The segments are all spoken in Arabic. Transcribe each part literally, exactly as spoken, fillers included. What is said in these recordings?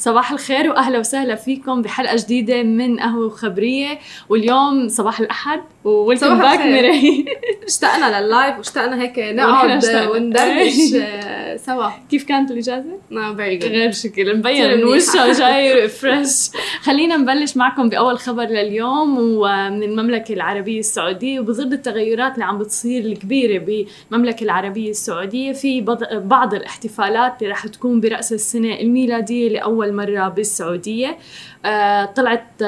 صباح الخير واهلا وسهلا فيكم بحلقه جديده من قهوه وخبريه، واليوم صباح الاحد وويلكم باك ميري. اشتقنا لللايف واشتقنا هيك نقعد وندردش سوا. كيف كانت الاجازه؟ اه فيري جود، غير شكل مبين من وشها جاي فريش. خلينا نبلش معكم باول خبر لليوم، ومن المملكه العربيه السعوديه. وبظل التغيرات اللي عم بتصير الكبيره بالمملكه العربيه السعوديه، في بعض الاحتفالات اللي رح تكون براس السنه الميلاديه لاول مره بالسعوديه. آه طلعت آه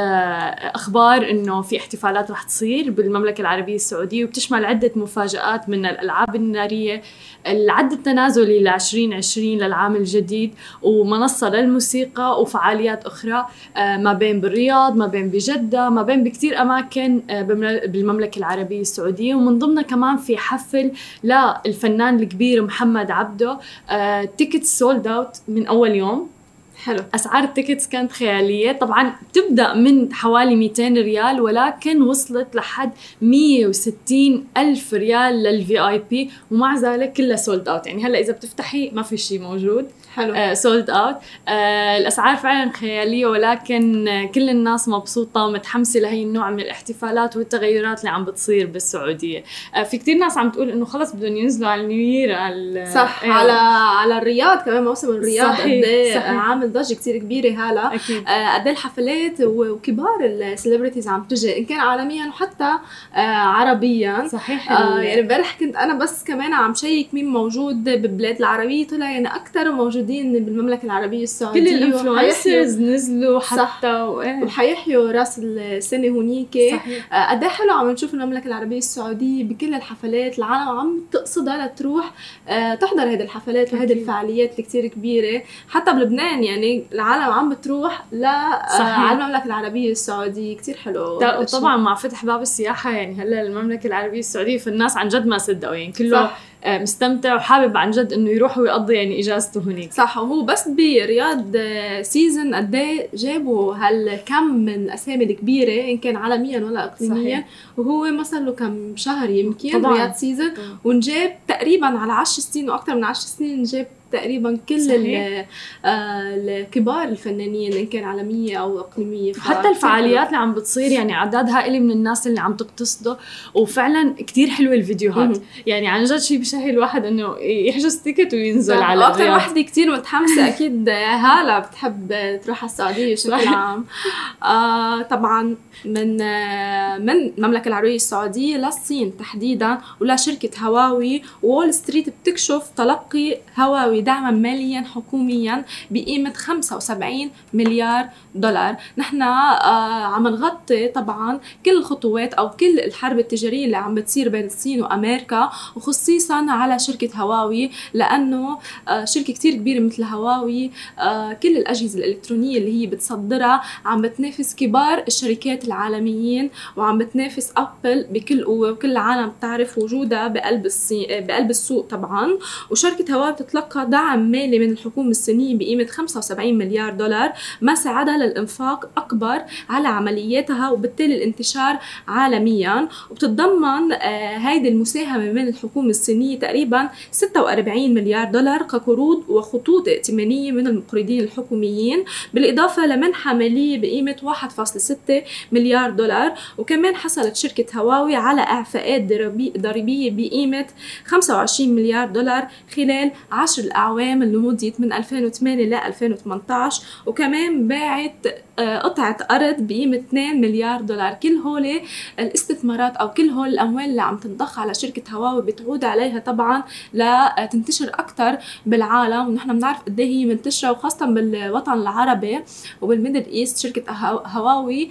اخبار انه في احتفالات رح تصير بالمملكه العربيه السعوديه، وبتشمل عده مفاجآت من الالعاب الناريه، العد التنازلي ل عشرين عشرين للعام الجديد، ومنصه للموسيقى، وفعاليات اخرى آه ما بين بالرياض، ما بين بجده، ما بين بكثير اماكن آه بالمملكه العربيه السعوديه. ومن ضمنها كمان في حفل للفنان الكبير محمد عبده، آه تيكت سولد اوت من اول يوم. حلو. اسعار التيكتس كانت خياليه، طبعا بتبدا من حوالي مئتين ريال، ولكن وصلت لحد مئة وستين الف ريال للفي اي بي، ومع ذلك كلها سولد اوت. يعني هلا اذا بتفتحي ما في شيء موجود. حلو. سولد uh, اوت. uh, الاسعار فعلا خياليه، ولكن uh, كل الناس مبسوطه ومتحمسه لهي النوع من الاحتفالات والتغيرات اللي عم بتصير بالسعوديه. uh, في كتير ناس عم تقول انه خلص بدهم ينزلوا على النيوير، على صح ايه. على على الرياض كمان، موسم الرياض قد ايه عامل ضجه كتير كبيره هلا. قد ايه الحفلات وكبار السليبرتيز عم تجي، ان كان عالميا وحتى uh, عربيا. صحيح. uh, يعني امبارح كنت انا بس كمان عم شيك مين موجود بالبلاد العربيه، طلع يعني اكثر موجود بالمملكة العربية السعودية. كل الانفلونسرز نزلوا حتى وحيحيوا راس السنة هونيك. قد ايه حلو عم نشوف المملكة العربية السعودية بكل الحفلات، العالم عم تقصدها لتروح تحضر هذه الحفلات وهذه الفعاليات اللي كتير كبيرة. حتى بلبنان يعني العالم عم بتروح ل على المملكة العربية السعودية، كتير حلو. طبعا مع فتح باب السياحة، يعني هلا المملكة العربية السعودية فالناس عن جد ما صدقوا، يعني كله صح. مستمتع وحابب عن جد انه يروح ويقضي يعني اجازته هناك. صح. وهو بس برياض سيزن قد ايه جابوا هالكم من الاسامي الكبيره، ان كان عالميا ولا اقليميا. صحيح. وهو مثلا له كم شهر يمكن طبعاً. رياض سيزن طبعاً. ونجاب تقريبا على عشر سنين واكثر من عشر سنين، نجاب تقريبا كل الكبار الفنانين ان كان عالميه او اقليميه. حتى الفعاليات اللي عم بتصير يعني اعداد هائل من الناس اللي عم تقتصده، وفعلا كتير حلوه الفيديوهات. يعني عن جد شيء بشهي الواحد انه يحجز تيكت وينزل على اكثر وحده كتير متحمسه اكيد هاله بتحب تروح على السعوديه بشكل عام. آه طبعا من آه من المملكه العربيه السعوديه للصين تحديدا، ولا شركه هواوي وول ستريت بتكشف تلقي هواوي دعما ماليا حكوميا بقيمة خمسة وسبعين مليار دولار. نحن آه عم نغطي طبعا كل الخطوات او كل الحرب التجارية اللي عم بتصير بين الصين وامريكا، وخصيصا على شركة هواوي، لانه آه شركة كتير كبيرة مثل هواوي آه كل الاجهزة الالكترونية اللي هي بتصدرها عم بتنافس كبار الشركات العالميين، وعم بتنافس ابل بكل قوة، وكل العالم بتعرف وجودها بقلب الصين بقلب السوق طبعا. وشركة هواوي بتتلقى دعم مالي من الحكومة الصينية بقيمة خمسة وسبعين مليار دولار، ما ساعدها للإنفاق أكبر على عملياتها وبالتالي الانتشار عالميا. وبتتضمن آه هيدي المساهمة من الحكومة الصينية تقريبا ستة وأربعين مليار دولار كقروض وخطوط ائتمانية من المقرضين الحكوميين، بالإضافة لمنحة مالية بقيمة واحد فاصلة ستة مليار دولار. وكمان حصلت شركة هواوي على إعفاءات ضريبية بقيمة خمسة وعشرين مليار دولار خلال عشر الأعوام لمدة من ألفين وثمانية ل ألفين وثمانية عشر. وكمان باعت قطعة أرض بقيمة اثنين مليار دولار. كل هول الاستثمارات أو كل هول الأموال اللي عم تنضخ على شركة هواوي بتعود عليها طبعا لتنتشر أكتر بالعالم، ونحن بنعرف قد ايه هي منتشرة، وخاصة بالوطن العربي وبالميدل إيست. شركة هواوي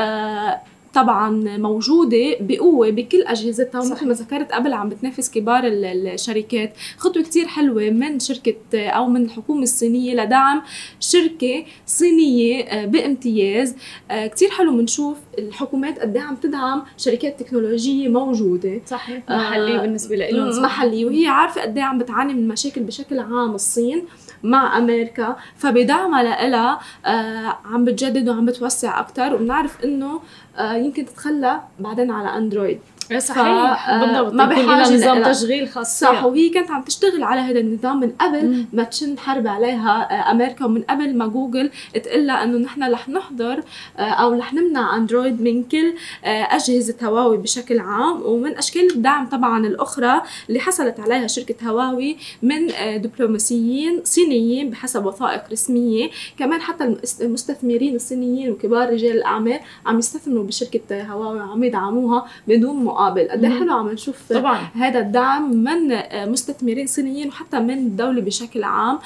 آه طبعا موجودة بقوة بكل أجهزتها، ومثل ما ذكرت قبل عم بتنافس كبار الشركات. خطوة كتير حلوة من شركة أو من الحكومة الصينية لدعم شركة صينية بامتياز. كتير حلو منشوف الحكومات قد عم تدعم شركات تكنولوجية موجودة. صحيح. محلية بالنسبة لهم. محلية، وهي عارفة قد عم بتعاني من مشاكل بشكل عام الصين مع أمريكا، فبدعمها لها آه عم بتجدد وعم بتوسع أكتر. وبنعرف إنه آه يمكن تتخلى بعدين على أندرويد. صحيح بالضبط، ما بحاجه نظام تشغيل خاص. صح، وهي كانت عم تشتغل على هذا النظام من قبل مم. ما تشن حرب عليها امريكا، ومن قبل ما جوجل تقول لها انه نحن رح نحضر او رح نمنع اندرويد من كل اجهزه هواوي بشكل عام. ومن اشكال الدعم طبعا الاخرى اللي حصلت عليها شركه هواوي من دبلوماسيين صينيين بحسب وثائق رسميه، كمان حتى المستثمرين الصينيين وكبار رجال الاعمال عم يستثمروا بشركه هواوي وعم يدعموها بدون مقابل. قد ايه حلو عم نشوف طبعا هذا الدعم من مستثمرين صينيين وحتى من الدوله بشكل عام.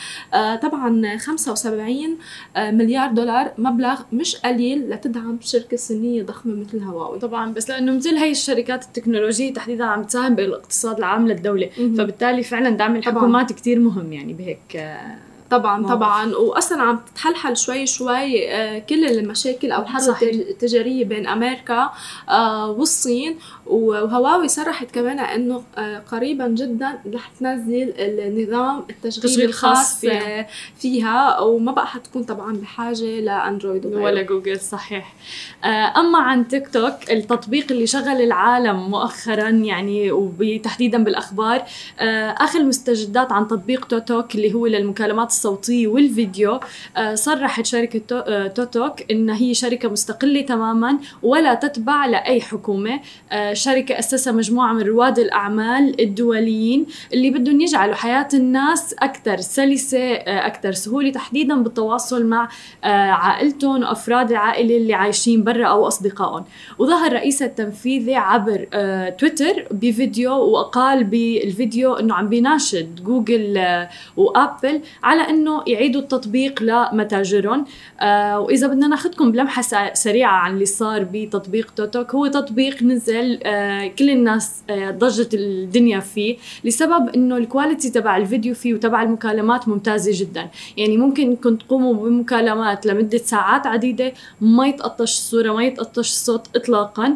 طبعا خمسة وسبعين مليار دولار مبلغ مش قليل لتدعم شركه صينيه ضخمه مثل هواوي. طبعا بس لانه مثل هي الشركات التكنولوجيه تحديدا عم تساهم بالاقتصاد العام للدوله، مم. فبالتالي فعلا دعم الحكومات كتير مهم يعني بهيك. طبعا موقف. طبعا واصلا عم تتحلحل شوي شوي كل المشاكل او الحرب التجاريه بين امريكا والصين. وهواوي صرحت كمان انه قريبا جدا رح تنزل النظام التشغيل الخاص فيها. فيها وما بقى حتكون طبعا بحاجه لاندرويد ولا جوجل. صحيح. اما عن تيك توك، التطبيق اللي شغل العالم مؤخرا يعني وتحديدا بالاخبار، اخر مستجدات عن تطبيق توتوك اللي هو للمكالمات الصوتية والفيديو، صرحت شركة توتوك إن هي شركة مستقلة تماما ولا تتبع لأي حكومة، شركة أسسها مجموعة من رواد الأعمال الدوليين اللي بدهم يجعلوا حياة الناس أكثر سلسة، أكثر سهولة، تحديدا بالتواصل مع عائلتهم وأفراد العائلة اللي عايشين برا أو أصدقائهم. وظهر رئيس التنفيذي عبر تويتر بفيديو، وقال بالفيديو إنه عم بيناشد جوجل وآبل على انه يعيدوا التطبيق لمتاجرهم. آه واذا بدنا ناخذكم بلمحه سريعه عن اللي صار بتطبيق توتوك، هو تطبيق نزل آه كل الناس آه ضجت الدنيا فيه لسبب انه الكواليتي تبع الفيديو فيه وتبع المكالمات ممتازه جدا. يعني ممكن كنت تقوموا بمكالمات لمده ساعات عديده ما يتقطش الصوره ما يتقطش الصوت اطلاقا.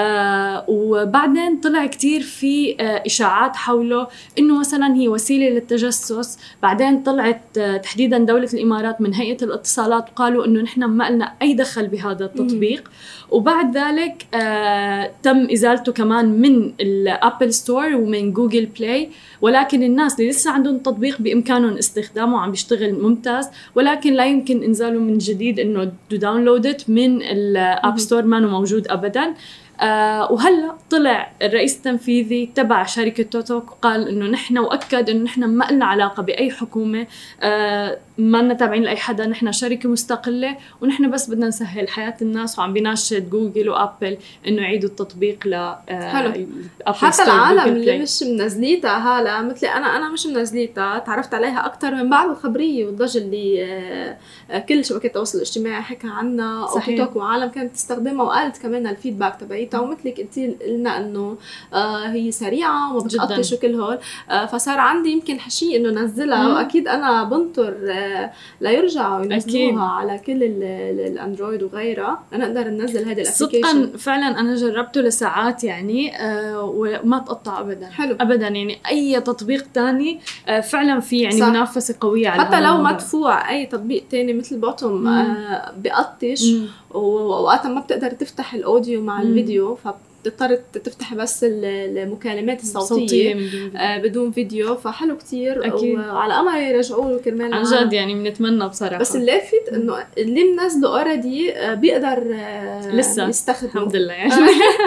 آه وبعدين طلع كتير في آه اشاعات حوله انه مثلا هي وسيله للتجسس. بعدين طلعت تحديدا دولة الإمارات من هيئة الاتصالات وقالوا إنه نحن ما لنا أي دخل بهذا التطبيق. مم. وبعد ذلك آه تم إزالته كمان من الأبل ستور ومن جوجل بلاي، ولكن الناس اللي لسه عندهم تطبيق بإمكانهم استخدامه، عم بيشتغل ممتاز، ولكن لا يمكن إنزاله من جديد، إنه داونلودت من الأب ستور ما هو موجود أبدا. آه وهلا طلع الرئيس التنفيذي تبع شركة توتوك وقال انه نحن، واكد انه نحن ما لنا علاقة باي حكومة، آه ما لنا تابعين لاي حدا، نحن شركة مستقلة ونحن بس بدنا نسهل حياة الناس. وعم بيناشد جوجل وابل انه يعيدوا التطبيق ل آه حتى العالم اللي مش منزليتها هلا مثلي انا انا مش منزليتها، تعرفت عليها اكثر من بعض الخبرية والضجة اللي آه كل شبكات التواصل الاجتماعي حكى عنها توتوك، وعالم كانت تستخدمها وقالت كمان الفيدباك تبعي ومثلك قلتي لنا انه آه هي سريعه وما بتقطش وكل هول. آه فصار عندي يمكن حشي انه نزلها، مم. واكيد انا بنطر آه ليرجعوا ينزلوها على كل الاندرويد وغيرها لنقدر ننزل هذا الابلكيشن. صدقا فعلا انا جربته لساعات يعني آه وما تقطع ابدا. حلو. ابدا يعني اي تطبيق تاني آه فعلا في يعني صح. منافسه قويه على حتى لو مدفوع اي تطبيق تاني مثل بوتوم آه بقطش، ووقتها ما بتقدر تفتح الاوديو مع مم. الفيديو، فبتضطر تفتح بس المكالمات الصوتيه آه بدون فيديو. فحلو كتير، وعلى امل يرجعوا له كرمال عن جد يعني بنتمنى بصراحه. بس اللافت انه اللي منزله اوريدي آه بيقدر آه لسه يستخدمه الحمد لله يعني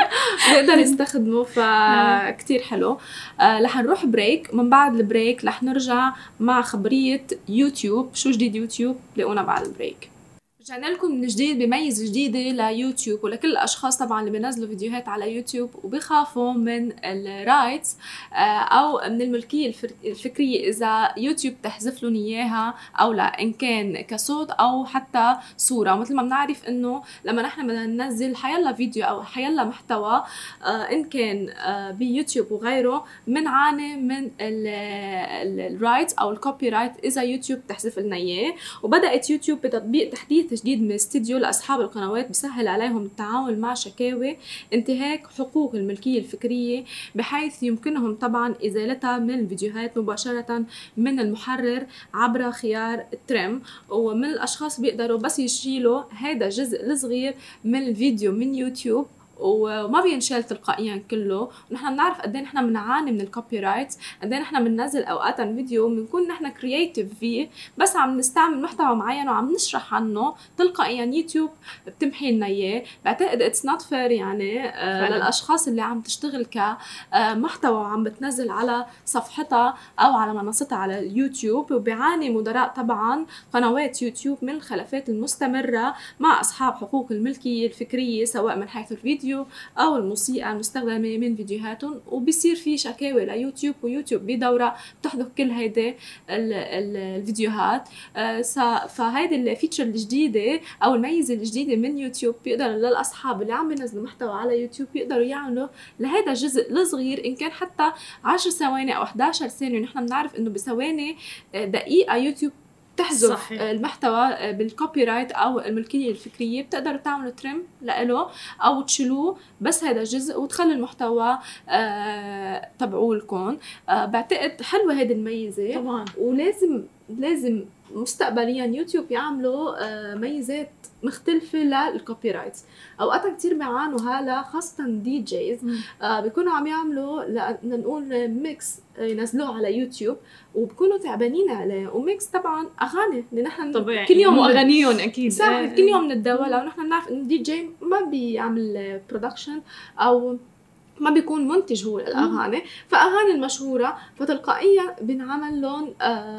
بيقدر يستخدمه، فكتير حلو. آه رح نروح بريك، من بعد البريك رح نرجع مع خبريه يوتيوب. شو جديد يوتيوب؟ لاقونا بعد البريك. رجعنا لكم من جديد بميزة جديدة ليوتيوب، ولكل الأشخاص طبعا اللي بينزلوا فيديوهات على يوتيوب وبيخافوا من الرايتس أو من الملكية الفكرية إذا يوتيوب تحذف لهم إياها أو لا، إن كان كصوت أو حتى صورة. مثل ما بنعرف إنه لما نحن بدنا ننزل حيلا فيديو أو حيلا محتوى إن كان بيوتيوب وغيره، منعاني من الرايتس أو الكوبي رايت إذا يوتيوب تحذف لنا إياه. وبدأت يوتيوب بتطبيق تحديث جديد من استديو لأصحاب القنوات بيسهل عليهم التعامل مع شكاوي انتهاك حقوق الملكية الفكرية، بحيث يمكنهم طبعا إزالتها من الفيديوهات مباشرة من المحرر عبر خيار تريم. ومن الأشخاص بيقدروا بس يشيلوا هذا الجزء الصغير من الفيديو من يوتيوب وما بينشال تلقائيا كله. ونحن بنعرف قد ايه نحن بنعاني من الكوبي رايت، قد ايه نحن بننزل اوقات فيديو بنكون نحن كرييتيف فيه بس عم نستعمل محتوى معين وعم نشرح عنه، تلقائيا يوتيوب بتمحي لنا اياه. بعتقد اتس نوت فير يعني آه للاشخاص اللي عم تشتغل كمحتوى وعم بتنزل على صفحتها او على منصتها على اليوتيوب، وبيعاني مدراء طبعا قنوات يوتيوب من الخلافات المستمره مع اصحاب حقوق الملكيه الفكريه سواء من حيث الفيديو او الموسيقى المستخدمه من فيديوهاتهم، وبيصير في شكاوي ليوتيوب، ويوتيوب بدوره بتحذف كل هيدي الفيديوهات. فهيدي الفيتشر الجديده او الميزه الجديده من يوتيوب بيقدر للاصحاب اللي عم ينزلوا محتوى على يوتيوب يقدروا يعملوا لهذا الجزء الصغير ان كان حتى عشر ثواني او إحدى عشرة ثانيه. ونحن بنعرف انه بثواني دقيقه يوتيوب تحذف صحيح. المحتوى بالكوبي رايت او الملكيه الفكريه، بتقدروا تعملوا تريم لإله او تشيلوه بس هذا الجزء وتخلي المحتوى آه تبعوه لكم. آه بعتقد حلوه هذه الميزه طبعا، ولازم لازم مستقبليا يوتيوب يعملوا آه ميزات مختلفة للكوبي رايتس. اوقات كتير بيعانوا هلا خاصة دي جيز آه بيكونوا عم يعملوا لنقول ميكس ينزلوه على يوتيوب وبكونوا تعبانين عليه، وميكس طبعا اغاني اللي نحن طبيعي كل يوم اغانيهم اكيد صح آه. كل يوم نتداولها، ونحن بنعرف ان دي جي ما بيعمل برودكشن او ما بيكون منتج هو الأغاني، فأغاني المشهورة فتلقائيا بنعمل لهم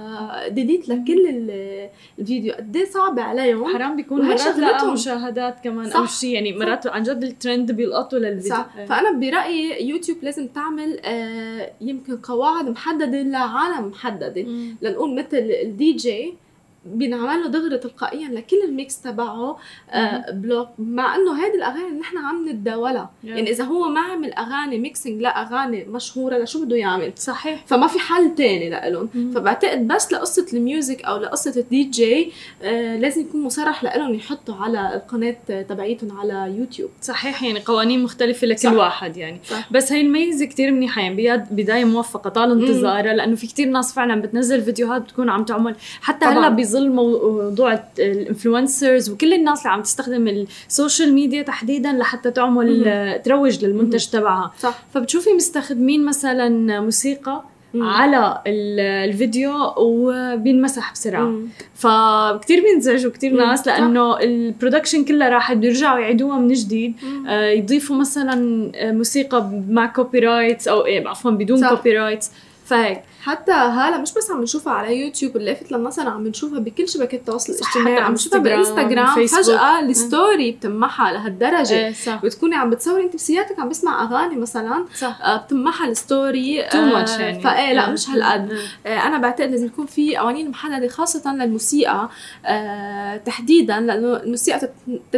آه ديليت لكل الفيديو. قد صعب عليهم، حرام بيكون مرات لا مشاهدات كمان او شيء يعني مرات عن جد الترند بيلقطوا للفيديو صح. فأنا برأيي يوتيوب لازم تعمل آه يمكن قواعد محددة لعالم محددة، لنقول مثل الدي جي بنعمل له دغري تلقائيا لكل الميكس تبعه آه بلوك، مع انه هيدي الاغاني اللي نحن عم نتداولها yeah. يعني اذا هو ما عمل اغاني ميكسينج لاغاني مشهوره لشو بده يعمل؟ صحيح، فما في حل تاني لهم. فبعتقد بس لقصه الميوزك او لقصه الدي جي آه لازم يكون مصرح لهم يحطوا على القناه تبعيتهم على يوتيوب. صحيح، يعني قوانين مختلفه لكل صح. واحد يعني صح. بس هي الميزه كتير منيحه يعني بدايه موفقه طال انتظارها، لانه في كتير ناس فعلا بتنزل فيديوهات بتكون عم تعمل حتى طبعاً. هلا بيظل موضوع الانفلونسرز وكل الناس اللي عم تستخدم السوشيال ميديا تحديدا لحتى تعمل مم. تروج للمنتج تبعها. فبتشوفي مستخدمين مثلا موسيقى مم. على الفيديو وبينمسح بسرعه مم. فكتير بينزعجوا كتير ناس لانه البرودكشن كلها راحت بيرجعوا يعيدوها من جديد آه يضيفوا مثلا موسيقى مع كوبي رايتس او إيه عفوا بدون كوبي رايتس. فهيك حتى هلا مش بس عم نشوفها على يوتيوب، اللافت للنظر عم نشوفها بكل شبكات التواصل الاجتماعي، عم نشوفها بالانستغرام فجأة الستوري بتمحى لهالدرجة ايه بتكوني عم بتصوري انت بسيارتك عم بسمع اغاني مثلا آه بتمحى الستوري تو ماتش آه يعني فايه لا مش هالقد آه انا بعتقد لازم يكون في قوانين محددة خاصة للموسيقى آه تحديدا، لانه الموسيقى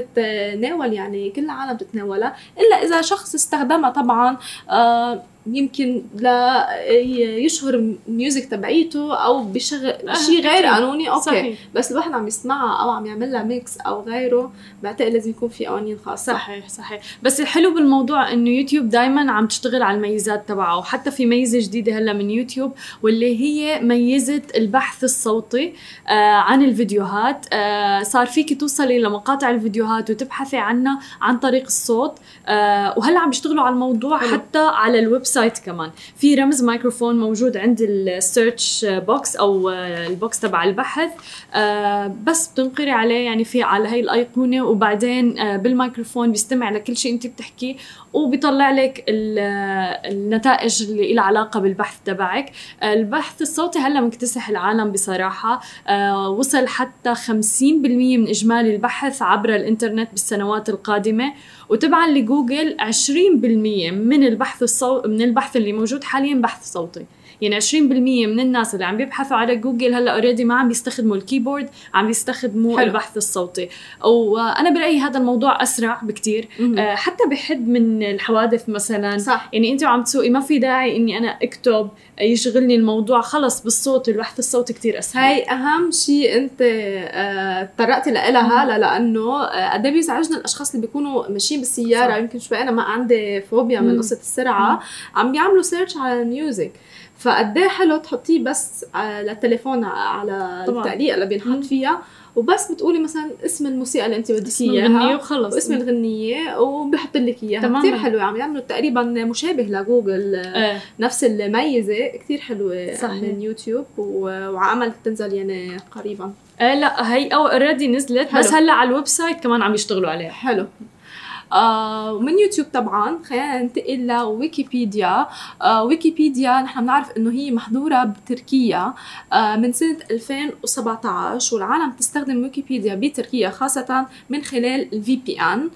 تتناول يعني كل العالم تتناولها الا اذا شخص استخدمها طبعا آه يمكن لا يشهر ميوزك تبعيته او بشغل شيء غير قانوني اوكي صحيح. بس الواحد عم يسمعها او عم يعمل لها ميكس او غيره بعتقد لازم يكون في قوانين خاصه. صحيح صحيح. بس الحلو بالموضوع انه يوتيوب دائما عم تشتغل على الميزات تبعه، وحتى في ميزه جديده هلا من يوتيوب واللي هي ميزه البحث الصوتي آه عن الفيديوهات. آه صار فيكي توصلي لمقاطع الفيديوهات وتبحثي عنها عن طريق الصوت آه وهلا عم بيشتغلوا على الموضوع حلو. حتى على الويب سايت كمان في رمز مايكروفون موجود عند السيرش بوكس او البوكس تبع البحث آه بس بتنقري عليه يعني في على هاي الايقونه وبعدين آه بالميكروفون بيستمع لكل شيء انت بتحكيه وبيطلع لك النتائج اللي لها علاقه بالبحث تبعك. آه البحث الصوتي هلا مكتسح العالم بصراحه آه وصل حتى خمسين بالمية من اجمالي البحث عبر الانترنت بالسنوات القادمه، وتبعا لجوجل عشرين بالمية من البحث الصوت من البحث اللي موجود حاليا بحث صوتي. يعني عشرين بالمية من الناس اللي عم بيبحثوا على جوجل هلا اوريدي ما عم بيستخدموا الكيبورد، عم بيستخدموا حلو. البحث الصوتي. وانا برايي هذا الموضوع اسرع بكتير آه حتى بحد من الحوادث مثلا صح. يعني انت وعم تسوقي ما في داعي اني انا اكتب يشغلني الموضوع، خلص بالصوت البحث الصوتي كتير اسهل. هاي اهم شيء انت طرقتي آه لها هلا لانه قد ايه بيزعجنا الاشخاص اللي بيكونوا ماشيين بالسياره، يمكن شوي انا ما عندي فوبيا من قصه السرعه مم. عم بيعملوا سيرش على الميوزك، فقد ايه حلو تحطيه بس على التليفون على طبعا. التعليق اللي بينحط فيها وبس بتقولي مثلا اسم الموسيقى اللي انت بدك اسم اياها الغنية وخلص. واسم الغنية وبحط لك اياها. تماماً. كثير حلوة، عم يعملوا تقريبا مشابه لجوجل ايه نفس الميزة، كثير حلوة صحيح. من يوتيوب و- وعمل تنزل يعني قريبا. ايه لا هي او اوريدي نزلت حلو. بس هلا على الويب سايت كمان عم يشتغلوا عليها. حلو. آه ومن يوتيوب طبعا خلينا ننتقل لويكيبيديا. آه ويكيبيديا نحن بنعرف انه هي محظوره بتركيا آه من سنه ألفين وسبعة عشر، والعالم تستخدم ويكيبيديا بتركيا خاصه من خلال الفي بي ان.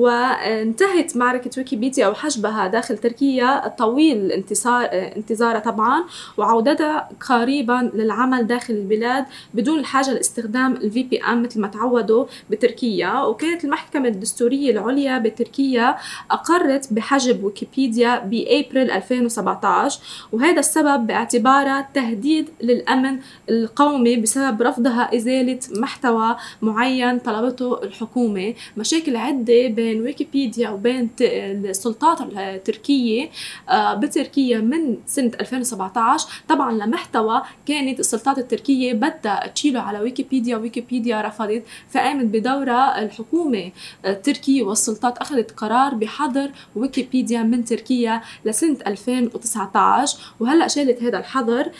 وانتهت معركه ويكيبيديا وحجبها داخل تركيا طويل الانتصار انتظارها طبعا، وعودتها قريبا للعمل داخل البلاد بدون الحاجه لاستخدام الفي بي ان مثل ما تعودوا بتركيا. وكانت المحكمه الدستوريه العليا بتركيا أقرت بحجب ويكيبيديا بأبريل ألفين وسبعة عشر، وهذا السبب باعتباره تهديد للأمن القومي بسبب رفضها إزالة محتوى معين طلبته الحكومة. مشاكل عدة بين ويكيبيديا وبين السلطات التركية بتركيا من سنة ألفين وسبعة عشر. طبعا لمحتوى كانت السلطات التركية بدها تشيله على ويكيبيديا، ويكيبيديا رفضت، فقامت بدورها الحكومة التركية والسلطات أخذت قرار بحظر ويكيبيديا من تركيا لسنة ألفين وتسعة عشر، وهلأ شالت هذا الحظر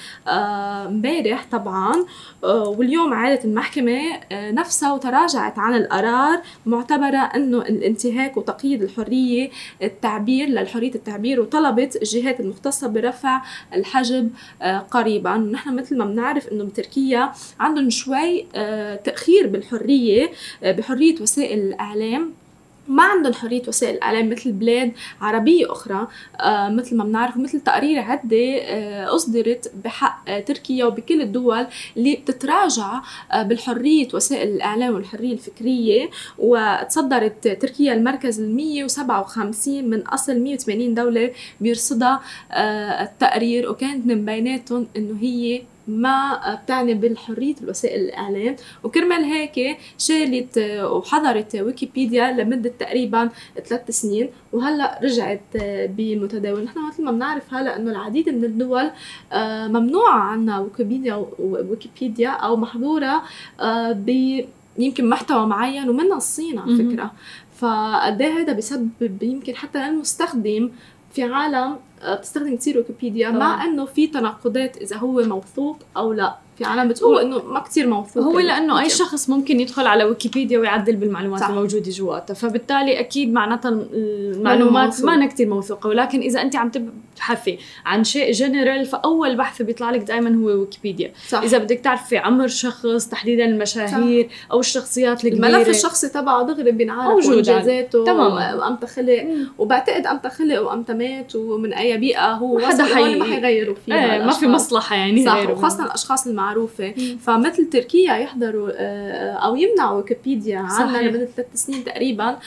امبارح آه طبعا. آه واليوم عادت المحكمة آه نفسها وتراجعت عن القرار، معتبرة أنه الانتهاك وتقييد الحرية التعبير للحرية التعبير، وطلبت الجهات المختصة برفع الحجب آه قريبا. نحن مثل ما بنعرف أنه بتركيا عندهم شوي آه تأخير بالحرية آه بحرية وسائل الإعلام، ما عندهم حرية وسائل الإعلام مثل بلاد عربية أخرى آه مثل ما بنعرف، مثل تقارير عدة آه أصدرت بحق آه تركيا وبكل الدول اللي بتتراجع آه بالحرية وسائل الإعلام والحرية الفكرية. وتصدرت تركيا المركز المية وسبعة وخمسين من أصل مية وثمانين دولة بيرصدها آه التقرير، وكانت من بيناتهم إنه هي ما بتعني بالحرية وسائل الإعلام. وكرمال هيك شالت وحظرت ويكيبيديا لمدة تقريبا ثلاث سنين، وهلأ رجعت بمتداول. نحن مثل ما بنعرف هلأ إنه العديد من الدول ممنوعة عنا ويكيبيديا ويكيبيديا أو محظورة ب يمكن محتوى معين، ومنها الصين على فكرة. فقد ايه هذا بسبب يمكن حتى للمستخدم في عالم بتستخدم كتير ويكيبيديا طبعا. مع انه في تناقضات اذا هو موثوق او لا، في عالم بتقول انه ما كتير موثوق. هو لانه اي شخص ممكن يدخل على ويكيبيديا ويعدل بالمعلومات صح. الموجوده جواتها، فبالتالي اكيد معناتها المعلومات ما كتير موثوقه. ولكن اذا انت عم تبحثي عن شيء جنرال، فاول بحث بيطلع لك دائما هو ويكيبيديا صح. اذا بدك تعرفي عمر شخص تحديدا المشاهير صح. او الشخصيات الكبيره، الملف الشخصي تبعه دغري بينعرف وانجازاته وامتى خلق، وبعتقد امتى خلق وامتى مات ومن اي بيئه هو حدا حي... ما حيغيروا فيها ايه ما في مصلحه يعني صح. وخاصه الاشخاص المعروفه. فمثل تركيا يحضروا او يمنعوا ويكيبيديا عنا لمده ثلاث سنين تقريبا،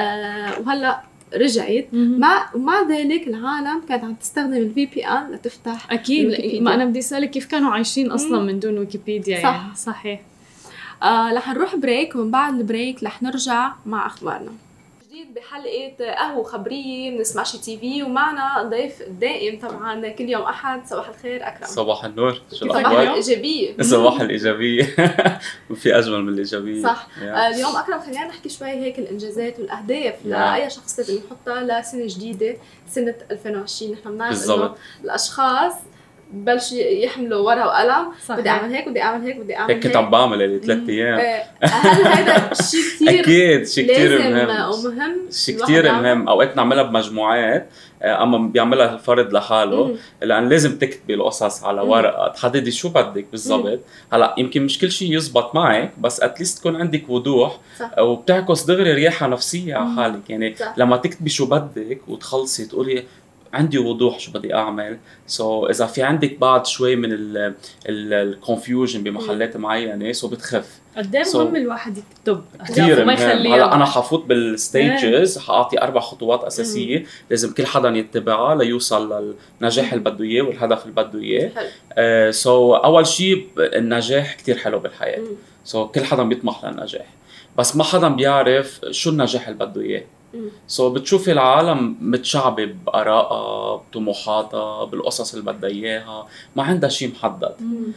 وهلا رجعت. مع ومع ذلك العالم كانت عم تستخدم الفي بي ان لتفتح اكيد. ما انا بدي اسالك كيف كانوا عايشين اصلا من دون ويكيبيديا صح. يعني صحيح. آه رح نروح بريك، ومن بعد البريك رح نرجع مع اخبارنا جديد بحلقه قهوه خبريه من سماشي تي في. ومعنا ضيف دائم طبعا كل يوم احد. صباح الخير اكرم. صباح النور. شو الاخبار؟ صباح الايجابيه. صباح الايجابيه. وفي اجمل من الايجابيه صح. آه اليوم اكرم خلينا نحكي شوي هيك الانجازات والاهداف yeah. لاي شخص لازم يحطها لسنه جديده سنه ألفين وعشرين. نحن بنعرف انه الاشخاص بلشوا يحملوا ورقه وقلم، بدي اعمل هيك بدي اعمل هيك بدي اعمل هيك. هيك كنت عم بعمل اللي ثلاث ايام. هل هذا شيء كثير اكيد شيء كثير مهم ومهم شيء كثير مهم. اوقات نعملها بمجموعات، اما بيعملها الفرد لحاله، لان لازم تكتبي القصص على ورقه، تحددي شو بدك بالضبط. هلا يمكن مش كل شيء يزبط معك، بس اتليست تكون عندك وضوح صح. وبتعكس دغري رياحه نفسيه على حالك. يعني صح. لما تكتبي شو بدك وتخلصي تقولي عندي وضوح شو بدي اعمل. سو so, اذا في عندك بعد شوي من الكونفيوجن بمحلات معينه سو so بتخف. قد ايه مهم so, الواحد يكتب كثير مهم. هلا انا حفوت بالستيجز، حاعطي اربع خطوات اساسيه مم. لازم كل حدا يتبعها ليوصل للنجاح اللي بده اياه والهدف اللي بده اياه. سو uh, so, اول شيء النجاح كثير حلو بالحياه. سو so, كل حدا بيطمح للنجاح، بس ما حدا بيعرف شو النجاح اللي بده اياه. سو so بتشوفي العالم متشعبة بآرائها بطموحاتها بالقصص اللي بدها إياها، ما عندها شيء محدد.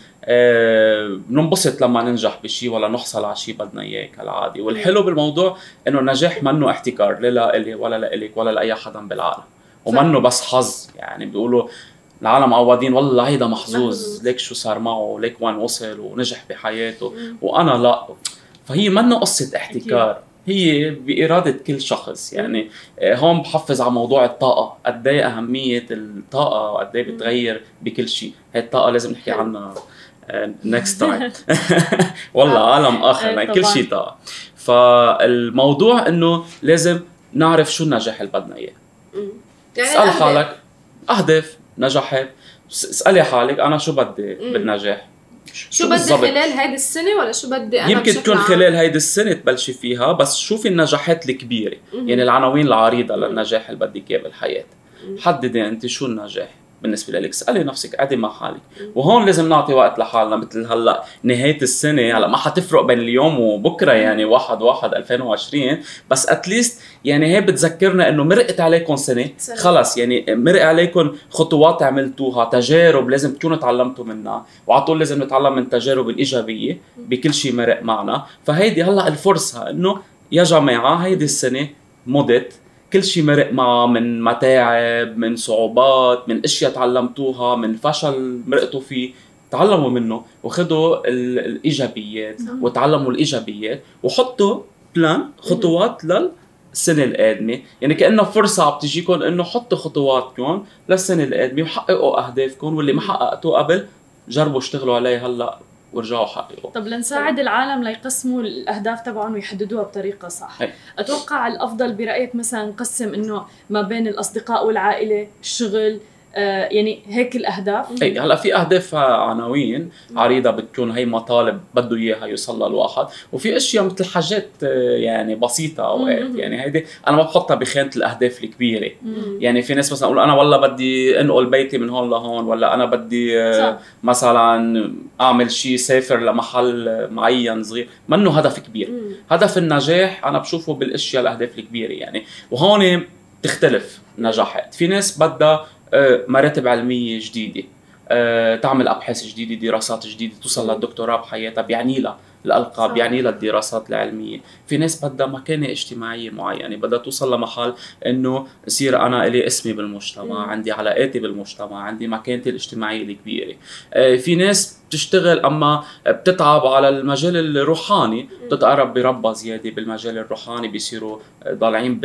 آه بننبسط لما ننجح بشيء ولا نحصل على شيء بدنا إياه كالعادي. والحلو بالموضوع إنه النجاح منه احتكار لا إلي ولا لإلك ولا لأي حدا بالعالم، ومنه بس حظ. يعني بيقولوا العالم عوادين والله هيدا محظوظ ليك شو صار معه ليك وين وصل ونجح بحياته وأنا لا. فهي منه قصة احتكار، هي بإرادة كل شخص. يعني هون بحفز على موضوع الطاقة، قد ايه أهمية الطاقة وقد ايه بتغير بكل شيء. هاي الطاقة لازم نحكي عنها next time. والله عالم آخر كل شيء طاقة. فالموضوع إنه لازم نعرف شو النجاح اللي بدنا إياه. اسأل حالك أهداف نجاحات، اسألي حالك أنا شو بدي بالنجاح، شو بدي خلال هيدي السنة ولا شو بدي أنا. يمكن تكون خلال هيدي السنة تبلشي فيها، بس شوفي النجاحات الكبيرة. مم. يعني العناوين العريضة للنجاح اللي بدك إياه بالحياة. مم. حددي أنت شو النجاح بالنسبة لك، اسألي نفسك، قعدي مع حالك. مم. وهون لازم نعطي وقت لحالنا. مثل هلا نهاية السنة، هلا ما حتفرق بين اليوم وبكرة يعني واحد واحد ألفين وعشرين، بس أتليست يعني هي بتذكرنا إنه مرقت عليكم سنة خلص. يعني مرق عليكم خطوات عملتوها، تجارب لازم تكونوا تعلمتوا منها، وعطول لازم نتعلم من التجارب الإيجابية بكل شيء مرق معنا. فهيدي هلا الفرصة إنه يا جماعة هيدي السنة مضت، كل شيء مرق معه من متاعب، من صعوبات، من اشياء تعلمتوها، من فشل مرقتوا فيه، تعلموا منه وخذوا الايجابيات وتعلموا الايجابيات وحطوا بلان خطوات للسنه القادمه. يعني كانه فرصه عم تجيكم انه حطوا خطواتكم للسنه القادمه وحققوا اهدافكم، واللي ما حققتوه قبل جربوا اشتغلوا عليه هلا ورجعوا حققوا. طب لنساعد العالم ليقسموا الأهداف تبعهم ويحددوها بطريقة صح. هي. أتوقع الأفضل برأيك مثلا نقسم إنه ما بين الأصدقاء والعائلة، الشغل، آه يعني هيك الأهداف. اي هلا في أهداف عناوين عريضة بتكون هي مطالب بده إياها يوصل الواحد، وفي أشياء مثل حاجات يعني بسيطة أوقات. يعني هيدي أنا ما بحطها بخانة الأهداف الكبيرة. مم. يعني في ناس مثلا يقول أنا والله بدي أنقل بيتي من هون لهون، ولا أنا بدي صح. مثلا أعمل شيء سافر لمحل معين صغير، منه هدف كبير. مم. هدف النجاح أنا بشوفه بالأشياء الأهداف الكبيرة. يعني وهون تختلف نجاحات. في ناس بدها مراتب علمية جديدة، تعمل أبحاث جديدة، دراسات جديدة، توصل للدكتوراه بحياتها، بيعني لها الألقاب، بيعني لها الدراسات العلمية. في ناس بدها مكانة اجتماعية معينة، بدها توصل لمحل إنه يصير أنا إلي اسمي بالمجتمع، عندي علاقاتي بالمجتمع، عندي مكانتي الاجتماعية الكبيرة. في ناس بتشتغل أما بتتعب على المجال الروحاني، بتتقرب بربها زيادة بالمجال الروحاني، بيصيروا ضالعين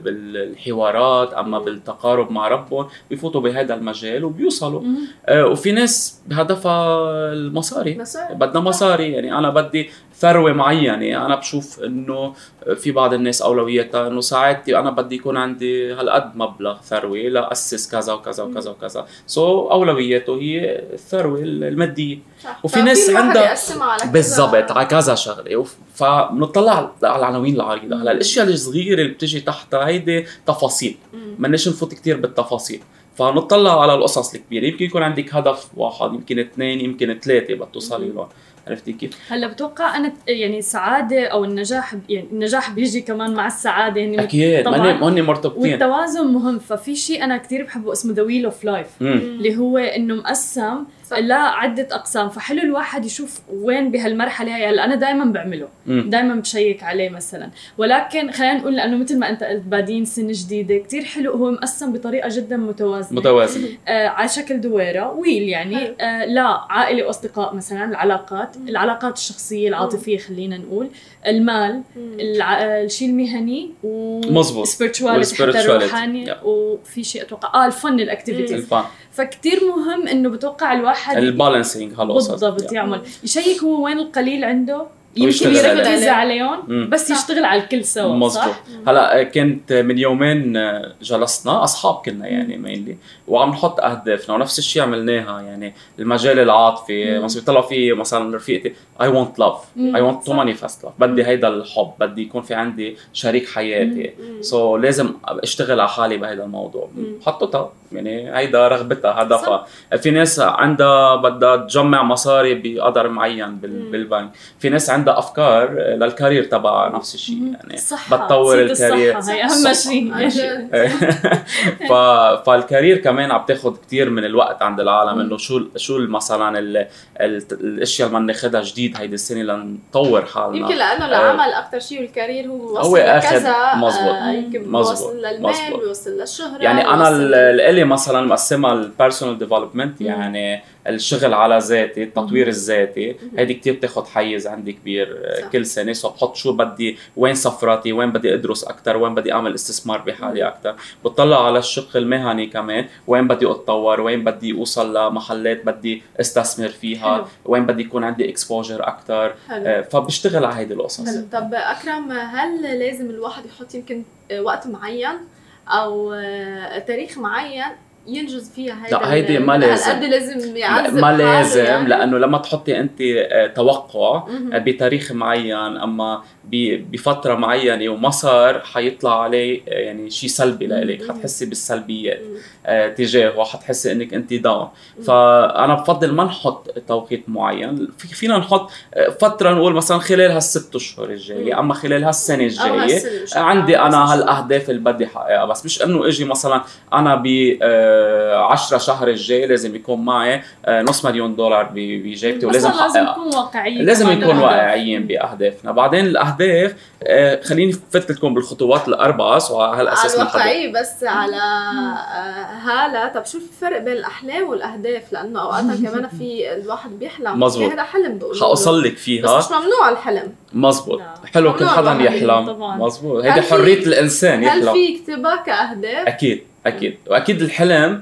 بالحوارات أما بالتقارب مع ربهم، بيفوتوا بهذا المجال وبيوصلوا. وفي ناس بهدفها المصاري، بدنا مصاري. يعني أنا بدي ثروة معينة. أنا بشوف إنه في بعض الناس أولوياتها إنه ساعتي أنا بدي يكون عندي هالقد مبلغ ثروة لا أسس كذا وكذا وكذا وكذا. سو so أولوياته هي الثروة المادية. وفي ناس عندها بالضبط على كذا شغلة. فبنطلع على العناوين العريضة. هلا الأشياء الصغيرة اللي بتجي تحتها هيدي تفاصيل، مناش نفوت كتير بالتفاصيل. فنطلع على القصص الكبيرة. يمكن يكون عندك هدف واحد، يمكن اثنين، يمكن ثلاثة بتوصلي لهم. عرفتي كيف؟ هلا بتوقع انا يعني السعاده او النجاح، يعني النجاح بيجي كمان مع السعاده. يعني اكيد هن مرتبطين، والتوازن مهم. ففي شيء انا كتير بحبه اسمه ذا ويل اوف لايف، اللي هو انه مقسم لا عدة أقسام. فحلو الواحد يشوف وين بهالمرحلة هي. هلا أنا دائما بعمله، دائما بشيك عليه مثلا. ولكن خلينا نقول لأنه مثل ما أنت قلت بادين سنة جديدة، كتير حلو هو مقسم بطريقة جدا متوازنة متوازنة آه على شكل دويرة ويل. يعني آه لا عائلة وأصدقاء مثلا، العلاقات مم. العلاقات الشخصية العاطفية، خلينا نقول المال، الشيء المهني، والسبيرتشواليتي حتى الروحاني yeah. وفي شيء أتوقع آه الفن الأكتيفيتي. فكتير مهم إنه بتوقع الواحد البالانسينج هالقصص بالضبط يعمل يشيك هو وين القليل عنده، يمكن يركز عليهم بس يشتغل على الكل سوا. صح. هلا كنت من يومين جلسنا اصحاب كنا يعني مينلي وعم نحط اهدافنا، ونفس الشيء عملناها. يعني المجال العاطفي مثلا طلع في مثلا رفيقتي I want love مم. I want to manifest love، بدي هيدا الحب، بدي يكون في عندي شريك حياتي. سو so لازم اشتغل على حالي بهيدا الموضوع. حطتها يعني هيدا رغبتها هدفها. في ناس عندها بدها تجمع مصاري بقدر معين بالبنك، في ناس عندها عندها افكار للكارير تبع نفس الشيء يعني الصحة. بتطور نسيت الكارير الصحة، هي اهم شيء. ف... فالكارير كمان عم تاخذ كتير من الوقت عند العالم، انه شو شو مثلا ال... ال... الاشياء اللي بدنا ناخذها جديد هيدي السنه لنطور حالنا. يمكن لانه العمل اكثر شيء والكارير هو هو بيوصل أخذ- لكذا، مزبوط. آه، يمكن مزبوط. بيوصل للمال، مزبوط. بيوصل للشهره، يعني انا بيوصل ال- الي مثلا مقسمها البيرسونال ديفلوبمنت، يعني الشغل على ذاتي، التطوير الذاتي، هيدي كتير بتاخد حيز عندي كبير صح. كل سنه. سو بحط شو بدي، وين سفراتي، وين بدي ادرس اكثر، وين بدي اعمل استثمار بحالي اكثر. بطلع على الشق المهني كمان، وين بدي اتطور، وين بدي اوصل لمحلات بدي استثمر فيها، حلو. وين بدي يكون عندي اكسبوجر اكثر. حلو. فبشتغل على هيدي القصص. حلو. طب اكرم، هل لازم الواحد يحط يمكن وقت معين او تاريخ معين ينجز فيها هيدا؟ لا هيدي ما لازم. هالقد لازم يعذب ما لازم يعني؟ لانه لما تحطي انت توقع بتاريخ معين اما بفتره معينه وما صار، حيطلع عليه يعني شيء سلبي لإلك، حتحسي بالسلبيات تجاهه، حتحسي انك انت داون. فانا بفضل ما نحط توقيت معين، فينا نحط فتره نقول مثلا خلال هالست اشهر الجايه، اما خلال هالسنه الجايه عندي انا هالاهداف اللي بدي احققها. بس مش انه اجي مثلا انا ب عشرة شهر الجاي لازم يكون معي نص مليون دولار بجيبتي ولازم احققها. لازم نكون واقعيين، لازم نكون واقعيين باهدافنا. بعدين الاهداف خليني فتت لكم بالخطوات الاربعه وعلى هالاساس على الواقعيه. بس على هاله، طب شو الفرق بين الاحلام والاهداف؟ لانه اوقات كمان في الواحد بيحلم، مزبوط. هذا حلم بقول حاوصل لك فيها، بس مش ممنوع الحلم. مزبوط. حلو، كل حدا يحلم. مزبوط، هيدي حريه الانسان يحلم. هل في يكتبها كاهداف؟ اكيد اكيد واكيد الحلم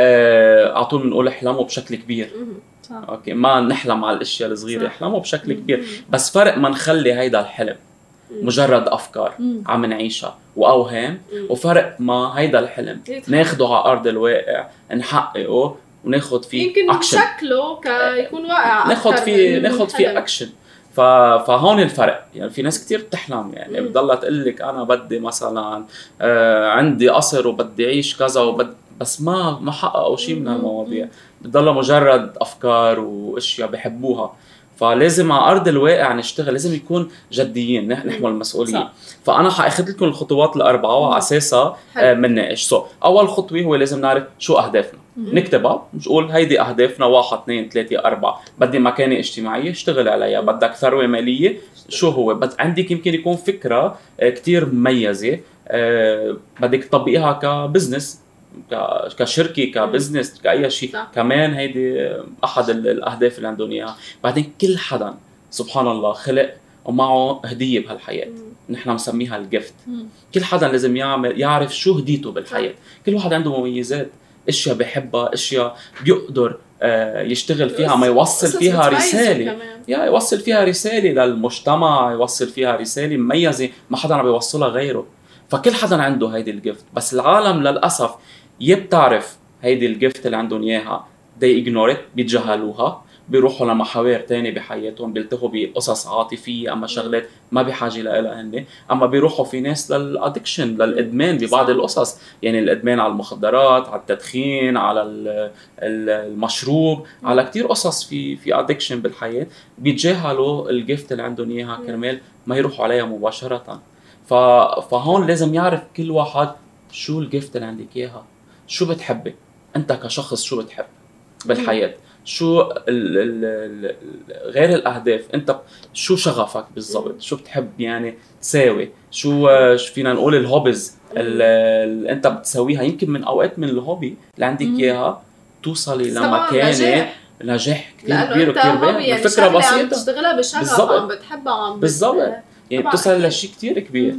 آه على طول بنقول احلموا بشكل كبير. صح. اوكي، ما نحلم على الاشياء الصغيره، احلموا بشكل كبير. بس فرق ما نخلي هيدا الحلم مجرد افكار عم نعيشها واوهام، وفرق ما هيدا الحلم ناخده على ارض الواقع، نحققه وناخد فيه يمكن اكشن، شكله كيكون واقع، ناخد فيه ناخد فيه اكشن. ف... فهون الفرق. يعني في ناس كتير بتحلم، يعني بتضلها تقول لك انا بدي مثلا آه عندي قصر وبدي اعيش كذا وبد... بس ما ما حققوا شيء من هالمواضيع، بتضلها مجرد افكار واشياء بحبوها. فلازم على ارض الواقع نشتغل، لازم يكون جديين، نحمل المسؤوليه. صح. فانا حاخذ لكم الخطوات الاربعه وعلى اساسها بنناقش. سو اول خطوه هو لازم نعرف شو اهدافنا، نكتبها، نقول هيدي اهدافنا واحد اثنين ثلاثه اربعه. بدي مكانه اجتماعيه، اشتغل عليها. بدك ثروه ماليه، شو هو؟ بد عندك يمكن يكون فكره كتير مميزه أه بدك تطبقيها كبزنس، كشركه، كبزنس، كاي شيء. كمان هيدي احد الاهداف اللي عندهم اياها. بعدين كل حدا سبحان الله خلق ومعه هديه بهالحياه، نحن مسميها الجفت. كل حدا لازم يعمل يعرف شو هديته بالحياه. كل واحد عنده مميزات، اشياء بحبها، اشياء بيقدر يشتغل فيها، ما يوصل فيها رساله، يا يوصل فيها رساله للمجتمع، يوصل فيها رساله مميزه ما حدا عم بيوصلها غيره. فكل حدا عنده هيدي الجفت. بس العالم للاسف يبتعرف هيدي الجفت اللي عندهم اياها، they ignore it، بيتجاهلوها، بيروحوا لمحاور تاني بحياتهم، بيلتهوا بقصص عاطفيه اما شغلات ما بحاجه لها هن. اما بيروحوا في ناس للادكشن، للادمان ببعض القصص، يعني الادمان على المخدرات، على التدخين، على المشروب، على كتير قصص في في ادكشن بالحياه. بيتجاهلوا الجفت اللي عندهم اياها كرمال ما يروحوا عليها مباشره. فهون لازم يعرف كل واحد شو الجفت اللي عندك اياها، شو بتحبي انت كشخص، شو بتحب بالحياه، شو ال ال ال غير الاهداف، انت شو شغفك بالضبط، شو بتحب يعني تساوي، شو فينا نقول الهوبز اللي انت بتسويها. يمكن من اوقات من الهوبي اللي عندك اياها توصلي لمكانه نجاح كثير كبير وكثير باهر. يعني الفكره بسيطه، عم تشتغلها بشغف، عم بتحبها، عم بالضبط، يعني بتوصل لشيء كثير كبير.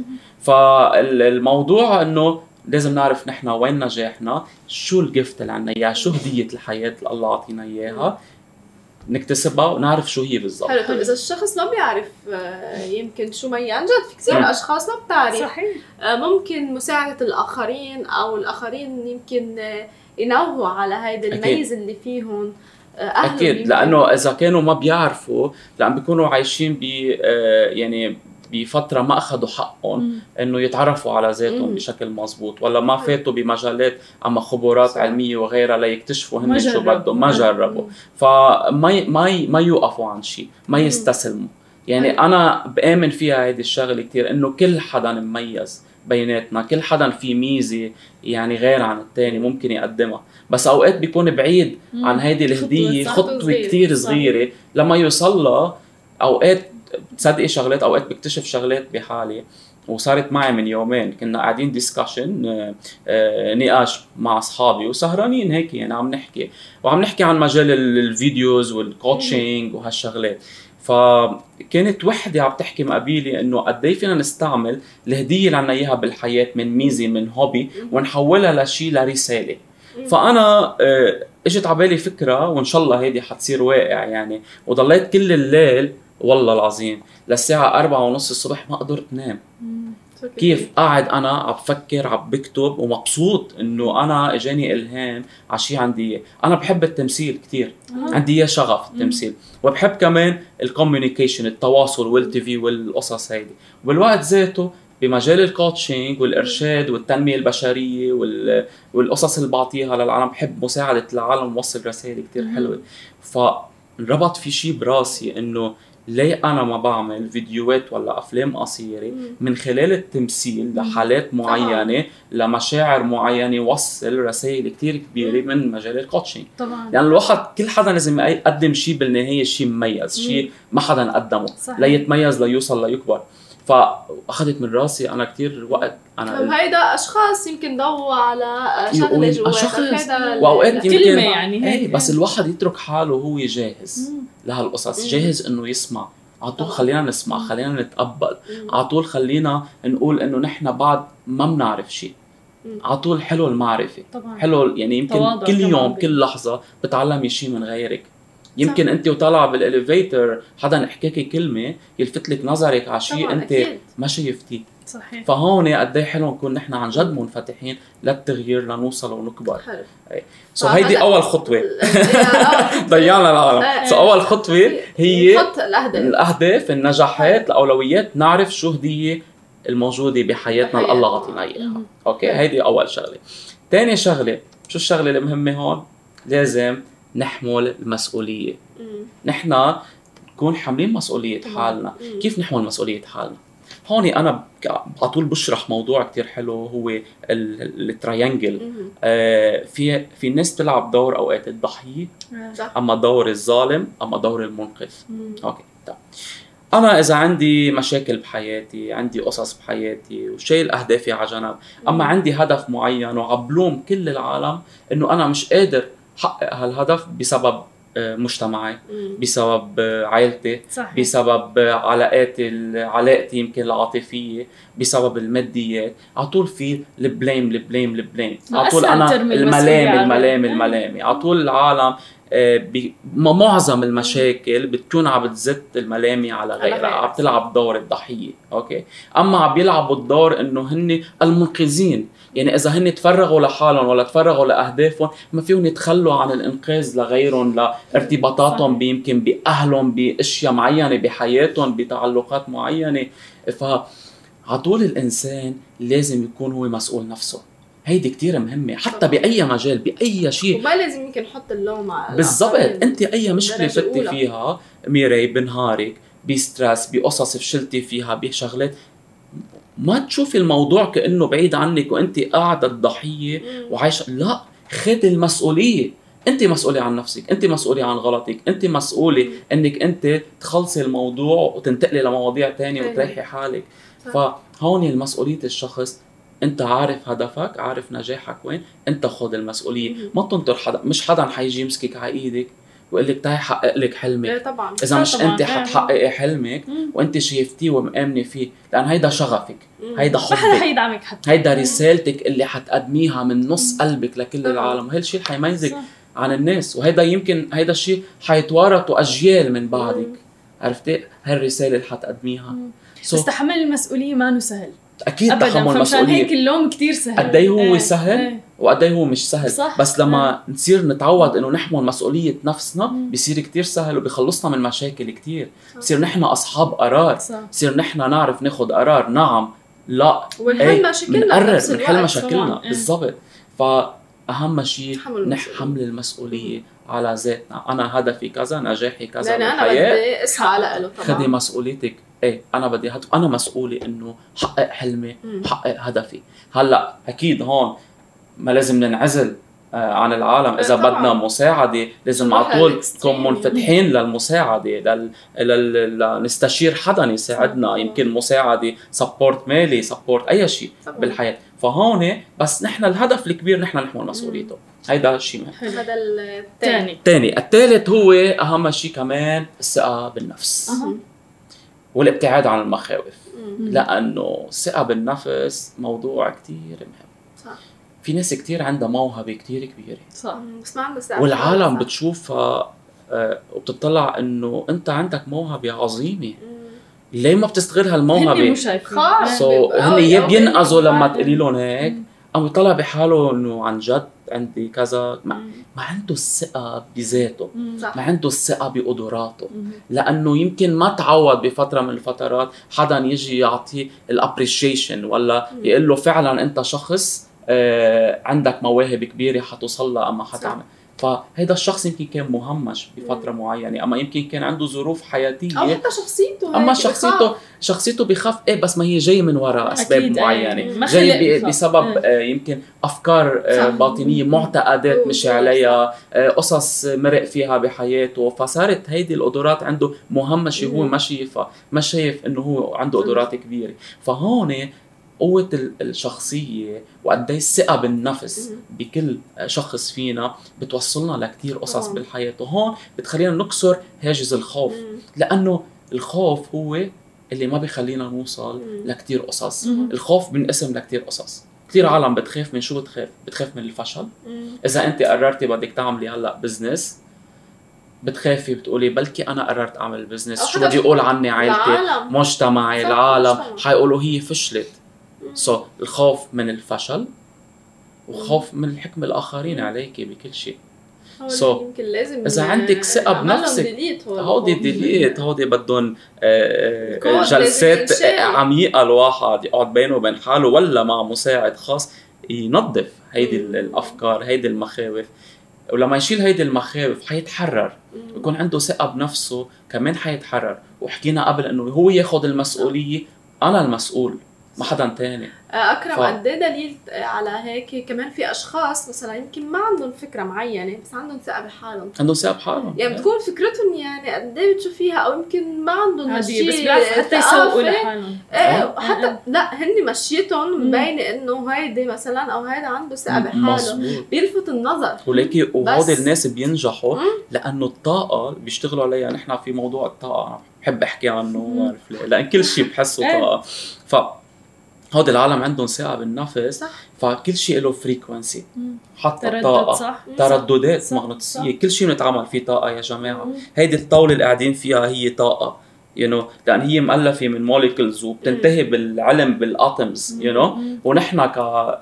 فالموضوع انه لازم نعرف نحن وين نجاحنا، شو الجفت اللي عنا اياه، شو هديه الحياه اللي الله عطينا اياها، نكتسبها ونعرف شو هي بالضبط. حلو. طب اذا الشخص ما بيعرف يمكن شو ما عن جد، في كثير اشخاص ما بتعرف. صحيح. ممكن مساعده الاخرين او الاخرين يمكن ينوهوا على هيدا الميزه اللي فيهم. اكيد، لانه اذا كانوا ما بيعرفوا لان بيكونوا عايشين ب يعني بفتره ما اخذوا حقهم انه يتعرفوا على ذاتهم بشكل مزبوط، ولا ما فاتوا بمجالات اما خبرات صح. علميه وغيرها ليكتشفوا هن شو بدهم، ما جربوا. فما ما ما يوقفوا عن شيء، ما يستسلموا. يعني انا بآمن فيها هيدي الشغله كتير، انه كل حدا مميز بيناتنا، كل حدا في ميزه يعني غير عن الثاني ممكن يقدمها، بس اوقات بيكون بعيد عن هيدي الهديه خطوه, خطوة كتير صغيره لما يوصلها. اوقات تصدقي شغلات، اوقات بكتشف شغلات بحالي، وصارت معي من يومين كنا قاعدين ديسكشن نقاش مع اصحابي وسهرانين هيك يعني عم نحكي وعم نحكي عن مجال الفيديوز والكوتشنج وهالشغلات. فكانت وحده عم تحكي مقابلي انه قد ايه فينا نستعمل الهديه اللي عنا اياها بالحياه من ميزه من هوبي ونحولها لشيء لرساله. فانا اجت على بالي فكره وان شاء الله هيدي حتصير واقع يعني، وضليت كل الليل والله العظيم للساعة أربعة ونص الصبح ما قدرت نام. كيف قاعد أنا عم بفكر عم بكتب ومبسوط إنه أنا إجاني إلهام على شيء عندي. أنا بحب التمثيل كتير، آه. عندي شغف التمثيل، وبحب كمان الكوميونيكيشن التواصل والتيفي والقصص هيدي، وبالوقت ذاته بمجال الكوتشنج والإرشاد والتنمية البشرية والقصص اللي بعطيها للعالم. بحب مساعدة العالم ووصل رسائل كتير حلوة. فربط في شيء براسي إنه ليه أنا ما بعمل فيديوهات ولا أفلام قصيرة من خلال التمثيل لحالات معينة لمشاعر معينة وصل رسائل كتير كبيرة من مجال الكوتشنج. طبعا لأن يعني الواحد كل حدا لازم يقدم شيء بالنهاية، شيء مميز، شيء ما حدا قدمه ليتميز ليوصل ليكبر. فأخذت من راسي أنا كتير وقت. أنا هيدا أشخاص يمكن ضووا على شغلة جواتك، وأوقات يمكن يعني ايه بس الواحد يترك حاله وهو جاهز لهالقصص، جاهز إنه يسمع على طول. خلينا نسمع، خلينا نتقبل على طول، خلينا نقول إنه نحن بعد ما بنعرف شيء على طول. حلو المعرفة طبعاً. حلو يعني يمكن كل يوم بي. كل لحظة بتعلمي شيء من غيرك. يمكن صح. انت وطالعه بالاليفيتر حدا حكاكي كلمه يلفت لك نظرك على شيء انت أكيد. ما شايفتيه. صحيح. فهون قد ايه حلو نكون نحن عن جد منفتحين للتغيير لنوصل ونكبر. حلو. سو هيدي اول خطوه ضيعنا العالم. سو اول خطوه هي نحط الاهداف الاهداف النجاحات الاولويات، نعرف شو هديه الموجوده بحياتنا اللي الله عطينا اياها. اوكي هيدي اول شغله. ثاني شغله، شو الشغله المهمه هون؟ لازم نحمل المسؤولية. نحن نكون حاملين مسؤولية حالنا. مم. كيف نحمل مسؤولية حالنا؟ هون أنا على طول بشرح موضوع كتير حلو هو التريانجل. آه في في ناس بتلعب دور أوقات الضحية، أما دور الظالم، أما دور المنقذ. مم. أوكي طيب. أنا إذا عندي مشاكل بحياتي، عندي قصص بحياتي وشايل أهدافي على جنب، أما عندي هدف معين وعبلوم كل العالم إنه أنا مش قادر حقق هالهدف بسبب مجتمعي، بسبب عائلتي، صحيح. بسبب علاقاتي علاقتي يمكن العاطفيه، بسبب الماديات. على طول في البليم البليم البليم، على طول انا الملام الملام الملامي، على طول العالم معظم المشاكل بتكون عم بتزت الملامي على غيرها، عم تلعب دور الضحيه. اوكي اما عم بيلعبوا الدور انه هن المنقذين. يعني اذا هن تفرغوا لحالهم ولا تفرغوا لاهدافهم ما فيهم يتخلوا عن الانقاذ لغيرهم، لارتباطاتهم يمكن باهلهم، باشياء معينه بحياتهم، بتعلقات معينه. فعلى طول الانسان لازم يكون هو مسؤول نفسه. هيدي كتير مهمة حتى بأي مجال بأي شيء، وما لازم يمكن نحط اللوم على بالضبط. انت اي مشكلة فتي فيها ميراي بنهارك، بسترس، بقصص فشلتي فيها، بشغلات، ما تشوفي الموضوع كأنه بعيد عنك وانت قاعدة الضحية وعايشة. لا، خد المسؤولية. انت مسؤولة عن نفسك، انت مسؤولة عن غلطك، انت مسؤولة انك انت تخلصي الموضوع وتنتقلي لمواضيع تانية وتريحي حالك. فهون المسؤولية الشخص، انت عارف هدفك، عارف نجاحك وين، انت خد المسؤولية. ما تنطر حدا، مش حدا حيجي يمسكك على ايدك ويقول لك تعي حقق لك حلمك. طبعا. اذا مش انت حتحققي حلمك وانت شايفتيه ومآمنه فيه، لان هيدا شغفك، هيدا حبك، ما حدا حيدعمك حتى، هيدا رسالتك اللي حتقدميها من نص قلبك لكل العالم. هيدا الشيء حيميزك عن الناس، وهيدا يمكن هيدا الشيء حيتوارثوا اجيال من بعدك. عرفتي هالرسالة اللي حتقدميها. so بس تحمل المسؤولية ما نو سهل اكيد. أبداً. تحمل المسؤوليه هيك اللوم كتير سهل. قد ايه هو ايه. سهل ايه. وقد ايه هو مش سهل. صح. بس لما ايه. نصير نتعود انه نحمل مسؤوليه نفسنا مم. بيصير كتير سهل وبيخلصنا من مشاكل كتير. بصير نحن اصحاب قرار، بصير نحن نعرف ناخد قرار، نعم لا، ونحل مشاكلنا، بنقرر نحل مشاكلنا بالضبط. ف اهم شيء نحمل نحمل المسؤوليه على ذاتنا. انا هدفي كذا، نجاحي كذا لان انا بالحياه، بدي اسعى له طبعا. خدي مسؤوليتك. ايه انا بدي هدف، انا مسؤولي انه حقق حلمي، حقق هدفي. هلا اكيد هون ما لازم ننعزل عن العالم. اذا طبعاً. بدنا مساعده لازم على طول نكون منفتحين للمساعده، لل... لل... لنستشير حدا يساعدنا. صح. يمكن مساعده سبورت مالي، سبورت اي شيء بالحياه. فهون بس نحن الهدف الكبير نحن نحمل مسؤوليته. هيدا الشيء مهم. هذا الثاني. الثاني الثالث هو اهم شيء كمان الثقه بالنفس أه. والابتعاد عن المخاوف. مم. لانه الثقه بالنفس موضوع كتير مهم. صح. في ناس كتير عندها موهبه كتير كبيره، صح، بس ما عندها ثقة والعالم بالنفس. بتشوفها آه، وبتطلع انه انت عندك موهبه عظيمه، مم. ليه ما بتستغل هن هالموهبه؟ مش شايفين. خاص. سو بيبقى- هن أو- يا أو بينقذوا لما بيبقى- تقولي لهم هيك، او يطلع بحاله انه عن جد عندي كذا. ما, مم. ما عنده الثقه بذاته، صح. ما عنده الثقه بقدراته. مم. لانه يمكن ما تعود بفتره من الفترات حدا يجي يعطيه الابريشيشن، ولا مم. يقول له فعلا انت شخص آه عندك مواهب كبيره حتوصل لها اما حتعمل. فهذا الشخص يمكن كان مهمش بفتره مم. معينه، اما يمكن كان عنده ظروف حياتيه، او حتى شخصيته اما هيك شخصيته بخاف. شخصيته بخاف. ايه بس ما هي جاي من وراء اسباب أكيد، معينه، إيه. ما جاي خلق ب- بخاف. بسبب إيه. آه يمكن افكار آه صح. باطنيه، معتقدات مم. مشي عليها، آه قصص مرق فيها بحياته، فصارت هيدي القدرات عنده مهمشه هو مم. ما شايفها، ما شايف انه هو عنده قدرات كبيره. فهون قوة ال- الشخصية وقد ايه الثقة بالنفس مم. بكل شخص فينا بتوصلنا لكتير قصص طبعاً. بالحياة، وهون بتخلينا نكسر هاجس الخوف. مم. لأنه الخوف هو اللي ما بيخلينا نوصل مم. لكتير قصص. مم. الخوف بنقسم لكتير قصص. كتير عالم بتخاف من شو؟ بتخاف بتخاف من الفشل. مم. إذا أنت قررتي بدك تعملي هلأ بزنس، بتخافي بتقولي بلكي أنا قررت أعمل بزنس، أو شو حدا بدي أقول عني عائلتي، العالم. مجتمعي، صح، العالم مجتمع. حيقولوا هي فشلت. مم. سو so, الخوف من الفشل وخوف من الحكم الآخرين عليك بكل شيء. هول So, يمكن لازم إذا عندك ثقة نعملهم بنفسك، delete هول هودي الخوف. ديليت، هودي بدهم آه، الكود آه، جلسات لازم ينشال. عميقة الواحد يقعد بينه وبين حاله ولا مع مساعد خاص ينظف هيدي مم. الأفكار، هيدي المخاوف. ولما يشيل هيدي المخاوف حيتحرر، مم. يكون عنده ثقة بنفسه كمان حيتحرر. وحكينا قبل إنه هو ياخد المسؤولية، أنا المسؤول ما حدا تاني. اكرم ف- قد ايه دليل على هيك. كمان في اشخاص مثلا يمكن ما عندهم فكره معينه بس عندهم ثقه بحالهم، عنده ثقة بحالهم. يعني بتكون فكرتهم يعني قد ايه بتشوفيها، او يمكن ما عندهم عادي، هالشيء بس بيعرفوا حتى يسوقوا ثقافة. لحالهم. ايه آه. حتى لا هن مشيتهم مم. مبينه انه هيدي مثلا او هيدا عنده ثقه بحاله، مظبوط. بيلفت النظر. ولكن وهودي بس. الناس بينجحوا مم. لانه الطاقه اللي بيشتغلوا عليها. نحن في موضوع الطاقه أنا بحب احكي عنه، مم. بعرف ليه، لان كل شيء بحسه إيه. طاقه. ف هودي العالم عندهم ثقه بالنفس، صح. فكل شيء له فريكونسي، مم. حتى تردد، الطاقه صح. ترددات صح، مغناطيسيه، كل شيء بنتعامل فيه طاقه يا جماعه. مم. هيدي الطاوله اللي قاعدين فيها هي طاقه، يو you know, لان هي مؤلفه من موليكولز وبتنتهي بالعلم بالاتومز، يو نو مم. ونحن ك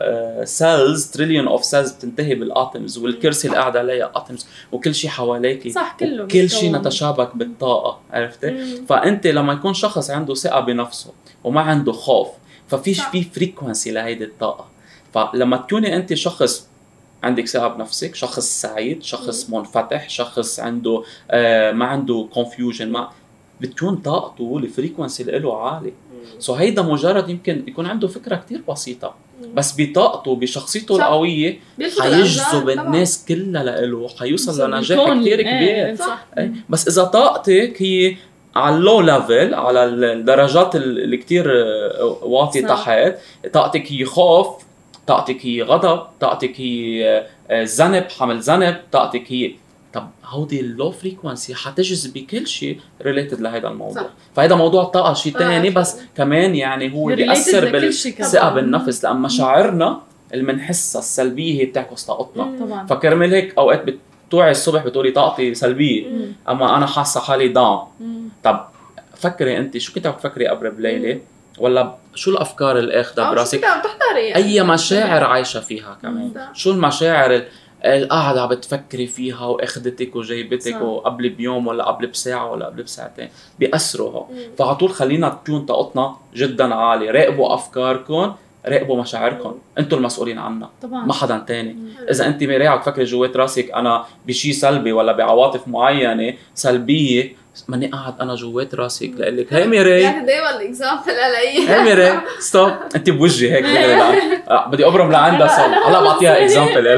سيلز تريليون اوف سيلز بتنتهي بالاتومز، والكرسي اللي قاعد عليها اتومز، وكل شيء حواليك صح، كله كل شيء بيتكون. نتشابك بالطاقه، عرفتي؟ مم. فانت لما يكون شخص عنده ثقه بنفسه وما عنده خوف، ففيش صح. في فريكونسي لهيدي الطاقه. فلما تكوني انت شخص عندك ثقه بنفسك، شخص سعيد، شخص منفتح، شخص عنده آه ما عنده كونفيوجن، ما بتكون طاقته الفريكونسي اللي له عالي. مم. سو هيدا مجرد يمكن يكون عنده فكره كتير بسيطه، بس بطاقته بشخصيته صح. القويه بيلفت حيجذب الأنظار طبعاً. الناس كلها لإله، حيوصل لنجاح بيكون- كتير إيه، كبير. صح. إيه. بس اذا طاقتك هي على اللو ليفل، على الدرجات اللي كتير آه، واطي صح. تحت، طاقتك هي خوف، طاقتك هي غضب، طاقتك هي آه، آه، ذنب، حمل ذنب، طاقتك هي، طب هودي اللو فريكونسي حتجذبي كل شيء ريليتد لهذا الموضوع. صح. فهذا موضوع الطاقه شيء آه، ثاني، صح. بس كمان يعني هو Related بيأثر لكل شيء كمان. بالثقه بالنفس، لان مشاعرنا اللي بنحسها السلبيه هي بتعكس طاقتنا. مم. طبعا. فكرمال هيك اوقات بتوعي الصبح بتقولي طاقتي سلبيه، مم. اما انا حاسه حالي داون. مم. طب فكري انت شو كنت عم تفكري قبل بليله، ولا شو الافكار اللي اخذها أو شو براسك، كنت عم تحضري يعني. اي مشاعر عايشه فيها كمان، صح. شو المشاعر ال- القاعدة عم بتفكري فيها واخدتك وجايبتك صح. وقبل بيوم ولا قبل بساعة ولا قبل بساعتين بيأثروا هون. مم. فعطول خلينا تكون طاقتنا جدا عالية. راقبوا أفكاركم راقبوا مشاعركم، انتم المسؤولين عنها طبعا ما حدا تاني. اذا انت مراعي تفكري جوات راسك انا بشيء سلبي ولا بعواطف معينه سلبيه، ماني قاعد انا جوات راسك لاقول لك هي ميراي يعني دايما الاكزامبل علي هي ميراي ستوب انت بوجهي هيك لا بدي ابرم لعندها صار هلا بعطيها اكزامبل.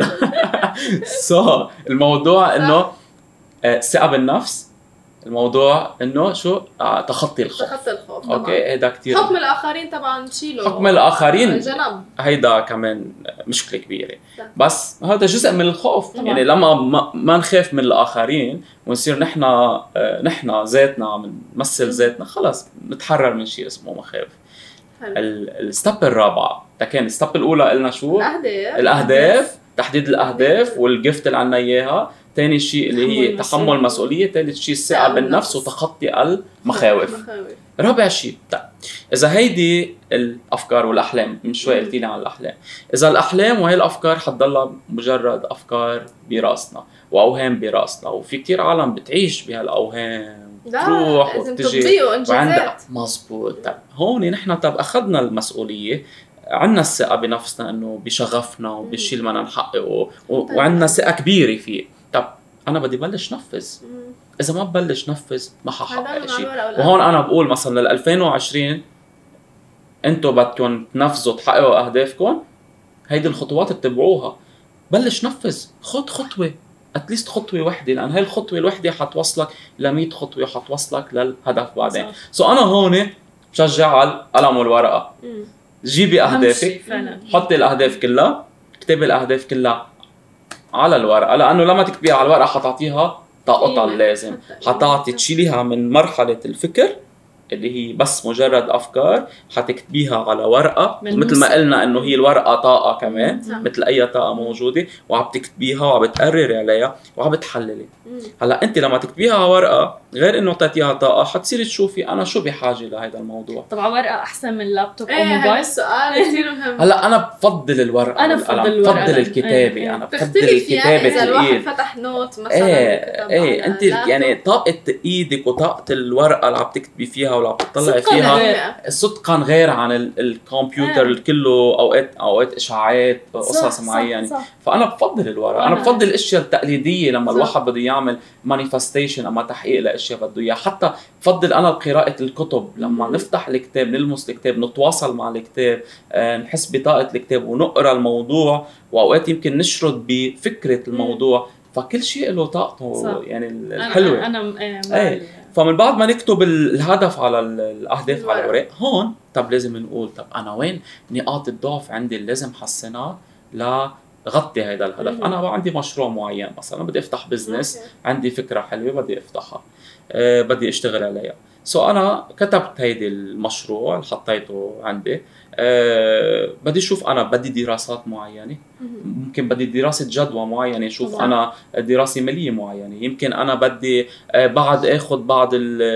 سو الموضوع انه الثقه بالنفس، الموضوع انه شو آه تخطي الخوف. تخطي الخوف طبعا. اوكي هيدا كتير. حكم الاخرين طبعا شيله، حكم الاخرين جنب هيدا كمان مشكله كبيره صح. بس هذا جزء من الخوف طبعا. يعني لما ما, ما نخاف من الاخرين ونصير نحن آه نحن ذاتنا عم نمثل ذاتنا خلص نتحرر من شيء اسمه مخاوف. الستب الرابعه كان الستب الاولى قلنا شو الاهداف الاهداف تحديد الاهداف والجفت اللي عنا اياها. ثاني شيء اللي هي تحمل تحمل مسؤوليه. ثالث شيء الثقه بالنفس وتخطي المخاوف. رابع شيء طيب اذا هيدي الافكار والاحلام من شوي قلتي لي عن الاحلام، اذا الاحلام وهي الافكار حتضلها مجرد افكار براسنا واوهام براسنا وفي كتير عالم بتعيش بهالاوهام تروح وتجي وعندها مزبوط. طيب هون نحن طب اخذنا المسؤوليه، عندنا الثقه بنفسنا انه بشغفنا وبالشيء اللي بدنا نحققه وعندنا ثقه كبيره فيه. طب انا بدي بلش نفذ. اذا ما ببلش نفذ ما ححقق شيء. وهون انا بقول مثلا لل ألفين وعشرين انتم بدكم تنفذوا تحققوا اهدافكم، هيدي الخطوات تتبعوها. بلش نفذ، خد خطوه اتليست خطوه وحده، لان هاي الخطوه الوحده حتوصلك ل مية خطوه وحتوصلك للهدف بعدين. سو so انا هون بشجع على القلم والورقه. جيبي اهدافك، حطي الاهداف كلها، اكتبي الاهداف كلها على الورقه، لانه لما تكتبيها على الورقه حتعطيها طاقتها اللازم، حتعطي تشيليها من مرحله الفكر اللي هي بس مجرد افكار، حتكتبيها على ورقه مثل ما قلنا انه هي الورقه طاقه كمان مثل اي طاقه موجوده، وعم تكتبيها وعم بتقرري عليها وعم بتحللي. هلا انت لما تكتبيها على ورقه غير انه تعطيها طاقه، حتصيري تشوفي انا شو بحاجه لهذا الموضوع. طبعا ورقه احسن من لابتوب او ايه موبايل. السؤال كثير مهم. هلا انا بفضل الورقه، انا بفضل الورقه، بفضل الكتابه. ايه. انا بفضل الكتابه اذا الواحد فتح نوت مثلا ايه ايه انت يعني طاقه ايدك وطاقه الورقه اللي عم تكتبي فيها ولا عم تطلعي فيها صدقا غير عن الكمبيوتر اللي كله اوقات اوقات اشعاعات قصص معينه. فانا بفضل الورقه. انا بفضل الاشياء التقليديه لما صح. الواحد بده يعمل مانيفستيشن اما تحقيق لاشياء بده اياها. حتى بفضل انا قراءه الكتب، لما مم. نفتح الكتاب نلمس الكتاب نتواصل مع الكتاب، آه نحس بطاقه الكتاب ونقرا الموضوع، واوقات يمكن نشرد بفكره الموضوع. مم. فكل شيء له طاقته صح. يعني الحلوه. انا انا ايه. فمن بعد ما نكتب الهدف على الاهداف على الورق، هون طب لازم نقول طب انا وين نقاط الضعف عندي اللي لازم حسنها لغطي هذا الهدف. انا عندي مشروع معين مثلا بدي افتح بزنس، عندي فكره حلوه بدي افتحها، أه بدي اشتغل عليها. سو so انا كتبت هيدي المشروع اللي حطيته عندي، أه بدي اشوف انا بدي دراسات معينه، ممكن بدي دراسه جدوى معينه، اشوف طبعا. انا دراسه ماليه معينه، يمكن انا بدي أه بعد اخذ بعض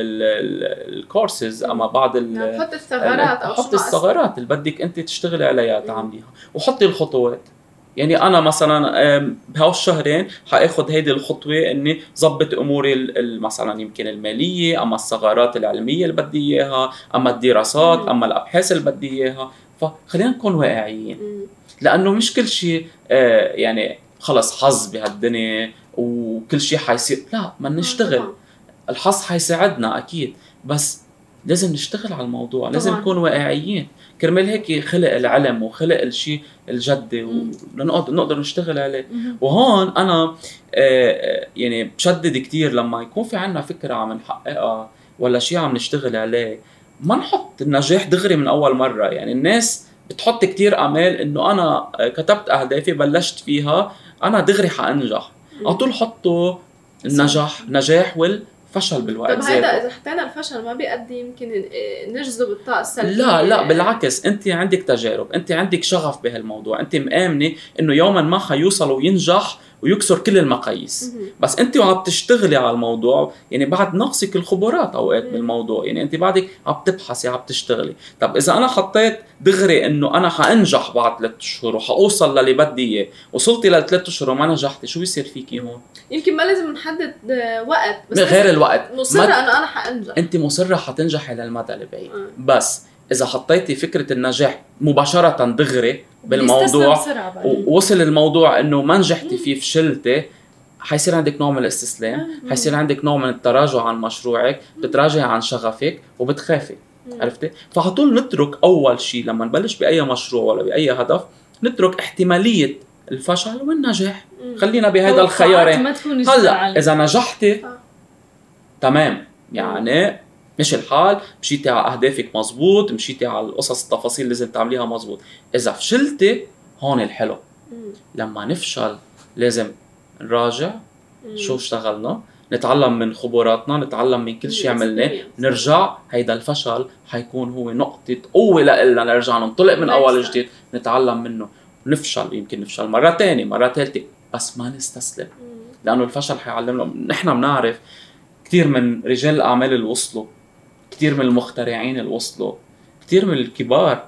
الكورسز اما بعض حط الثغرات او حط الثغرات اللي بدك انت تشتغلي عليها تعمليها، وحطي الخطوات. يعني انا مثلا بهالشهرين حاخذ هيدي الخطوه اني ضبط اموري مثلا يمكن الماليه، اما الثغرات العلميه اللي بدي اياها، اما الدراسات، اما الابحاث اللي بدي اياها. فخلينا نكون واقعيين، لانه مش كل شيء يعني خلص حظ بهالدنيا وكل شيء حيصير. لا، ما نشتغل. الحظ حيساعدنا اكيد، بس لازم نشتغل على الموضوع. طبعا. لازم نكون واقعيين. كرمال هيك خلق العلم وخلق الشيء الجدي ونقدر نقدر نشتغل عليه. وهون انا يعني بشدد كتير لما يكون في عنا فكره عم نحققها ولا شيء عم نشتغل عليه، ما نحط النجاح دغري من اول مره. يعني الناس بتحط كتير امال انه انا كتبت اهدافي بلشت فيها انا دغري حانجح. على طول حطوا النجاح نجاح وال فشل بالوقت. طب هيدا اذا حطينا الفشل ما بيؤدي يمكن نجذب الطاقه السلبيه؟ لا لا بالعكس، انت عندك تجارب، انت عندك شغف بهالموضوع، انت مآمنه انه يوما ما حيوصل وينجح ويكسر كل المقاييس. بس انت وعم تشتغلي على الموضوع، يعني بعد ناقصك الخبرات اوقات بالموضوع، يعني انت بعدك عم تبحثي عم تشتغلي. طب اذا انا حطيت دغري انه انا حانجح بعد ثلاث اشهر وحاوصل للي بدي اياه، وصلتي لثلاث اشهر وما نجحتي، شو بيصير فيكي هون؟ يمكن ما لازم نحدد وقت، بس غير الوقت مصره انه انا حانجح. انت مصره حتنجحي للمدى البعيد، بس اذا حطيتي فكره النجاح مباشره دغري بالموضوع ووصل الموضوع انه ما نجحتي فيه فشلتي، حيصير عندك نوع من الاستسلام، حيصير عندك نوع من التراجع عن مشروعك، بتراجع عن شغفك وبتخافي. عرفتي؟ فعطول نترك اول شيء لما نبلش باي مشروع ولا باي هدف، نترك احتماليه الفشل والنجاح. خلينا بهذا الخيارين. هلا اذا نجحتي تمام، يعني مشي الحال، مشيتي على اهدافك مزبوط، مشيتي على القصص التفاصيل اللي لازم تعمليها مزبوط. اذا فشلتي هون الحلو، لما نفشل لازم نراجع شو اشتغلنا، نتعلم من خبراتنا، نتعلم من كل شيء عملناه، نرجع. هيدا الفشل حيكون هو نقطة قوة لنا، نرجع ننطلق من أول جديد، نتعلم منه، نفشل، يمكن نفشل مرة تانية مرة ثالثة، بس ما نستسلم، لأنه الفشل حيعلمنا. نحن بنعرف كثير من رجال الأعمال اللي وصلوا، كثير من المخترعين اللي وصلوا، كثير من الكبار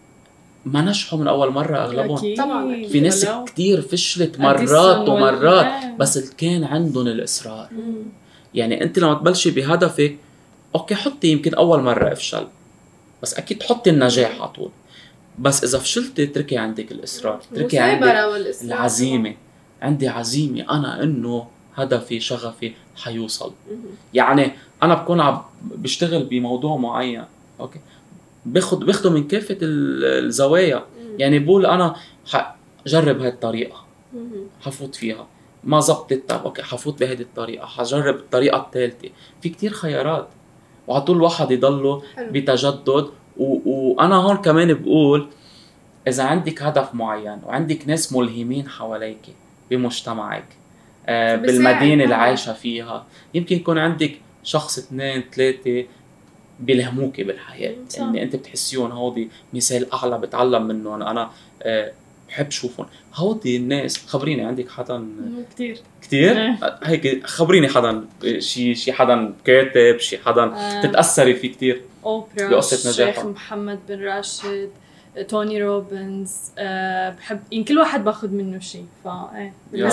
ما نجحوا من أول مرة أغلبهم. طبعا في ناس كتير فشلت مرات ومرات، بس كان عندهم الإصرار. مم. يعني أنت لما تبلشي بهدفك، أوكي حطي يمكن أول مرة أفشل، بس أكيد حطي النجاح على طول. بس إذا فشلتي تركي عندك الإصرار، تركي عندك العزيمة. عندي عزيمة أنا إنه هدفي شغفي حيوصل. مم. يعني أنا بكون عم بشتغل بموضوع معين، أوكي باخد باخده من كافة الزوايا. مم. يعني بقول أنا حجرب هاي الطريقة، حفوت فيها، ما زبطت، طب أوكي حفوت بهذه الطريقة، حجرب الطريقة الثالثة. في كتير خيارات، وعطول الواحد يضله بتجدد. و... وأنا هون كمان بقول إذا عندك هدف معين وعندك ناس ملهمين حواليك بمجتمعك، آه بالمدينة اللي عايشة فيها، يمكن يكون عندك شخص اثنين ثلاثة بيلهموكي بالحياة، إن أنت بتحسيون هودي مثال أعلى بتعلم منهم. أنا أه بحب شوفهم هودي الناس. خبريني عندك حدا كتير كتير هيك، خبريني حدا، شي شي حدا كاتب، شي حدا أه تتأثري فيه كتير بقصة نجاحه؟ الشيخ محمد بن راشد، توني روبنز، أه بحب إن كل واحد باخد منه شيء. فا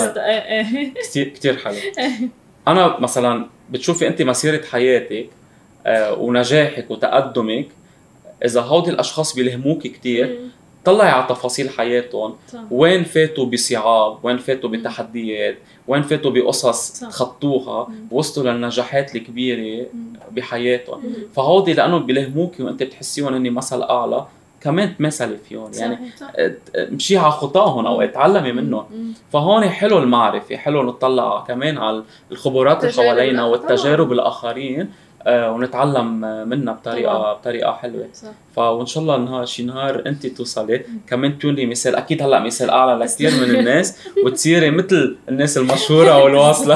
إيه كتير كتير حلو. أنا مثلا بتشوفي أنت مسيرة حياتك آه ونجاحك وتقدمك، إذا هودي الأشخاص بيلهموك كتير، طلعي على تفاصيل حياتهم، وين فاتوا بصعاب، وين فاتوا بتحديات، وين فاتوا بقصص تخطوها ووصلوا للنجاحات الكبيرة بحياتهم. فهودي لأنه بيلهموك وأنت بتحسيهم هني مثل أعلى، كمان تمثلي فيهم. يعني مشي على خطاهم أو اتعلمي منهم. فهون حلو المعرفة، حلو نطلع كمان على الخبرات اللي حوالينا والتجارب الآخرين، آه ونتعلم منها بطريقه طبعا. بطريقه حلوه. فان شاء الله نهار شي نهار انت توصلي كمان تكوني مثال، اكيد هلا مثال اعلى لكثير من الناس، وتصيري مثل الناس المشهوره والواصله.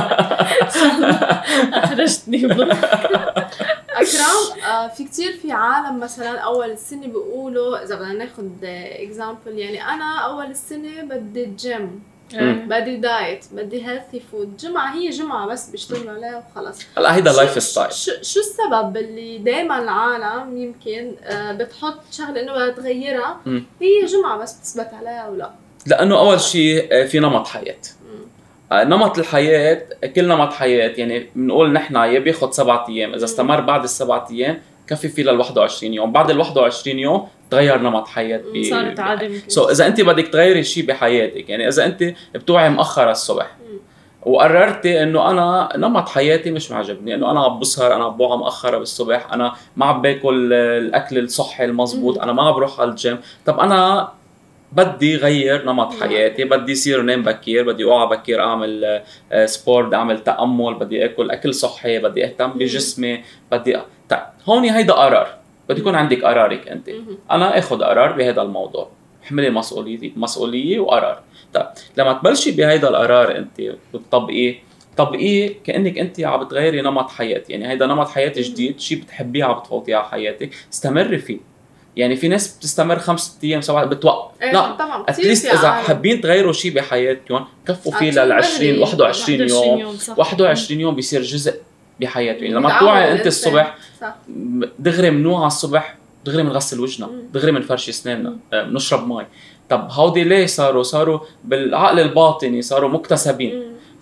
احرجتني اكرم. آه في كتير في عالم مثلا اول السنه بيقولوا، اذا بدنا ناخذ اكزامبل، يعني انا اول السنه بدي الجيم، بدي دايت، بدي هيلثي فود، جمعة هي جمعة بس بيشتغلوا عليها وخلاص. هلا هيدا لايف ستايل. شو, شو السبب اللي دائما العالم يمكن آه بتحط شغله انه بدها تغيرها، هي جمعة بس بتثبت عليها ولا؟ لانه اول شيء في نمط حياة. آه نمط الحياة، كل نمط حياة يعني بنقول نحن يا بياخد سبعة ايام، اذا استمر بعد السبعة ايام كفي فيه لل واحد وعشرين يوم، بعد ال واحد وعشرين يوم تغير نمط حياة. صارت عادة. سو so, إذا أنت بدك تغيري شيء بحياتك، يعني إذا أنت بتوعي مؤخر الصبح وقررتي إنه أنا نمط حياتي مش معجبني، إنه أنا بسهر، أنا بوعى مؤخرة بالصبح، أنا ما عم باكل الأكل الصحي المزبوط، أنا ما بروح على الجيم، طب أنا بدي غير نمط حياتي، بدي يصير نام بكير، بدي اوعى بكير، اعمل سبورت، اعمل تامل، بدي اكل اكل صحي، بدي اهتم بجسمي، بدي طيب هون هيدا قرار، بدي يكون عندك قرارك انت. انا اخذ قرار بهذا الموضوع، احملي مسؤوليتي، مسؤوليه وقرار. طيب لما تبلشي بهيدا القرار انت وتطبقيه، طبقيه كانك انت عم بتغيري نمط حياه، يعني هيدا نمط حياه جديد، شيء بتحبيه عم بتفوتيه على حياتك، استمري فيه. يعني في ناس بتستمر خمسة ايام سبعة بتوقف. إيه لا طبعا اتليست اذا حابين تغيروا شيء بحياتكم كفوا فيه لل عشرين واحد وعشرين يوم. واحد وعشرين يوم بيصير جزء بحياته. يعني لما توعي انت الصبح دغري منوعى الصبح، دغري بنغسل وجهنا، دغري بنفرش اسناننا، بنشرب مي. طب هودي ليه صاروا؟ صاروا بالعقل الباطني، صاروا مكتسبين.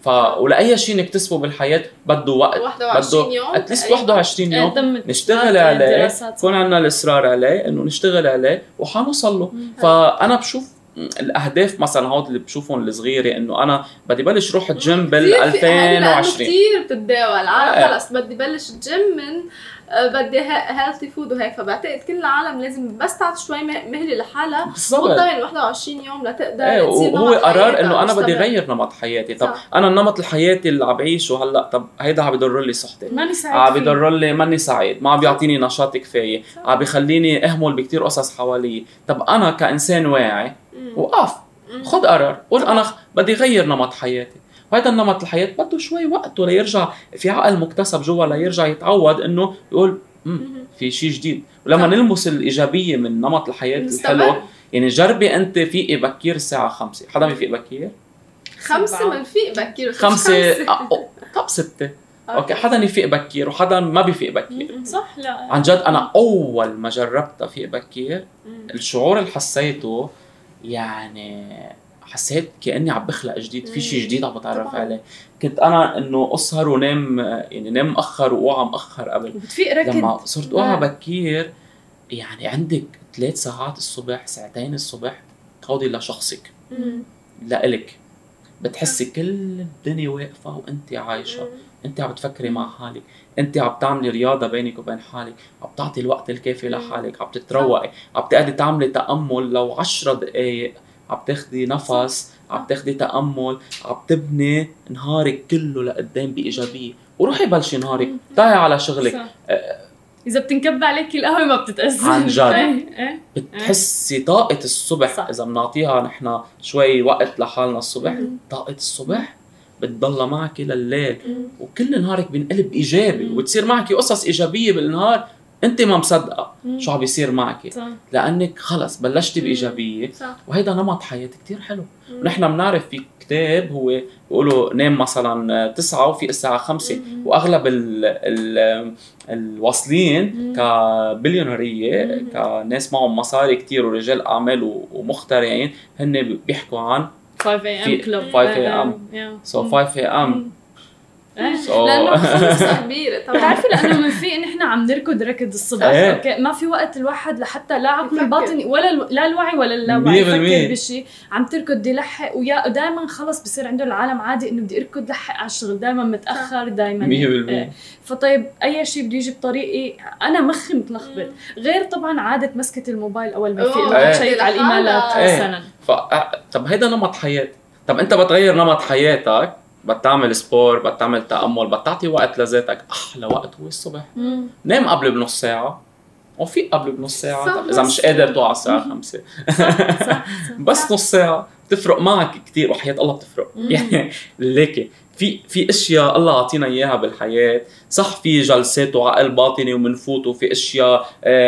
ف ولاي شيء نكتسبه بالحياه بده وقت، واحد وعشرين بده يوم اتليست واحد وعشرين يوم قدمت نشتغل دراسات- عليه، دراسات. يكون عندنا الاصرار عليه انه نشتغل عليه وحنوصل له. فانا بشوف الاهداف مثلا هود اللي بشوفهم الصغيره، انه انا بدي بلش روح الجيم بال ألفين وعشرين كثير بتتداول عالم آه. خلص بدي بلش الجيم من آه، بدي هيلثي فود وهيك. فبعتقد كل العالم لازم بس تعطي شوي مه- مهله لحالها بالضبط. وتضاين واحد وعشرين يوم لتقدر ايه تصير وهو نمط قرار حياتها انه انا بدي مستمر. غير نمط حياتي. طب صح. انا النمط الحياتي اللي عم بعيشه هلا، طب هيدا عم بيضر لي صحتي، ماني سعيد عم فيه. بيضر لي، ماني سعيد، ما عم بيعطيني نشاط كفايه، صح. عم بيخليني اهمل بكتير قصص حوالي. طب انا كانسان واعي مم. وقف مم. خد قرار، قول انا خ- بدي غير نمط حياتي. وهذا النمط الحياه بده شوي وقته ليرجع في عقل مكتسب جوا ليرجع يتعود انه يقول مم. امم في شيء جديد. ولما صح. نلمس الايجابيه من نمط الحياه مستمر. الحلو، يعني جربي انت فيقي بكير الساعه خمسة، حدا بيفيق بكير؟ خمسة منفيق بكير بس مش خمسة آه، أو- طب ستة اوكي. حدا يفيق بكير وحدا ما بيفيق بكير. مم. صح. لا عن جد انا اول ما جربت افيق بكير مم. الشعور اللي حسيته، يعني حسيت كاني عم بخلق جديد، في شيء جديد عم بتعرف طبعاً. عليه. كنت انا انه اسهر ونام، يعني نام مأخر واوعى مأخر قبل. وبتفيق ركض. لما صرت اوعى نعم. بكير، يعني عندك ثلاث ساعات الصبح، ساعتين الصبح هودي لشخصك، مم. لإلك. بتحسي كل الدنيا واقفة وانت عايشة، مم. انت عم بتفكري مع حالك، انت عم تعملي رياضة بينك وبين حالك، عم تعطي الوقت الكافي لحالك، عم تتروقي، عم تقعدي تعملي تأمل لو عشر دقايق، عم تاخدي نفس، عم تاخدي تأمل، عم تبني نهارك كله لقدام بإيجابية. وروحي بلشي نهارك، تعي على شغلك. صح. اذا بتنكب عليك القهوه ما بتتاثر. عن جد. إيه، إيه. بتحسي طاقة الصبح صح. إذا بنعطيها نحن شوي وقت لحالنا الصبح، مم. طاقة الصبح بتضل معك لليل، مم. وكل نهارك بينقلب إيجابي، مم. وتصير معك قصص إيجابية بالنهار أنت ما مصدقة مم. شو عم بيصير معك، صح. لأنك خلص بلشتي بإيجابية. صح. وهيدا نمط حياة كتير حلو. مم. ونحن بنعرف في كتاب هو بيقولوا نام مثلا تسعة وفي الساعة خمسة، مم. واغلب ال ال الواصلين مم. كبليونيريه، مم. كناس معهم مصاري كتير ورجال اعمال و- ومخترعين، هن بيحكوا عن خمسة إيه إم في كلوب. خمسة إيه إم. سو خمسة إيه إم. سو لانه خمسة كبيره طبعا. بتعرفي لانه بنفيق نحن عم نركض ركض الصبح. إيه. اوكي ما في وقت الواحد لحتى لا عقل يفكر. الباطني ولا الو... لا الوعي ولا اللاوعي مية بالمية. يفكر بشيء. عم تركض بدي لحق ويا دائما خلص بصير عنده العالم عادي انه بدي اركض لحق على الشغل، دائما متاخر دائما. مية بالمية. إيه. فطيب اي شيء بده يجي بطريقي انا مخي متلخبط، غير طبعا عاده مسكه الموبايل اول ما يفيق أوه. الواحد إيه. شيك على الايميلات إيه. حسنا. ف طب هيدا نمط حياه. طب انت بتغير نمط حياتك، بتعمل سبور، بتعمل تامل، بتعطي وقت لذاتك. احلى وقت هو الصبح. مم. نام قبل بنص ساعه وفيق قبل بنص ساعه. صح. طب اذا مش قادر توعى الساعه خمسة صح صح. بس نص ساعة بتفرق معك كتير، وحياة الله بتفرق. مم. يعني ليكي في في اشياء الله عطينا اياها بالحياة، صح في جلسات وعقل باطني ومنفوت، وفي اشياء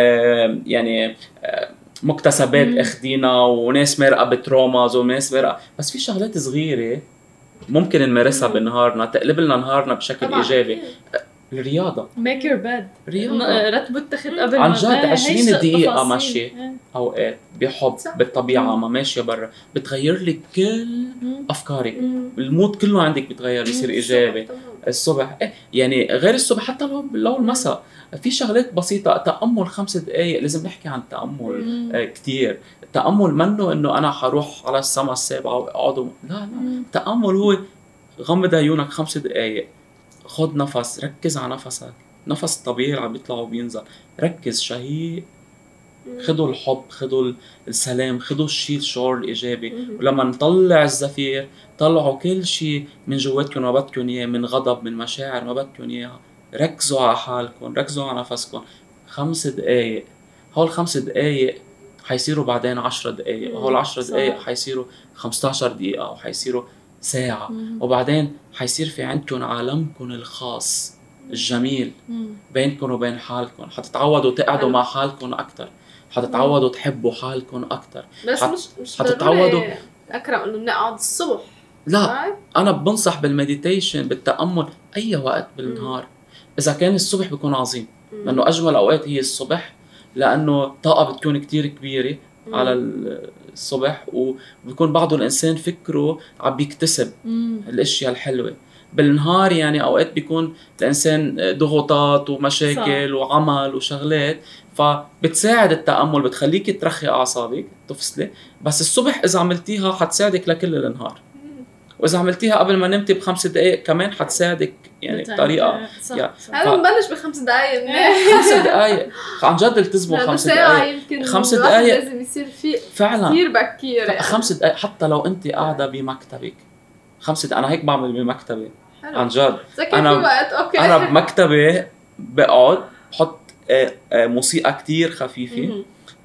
آه يعني آه مكتسبات مم. اخدينا، وناس مرقة بتروماز وناس مرقة، بس في شغلات صغيرة ممكن نمارسها مم. بنهارنا تقلب لنا نهارنا بشكل طبعاً. ايجابي. الرياضة ميك يور بيد. رياضة رتبه اتخذ قبل عن ما- جد إيه، عشرين هي دقيقة التفاصيل. مشي. إيه. اوقات بحب صح. بالطبيعة، مم. ما ماشية برا، بتغير لك كل مم. افكارك. مم. المود كله عندك بيتغير، بيصير ايجابي. طبعاً. الصبح إيه يعني غير الصبح، حتى لو لو المساء في شغلات بسيطه. تامل خمس دقائق، لازم نحكي عن التامل مم. آه كتير. التامل منه انه انا حروح على السما السابعه واقعد و... لا لا، مم. التامل هو غمض عيونك خمس دقائق، خد نفس، ركز على نفسك، نفس طبيعي عم بيطلع وبينزل، ركز شهيق، مم. خدوا الحب، خدوا السلام، خدوا الشيء الشعور الايجابي. مم. ولما نطلع الزفير، طلعوا كل شيء من جواتكم ما بدكم اياه، من غضب، من مشاعر ما بدكم اياها. ركزوا على حالكم، ركزوا على نفسكم. خمس دقائق، هول خمس دقائق حيصيروا بعدين عشر دقائق، مم. وهول عشر صح. دقائق حيصيروا خمستاشر دقيقة، وحيصيروا ساعة. مم. وبعدين حيصير في عندكم عالمكم الخاص الجميل مم. بينكم وبين حالكم. حتتعودوا تقعدوا حلو. مع حالكم أكتر، حتتعودوا تحبوا حالكم أكتر. بس حت- مش مش حتتعودوا. ضروري اكرم انه بنقعد الصبح. لا، right؟ أنا بنصح بالمديتيشن، بالتأمل، أي وقت بالنهار. إذا كان الصبح بيكون عظيم، مم. لأنه أجمل أوقات هي الصبح، لأنه الطاقة بتكون كتير كبيرة، على الصبح، وبيكون بعضه الانسان فكره عم بيكتسب مم. الاشياء الحلوه. بالنهار يعني اوقات بيكون الانسان ضغوطات ومشاكل صح. وعمل وشغلات، فبتساعد التامل، بتخليك ترخي اعصابك تفصلي. بس الصبح اذا عملتيها حتساعدك لكل النهار، واذا عملتيها قبل ما نمتي بخمس دقائق كمان حتساعدك يعني بطريقه. انا بنبلش بخمس دقائق خمس دقائق عن جد التزموا خمس دقائق. خمس دقائق لازم يصير في فعلا كثير بكير يعني. خمس دقائق حتى لو انت قاعده بمكتبك، خمس دقائق. انا هيك بعمل بمكتبي عن جد. انا وقت. أوكي. انا بمكتبي بقعد بحط موسيقى كتير خفيفه،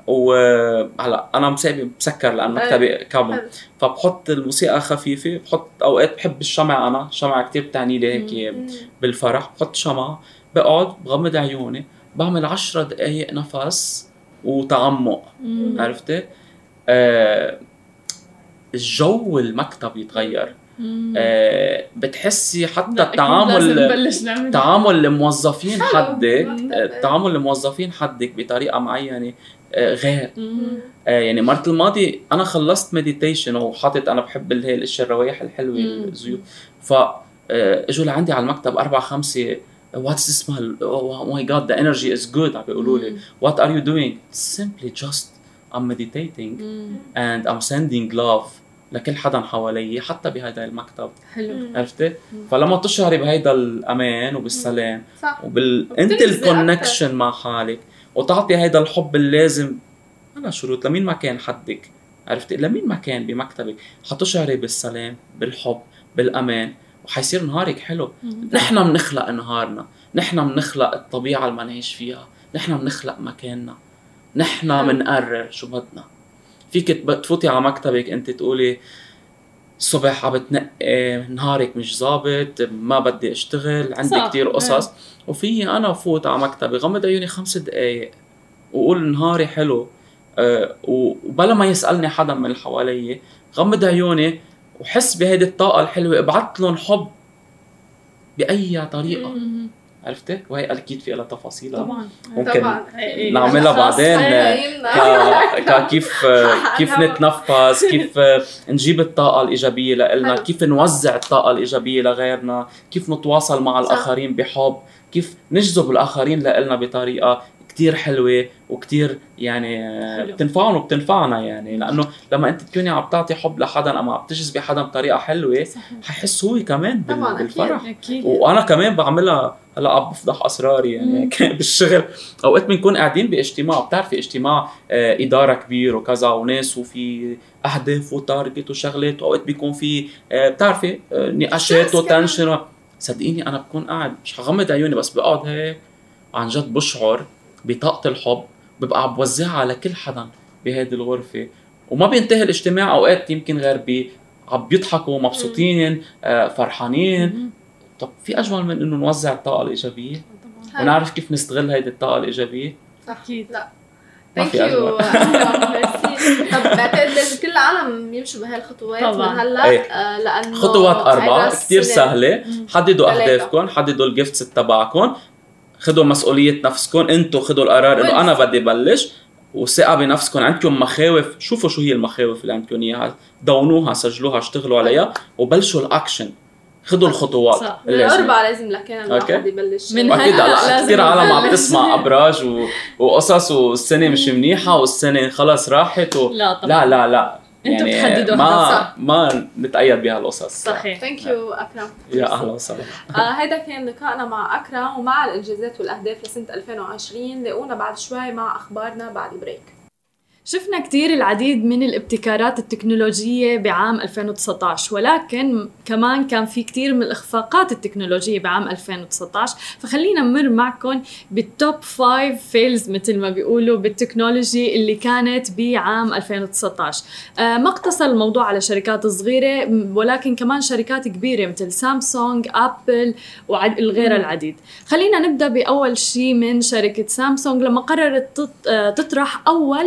وهلا انا مسابي مسكر لان مكتبي كابل، فبحط الموسيقى خفيفه، بحط اوقات بحب الشمع، انا شمعة كتير بتعني لي هيك بالفرح، بحط شمعة، بقعد بغمض عيوني، بعمل عشر دقائق نفس وتعمق. عرفتي؟ آه الجو المكتب يتغير. آه بتحسي حتى التعامل تعامل الموظفين حدك تعامل الموظفين حدك بطريقه معينه آه غير. آه يعني مرة الماضي انا خلصت مديتيشن وحاطط، انا بحب هي الاشياء الروايح الحلوه الزيوت، ف اجوا لعندي على المكتب اربعه خمسه what's this smell, oh my god the energy is good عم بيقولوا لي what are you doing, simply just I'm meditating and I'm sending love لكل حدا حوالي حتى بهذا المكتب. حلو. عرفتي؟ فلما تشعري بهيدا الامان وبالسلام وبال انت الكونكشن مع حالك وتعطي هيدا الحب اللازم على شروط لمين ما كان حدك. عرفتي؟ لمين ما كان بمكتبك حتشعري بالسلام بالحب بالامان وحيصير نهارك حلو. نحن بنخلق نهارنا، نحن بنخلق الطبيعه اللي بنعيش فيها، نحن بنخلق مكاننا، نحن بنقرر شو بدنا. فيك تفوتي على مكتبك انت تقولي الصبح عم بتنقي نهارك مش ظابط، ما بدي اشتغل، عندي صح. كتير قصص، وفي انا فوت على مكتبي غمض عيوني خمس دقايق وقول نهاري حلو. أه وبلا ما يسألني حدا من اللي حوالي غمض عيوني وحس بهيدي الطاقة الحلوة، ابعت لهم حب بأي طريقة. عرفتي؟ وهي اكيد في لها تفاصيلها طبعا ممكن طبعا. نعملها بعدين ك... كيف كيف نتنفس، كيف نجيب الطاقه الايجابيه لنا، كيف نوزع الطاقه الايجابيه لغيرنا، كيف نتواصل مع الاخرين بحب، كيف نجذب الاخرين لنا بطريقه كتير حلوه وكتير يعني حلو. بتنفعهم وبتنفعنا يعني، لانه لما انت تكوني عم تعطي حب لحدا اما عم تجذبي حدا بطريقه حلوه حيحس هو كمان بال... بالفرح. أكيد. وانا كمان بعملها هلا عم بفضح اسراري يعني بالشغل. اوقات بنكون قاعدين باجتماع، بتعرفي اجتماع آه اداره كبير وكذا وناس وفي اهداف وتارجت وشغلات، واوقات بيكون في آه بتعرفي آه نقاشات وتنشن. صدقيني انا بكون قاعد مش هغمض عيوني بس بقعد هيك عن جد بشعر بطاقة الحب، ببقى عم بوزعها على كل حدا بهذه الغرفة، وما بينتهي الاجتماع اوقات يمكن غير بي عم بيضحكوا مبسوطين آه فرحانين. طب في اجمل من انه نوزع الطاقة الإيجابية ونعرف كيف نستغل هيدي الطاقة الإيجابية؟ اكيد. لا ثانك يو. طب بعتقد لازم كل العالم يمشوا بهالخطوات من هلا آه لانه خطوات اربعه كثير سهله. حددوا اهدافكم، حددوا الجيفتس تبعكم، خدوا مسؤولية نفسكم، انتوا خدوا القرار انه انا بدي بلش، وثقة بنفسكم. عندكم مخاوف، شوفوا شو هي المخاوف اللي عندكم اياها، دونوها، سجلوها، اشتغلوا عليها وبلشوا الاكشن. خدوا الخطوات الاربعه لازم لكن الواحد يبلش من اكيد. هلا كثير عالم عم تسمع ابراج و... وقصص والسنه مش منيحه والسنه خلص راحت و... لا طبعا. لا لا لا انتوا يعني بتحددوا ما ما نتأيد بهالقصص. صحيح. ثانك يو اكرم. يا اهلا وسهلا. هيدا كان لقائنا مع اكرم ومع الانجازات والاهداف لسنه ألفين وعشرين. لاقونا بعد شوي مع اخبارنا بعد البريك. شفنا كتير العديد من الابتكارات التكنولوجية بعام ألفين وتسعة عشر، ولكن كمان كان في كتير من الإخفاقات التكنولوجية بعام ألفين وتسعة عشر. فخلينا نمر معكم بالتوب فايف فيلز مثل ما بيقولوا بالتكنولوجي اللي كانت بعام ألفين وتسعة عشر. آه ما اقتصر الموضوع على شركات صغيرة ولكن كمان شركات كبيرة مثل سامسونج، أبل والغير العديد. خلينا نبدأ بأول شيء من شركة سامسونج لما قررت تطرح أول آه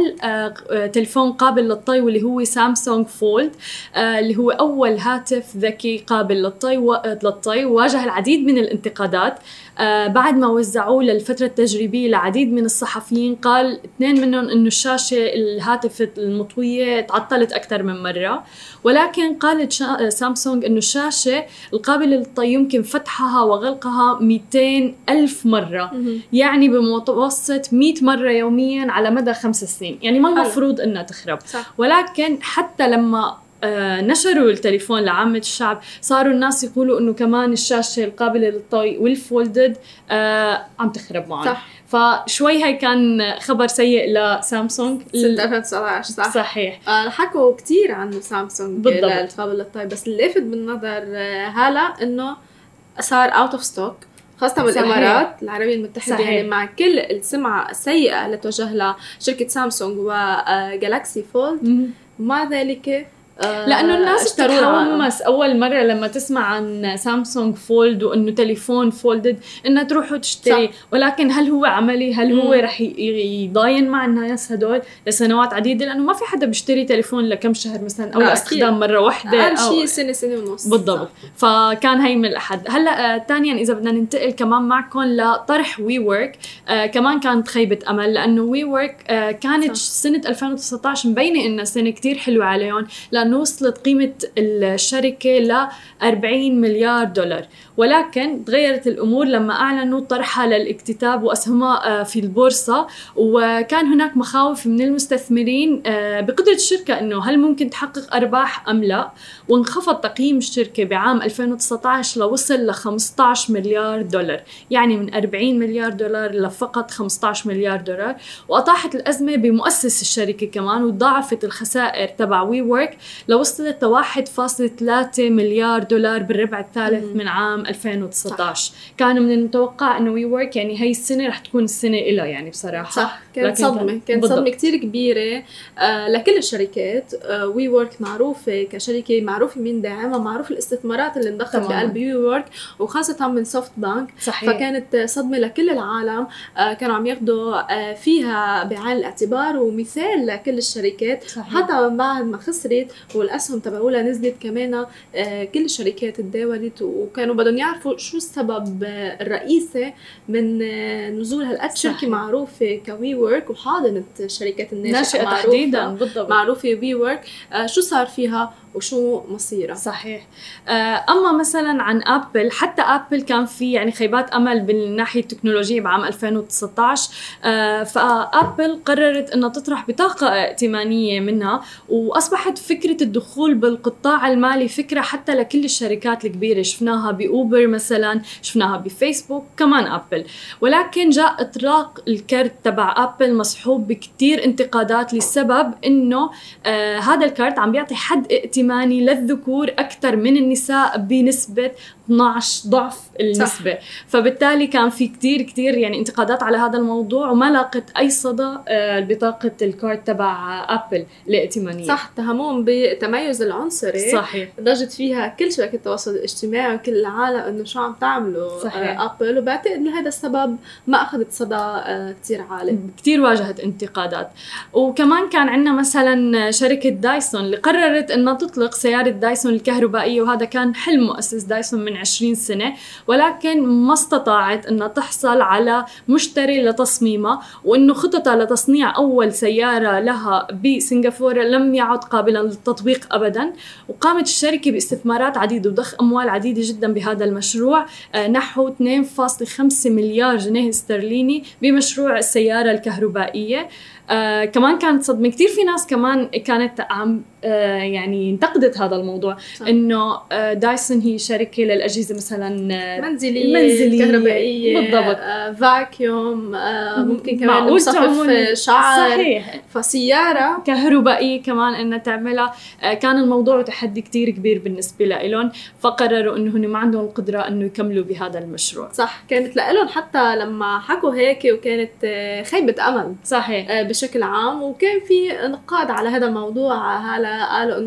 آه تليفون قابل للطي واللي هو سامسونج فولد، آه اللي هو أول هاتف ذكي قابل للطي للطي وواجه العديد من الانتقادات. آه بعد ما وزعوه للفترة التجريبية لعديد من الصحفيين، قال اثنين منهم إنه الشاشة الهاتف المطوية تعطلت أكثر من مرة، ولكن قالت سامسونج إنه الشاشة القابلة للطي يمكن فتحها وغلقها مئتين ألف مرة، يعني بمتوسط مئة مرة يوميا على مدى خمس سنين، يعني ما المفروض إنها تخرب. صح. ولكن حتى لما آه نشروا التليفون لعامة الشعب صاروا الناس يقولوا إنه كمان الشاشة القابلة للطي والفولدد آه عم تخرب معهم. صح. فشوي هاي كان خبر سيء لسامسونج سنة ألفين وتسعة عشر. صح. صحيح. آه حكوا كتير عنه سامسونج القابل للطي، بس اللي لفت بالنظر آه هلا إنه صار اوت اوف ستوك، خاصة بالإمارات العربية المتحدة. صحيح. يعني مع كل السمعة السيئة اللي توجه لها شركة سامسونج وجالاكسي فولد، مع ذلك لأنه الناس تتحمس أول مرة لما تسمع عن سامسونج فولد وإنه تليفون فولدد إنها تروح وتشتري. صح. ولكن هل هو عملي؟ هل هو رح يضاين مع الناس هدول لسنوات عديدة؟ لأنه ما في حدا بيشتري تليفون لكم شهر مثلا أو استخدام مرة واحدة أقل شيء سنة سنة ونص. بالضبط. صح. فكان هاي من الأحد. هلأ آه ثانيا إذا بدنا ننتقل كمان معكم لطرح وي ورك، آه كمان كانت خيبة أمل، لأنه وي ورك آه كانت صح. سنة ألفين وتسعة عشر مبينة إنها سنة كتير حلوة عليهم، لأنه وصلت قيمة الشركة ل أربعين مليار دولار، ولكن تغيرت الأمور لما أعلنوا طرحها للاكتتاب وأسهمها في البورصة، وكان هناك مخاوف من المستثمرين بقدرة الشركة إنه هل ممكن تحقق أرباح أم لا، وانخفض تقييم الشركة بعام ألفين وتسعة عشر لوصل ل خمسة عشر مليار دولار، يعني من أربعين مليار دولار لفقط خمسة عشر مليار دولار، وأطاحت الأزمة بمؤسس الشركة كمان، وضاعفت الخسائر تبع وي ورك لوصلت واحد فاصلة ثلاثة مليار دولار بالربع الثالث مم. من عام ألفين وتسعة عشر. صح. كان من المتوقع انه وي ورك يعني هي السنه رح تكون السنه إلها يعني بصراحه. صح. كانت صدمه كانت صدمه كتير كبيره آه لكل الشركات. آه وي ورك معروفه كشركه، معروفه مين داعمها، معروف الاستثمارات اللي انضخت بقلب وي ورك وخاصه من سوفت بانك. صحيح. فكانت صدمه لكل العالم، آه كانوا عم ياخذوا آه فيها بعين الاعتبار ومثال لكل الشركات. صحيح. حتى من بعد ما خسرت والاسهم تبعولها نزلت كمان، آه كل الشركات تداولت وكانوا بدهم يعرفوا شو السبب الرئيسي من نزول هالقد شركه معروفه كوي ورك وحاضنه الشركات الناشئه معروفه تحديدا. بالضبط. معروفه وي ورك، آه شو صار فيها وشو مصيرها. صحيح. آه اما مثلا عن ابل، حتى ابل كان في يعني خيبات امل بالناحيه التكنولوجيه بعام ألفين وتسعة عشر. آه فابل قررت انها تطرح بطاقه ائتمانيه منها، واصبحت فكره الدخول بالقطاع المالي فكره حتى لكل الشركات الكبيره، شفناها باوبر مثلا، شفناها بفيسبوك، كمان ابل. ولكن جاء اطلاق الكارت تبع ابل مصحوب بكتير انتقادات للسبب انه آه هذا الكارت عم بيعطي حد ائتماني للذكور اكثر من النساء بنسبه اثني عشر ضعف النسبة. صح. فبالتالي كان في كتير كتير يعني انتقادات على هذا الموضوع، وما لاقت أي صدى بطاقة الكارت تبع أبل الائتمانية. صح. اتهموهم بالتميز العنصري. صحيح. ضجت فيها كل شبكة التواصل الاجتماعي وكل العالم إنه شو عم تعملوا. صحيح. أبل، وبعتقد إن هذا السبب ما أخذت صدى كتير عالي، كتير واجهت انتقادات. وكمان كان عندنا مثلا شركة دايسون اللي قررت إنها تطلق سيارة دايسون الكهربائية، وهذا كان حلم مؤسس دايسون من عشرين سنة، ولكن ما استطاعت أنها تحصل على مشتري لتصميمها، وأنه خطتها لتصنيع أول سيارة لها بسنغافورة لم يعد قابلا للتطبيق أبدا. وقامت الشركة باستثمارات عديدة وضخ أموال عديدة جدا بهذا المشروع، نحو اثنين فاصلة خمسة مليار جنيه استرليني بمشروع السيارة الكهربائية. آه كمان كانت صدمة كتير، في ناس كمان كانت عم آه يعني انتقدت هذا الموضوع. صح. انه آه دايسون هي شركة للأجهزة مثلا منزلية, منزلية كهربائية. بالضبط. آه فاكيوم، آه ممكن كمان مصفف شعر. صحيح. فسيارة كهربائية كمان انها تعملها. آه كان الموضوع تحدي كتير كبير بالنسبة لهم، فقرروا انه هن ما عندهم القدرة انه يكملوا بهذا المشروع. صح. كانت لهم حتى لما حكوا هيك وكانت آه خيبة امل. صحيح. آه بشكل عام، وكان في نقاد على هذا الموضوع. هلا قالوا انه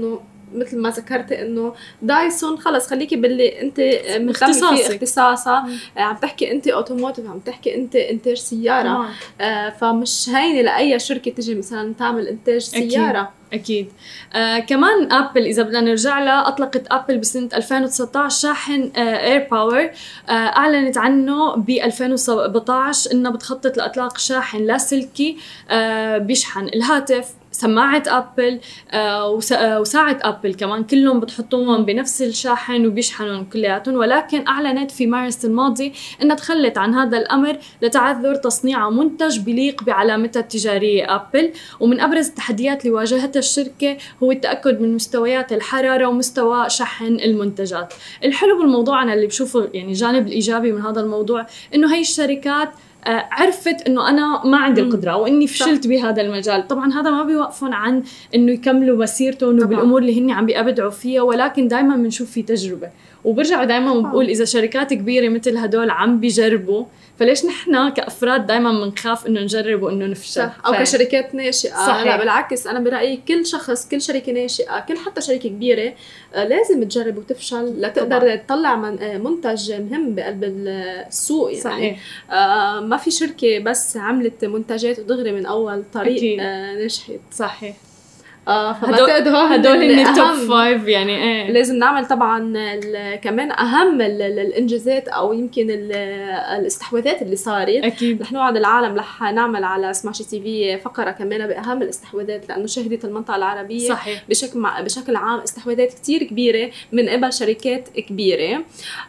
مثل ما ذكرتي انه دايسون خلص خليكي باللي انت مهتمه اختصاصك. فيه اختصاصها. عم تحكي انت اوتوموتيف، عم تحكي انت انتاج سياره. آه فمش هينه لاي شركه تجي مثلا تعمل انتاج سياره. أكيد. أكيد. آه كمان أبل إذا بدنا نرجع لها، أطلقت أبل بسنة ألفين وتسعطعش شاحن آه إير باور، آه أعلنت عنه ب ألفين وسبعطعش إنها بتخطط لإطلاق شاحن لاسلكي آه بيشحن الهاتف، سماعة أبل آه وساعة أبل كمان، كلهم بتحطوهم بنفس الشاحن وبيشحنون كلياتهم. ولكن أعلنت في مارس الماضي إنها تخلت عن هذا الأمر لتعذر تصنيع منتج بليق بعلامتها التجارية أبل. ومن أبرز التحديات اللي واجهتها الشركة هو التأكد من مستويات الحرارة ومستوى شحن المنتجات. الحلو بالموضوع أنا اللي بشوفه يعني الجانب الإيجابي من هذا الموضوع إنه هاي الشركات عرفت انه انا ما عندي القدره واني فشلت بهذا المجال. طبعا هذا ما بيوقفهم عن انه يكملوا مسيرتهم وبالامور اللي هن عم بيبدعوا فيها، ولكن دائما بنشوف في تجربه. وبرجع دائما وبقول اذا شركات كبيره مثل هدول عم بيجربوا، فليش نحن كأفراد دائما بنخاف انه نجرب وانه نفشل؟ صح. او ف... كشركات ناشئه. صحيح. لا بالعكس، انا برايي كل شخص، كل شركه ناشئه، كل حتى شركه كبيره لازم تجرب وتفشل لتقدر طبعا. تطلع من منتج مهم بقلب السوق يعني. صحيح. آه ما في شركه بس عملت منتجات ودغري من اول طريق آه نجحت. صحيح. آه فبعتقد هدول هن التوب فايف يعني. ايه لازم نعمل طبعا كمان اهم الانجازات او يمكن الاستحواذات اللي صارت. اكيد رح نوعد العالم، رح نعمل على سماشي تي في فقره كمان باهم الاستحواذات، لانه شهدت المنطقه العربيه صحيح. بشكل بشكل عام استحواذات كتير كبيره من قبل شركات كبيره.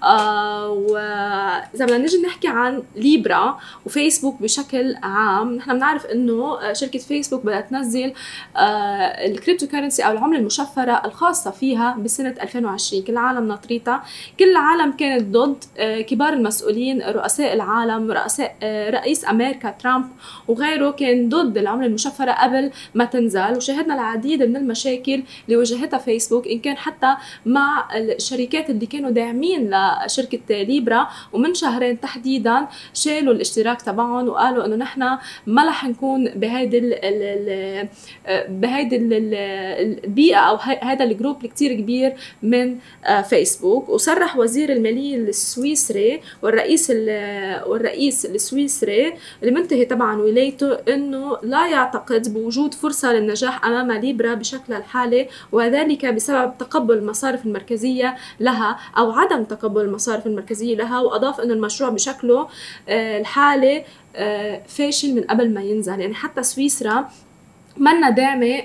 آه واذا بدنا نيجي نحكي عن ليبرا وفيسبوك بشكل عام، نحن بنعرف انه شركه فيسبوك بدها تنزل آه الكريبتو كارنسي او العمله المشفره الخاصه فيها بسنه ألفين وعشرين. كل العالم ناطريتها، كل العالم كانت ضد. كبار المسؤولين، رؤساء العالم، رؤساء رئيس امريكا ترامب وغيره كان ضد العمله المشفره قبل ما تنزل. وشاهدنا العديد من المشاكل اللي واجهتها فيسبوك، ان كان حتى مع الشركات اللي كانوا داعمين لشركه ليبرا، ومن شهرين تحديدا شالوا الاشتراك تبعهم وقالوا انه نحن ما رح نكون بهيدي بهيدي البيئة أو هذا الجروب كتير كبير من فيسبوك. وصرح وزير المالية السويسري والرئيس والرئيس السويسري اللي منتهي طبعا ولايته إنه لا يعتقد بوجود فرصة للنجاح أمام ليبرا بشكلها الحالي، وذلك بسبب تقبل المصارف المركزية لها أو عدم تقبل المصارف المركزية لها. وأضاف إنه المشروع بشكله الحالي فاشل من قبل ما ينزل. يعني حتى سويسرا منا داعمة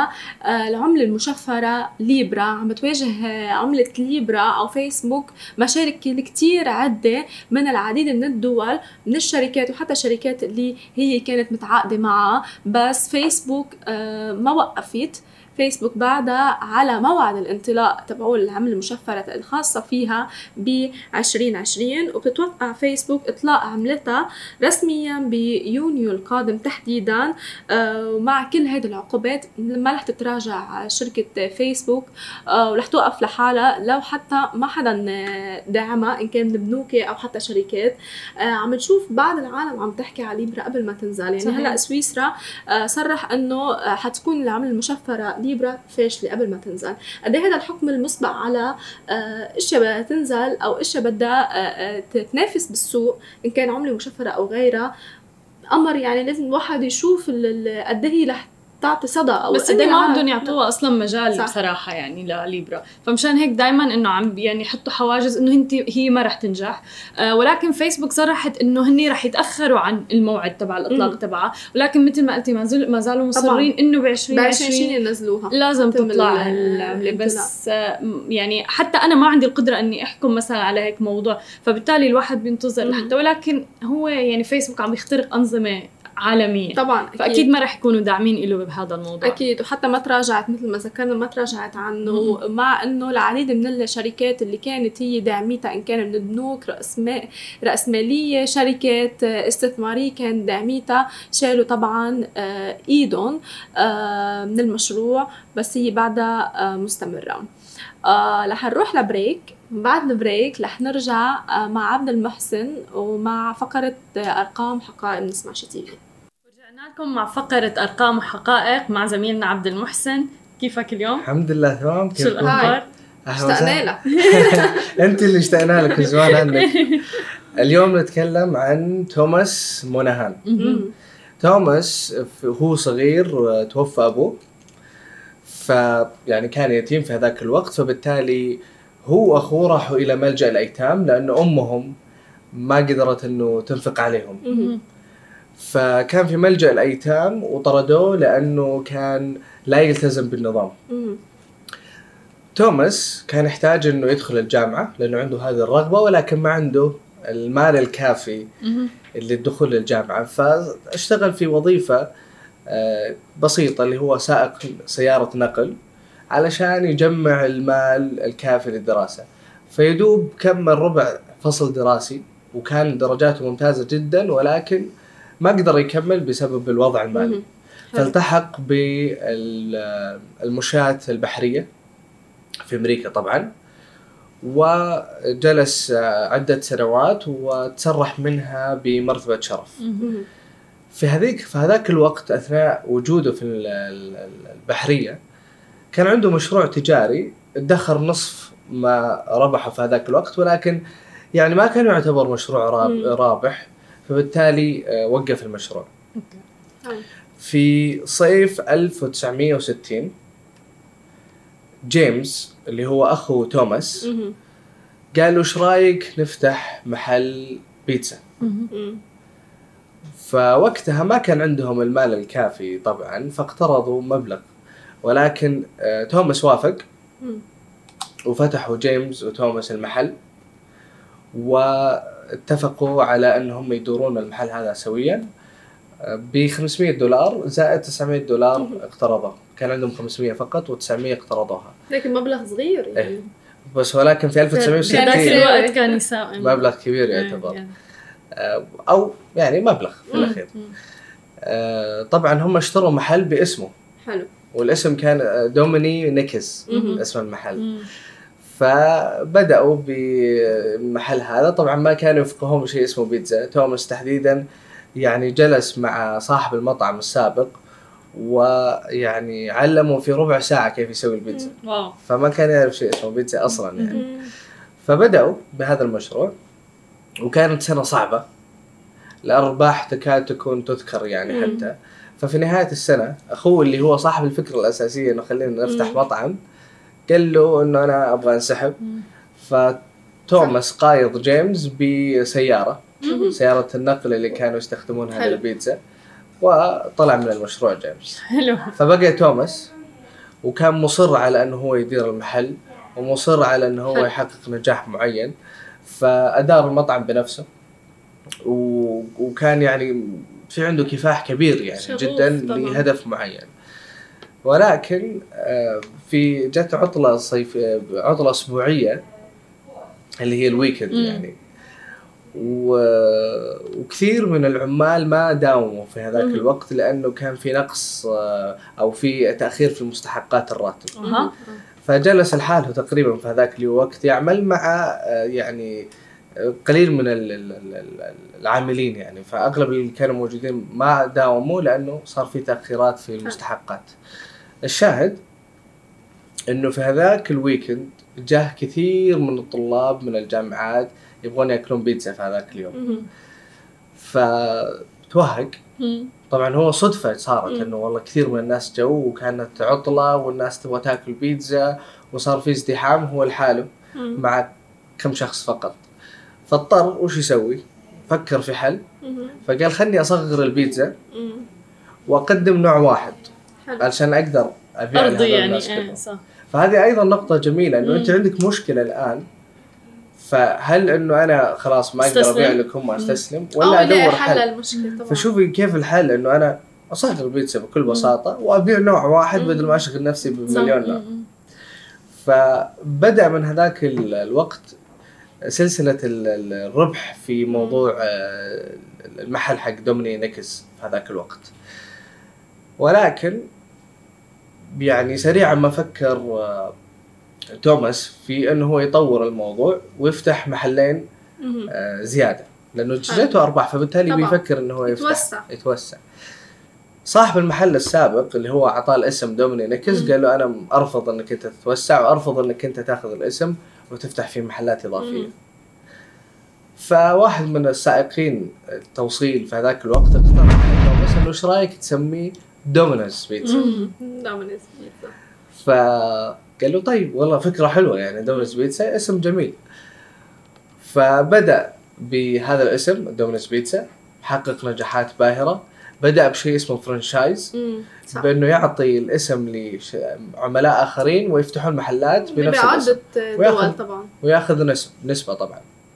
للعملة المشفرة ليبرا، عم تواجه عملة ليبرا أو فيسبوك مشاكل كتير عدة من العديد من الدول من الشركات وحتى شركات اللي هي كانت متعاقدة معها. بس فيسبوك ما وقفت. فيسبوك بعدها على موعد الانطلاق تبعوا العملة المشفرة الخاصة فيها ب عشرين عشرين، وبتتوقع فيسبوك إطلاق عملتها رسميا بيونيو القادم تحديدا. ومع كل هذه العقوبات ما رح تتراجع شركة فيسبوك ورح توقف لحالها لو حتى ما حدا دعمها، إن كان بنوك أو حتى شركات. عم نشوف بعض العالم عم تحكي على ليبرا قبل ما تنزل. يعني صحيح. هلأ سويسرا صرح أنه حتكون العملة المشفرة ليبرا فاشلة قبل ما تنزل. قد هذا الحكم المسبق على اشياء بدها تنزل او اشياء بدها تتنافس بالسوق، ان كان عملة مشفرة او غيرها، امر يعني لازم الواحد يشوف قد هي رح تعطي صدى او بس هن ما بدهم يعطوها اصلا مجال. صح. بصراحه يعني لليبرا، فمشان هيك دائما انه عم يعني يحطوا حواجز انه انت هي ما رح تنجح. آه ولكن فيسبوك صرحت انه هن رح يتاخروا عن الموعد تبع الاطلاق تبعها، ولكن مثل ما قلتي ما زالوا مصرين انه ب عشرين عشرين ينزلوها لازم تطلع العمله. بس آه يعني حتى انا ما عندي القدره اني احكم مثلا على هيك موضوع، فبالتالي الواحد بينتظر لحتى. ولكن هو يعني فيسبوك عم يخترق انظمه عالمية طبعا أكيد. فأكيد ما رح يكونوا داعمين له بهذا الموضوع. أكيد. وحتى ما تراجعت مثل ما ذكرنا، ما تراجعت عنه. مم. مع أنه العديد من الشركات اللي كانت هي داعميتها، إن كان من البنوك، رأس مال رأس مالية، شركات استثمارية كان داعميتها، شالوا طبعا إيدهم من المشروع. بس هي بعدها مستمرة. رح نروح لبريك. بعد البريك رح نرجع مع عبد المحسن ومع فقرة أرقام حقائق من سماشي تي في. رجعنا لكم مع فقرة أرقام وحقائق مع زميلنا عبد المحسن. كيفك اليوم؟ الحمد لله تمام. شو الأخبار؟ اشتقنا لك. انت اللي اشتقنا لك من زمان عنك. اليوم نتكلم عن توماس موناهان. توماس هو صغير توفى أبوه، فيعني كان يتيم في هذاك الوقت، فبالتالي هو وأخوه راحوا إلى ملجأ الأيتام لأن أمهم ما قدرت إنه تنفق عليهم. فكان في ملجأ الأيتام وطردوه لأنه كان لا يلتزم بالنظام. توماس كان يحتاج إنه يدخل الجامعة لأنه عنده هذه الرغبة، ولكن ما عنده المال الكافي اللي الدخول للجامعة، فاشتغل في وظيفة بسيطة اللي هو سائق سيارة نقل علشان يجمع المال الكافي للدراسة. فيدوب كمل ربع فصل دراسي وكان درجاته ممتازة جدا، ولكن ما قدر يكمل بسبب الوضع المالي. فالتحق بالمشاة البحرية في أمريكا طبعا، وجلس عدة سنوات وتسرح منها بمرتبة شرف. في هذيك في هذاك الوقت أثناء وجوده في البحرية كان عنده مشروع تجاري ادخر نصف ما ربحه في هذاك الوقت، ولكن يعني ما كان يعتبر مشروع رابح، فبالتالي وقف المشروع. في صيف ألف وتسعمية وستين جيمس اللي هو أخو توماس قال له إيش رأيك نفتح محل بيتزا؟ فوقتها ما كان عندهم المال الكافي طبعا، فاقترضوا مبلغ، ولكن توماس وافق وفتحوا جيمس وتوماس المحل، واتفقوا على أنهم يدورون المحل هذا سويا ب خمسمية دولار زائد تسعمية دولار اقترضوا. كان عندهم خمسمية فقط وتسعمية اقترضوها، لكن مبلغ صغير يعني. إيه. بس ولكن في ألف وتسعمية وستين ذاك الوقت كان يساوي مبلغ كبير يعتبر، أو يعني مبلغ في الأخير. طبعا هم اشتروا محل باسمه. حلو. والاسم كان دوميني نيكس اسم المحل. فبدأوا بمحل هذا. طبعا ما كانوا يفقهون شيء اسمه بيتزا. توماس تحديدا يعني جلس مع صاحب المطعم السابق ويعني علمه في ربع ساعة كيف يسوي البيتزا. واو. فما كان يعرف شيء اسمه بيتزا أصلا يعني. فبدأوا بهذا المشروع، وكانت سنة صعبة، الأرباح تكاد تكون تذكر يعني حتى. ففي نهاية السنة أخوه اللي هو صاحب الفكرة الأساسية إنه خلينا نفتح مم. مطعم، قال له إنه أنا أبغى أنسحب. فتوماس قايض جيمس بسيارة مم. سيارة النقل اللي كانوا يستخدمونها للبيتزا، وطلع من المشروع جيمس. حلو. فبقى توماس وكان مصر على أنه هو يدير المحل، ومصر على أنه هو يحقق نجاح معين. فأدار المطعم بنفسه، وكان يعني في عنده كفاح كبير يعني جدا لهدف معين. ولكن في جت عطلة صيف عطلة أسبوعية اللي هي الويكند يعني، وكثير من العمال ما داوموا في هذاك الوقت لأنه كان في نقص أو في تأخير في مستحقات الراتب. فجلس الحال تقريبا في هذاك الوقت يعمل مع يعني قليل من العاملين يعني. فأغلب اللي كانوا موجودين ما داوموا لأنه صار في تأخيرات في المستحقات. الشاهد إنه في هذاك الويكند جاء كثير من الطلاب من الجامعات يبغون يأكلون بيتزا في هذاك اليوم. فتوهق. طبعا هو صدفة صارت إنه والله كثير من الناس جو وكانت عطلة والناس تبغى تأكل بيتزا وصار في ازدحام هو لحاله مع كم شخص فقط. فاضطر وش يسوي؟ فكر في حل. فقال خلني أصغر البيتزا وأقدم نوع واحد علشان أقدر أبيع لهذا الناس كلهم. فهذه أيضا نقطة جميلة إنه أنت عندك مشكلة الآن، فهل إنه أنا خلاص ما أقدر أبيع لكم وأستسلم ولا أدور حل؟ فشوفي كيف الحل، إنه أنا أصغر البيتزا بكل بساطة وأبيع نوع واحد بدل ما أشغل نفسي بمليون نوع. فبدأ من هذاك الوقت سلسلة الربح في موضوع المحل حق دوميني نيكس في هذاك الوقت. ولكن يعني سريعا ما فكر توماس في أنه هو يطور الموضوع ويفتح محلين زيادة، لأنه جاته أرباح، فبالتالي بيفكر أنه هو يفتح يتوسع. يتوسع. صاحب المحل السابق اللي هو عطاه الاسم دومينيكس قال له انا ارفض انك انت تتوسع وارفض انك انت تاخذ الاسم وتفتح فيه محلات اضافيه. فواحد من السائقين التوصيل في هذاك الوقت اقترح انه مثلا ايش رايك تسميه دومينوز بيتزا؟ دومينوز بيتزا. فقال له طيب والله فكره حلوه يعني دومينوز بيتزا اسم جميل. فبدا بهذا الاسم دومينوز بيتزا، حقق نجاحات باهره. بدأ بشيء اسمه فرانشايز بأنه يعطي الاسم لعملاء آخرين ويفتحون محلات بنفس الاسم دول طبعا ويأخذ نسبة نسبة طبعا.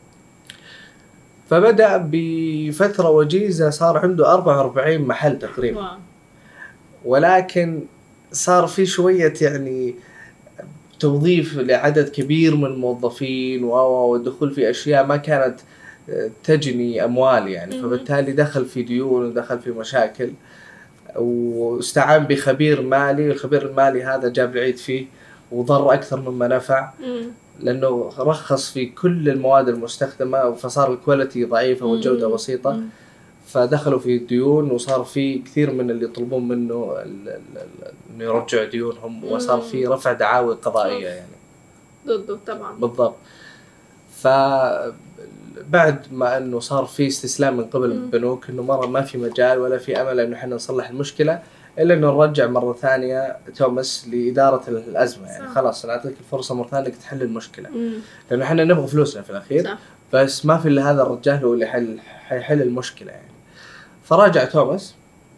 فبدأ بفترة وجيزة صار عنده أربعة وأربعين محل تقريبا، ولكن صار في شوية يعني توظيف لعدد كبير من الموظفين والدخول في أشياء ما كانت تجني أموال يعني، فبالتالي دخل في ديون ودخل في مشاكل واستعان بخبير مالي، والخبير المالي هذا جاب العيد فيه وضر أكثر مما نفع لأنه رخص في كل المواد المستخدمة فصار الكواليتي ضعيفة والجودة بسيطة، فدخلوا في ديون وصار في كثير من اللي يطلبون منه إنه يرجع ديونهم وصار في رفع دعاوى قضائية يعني ضده طبعا. بالضبط. فبعد ما انه صار في استسلام من قبل البنوك انه مره ما في مجال ولا في امل انه احنا نصلح المشكله الا انه نرجع مره ثانيه توماس لاداره الازمه يعني. خلاص نعطيك الفرصه مره ثانيه انك تحل المشكله لانه احنا نبغى فلوسنا في الاخير صح. بس ما في الا هذا الرجال هو اللي حل حيحل المشكله يعني. فراجع توماس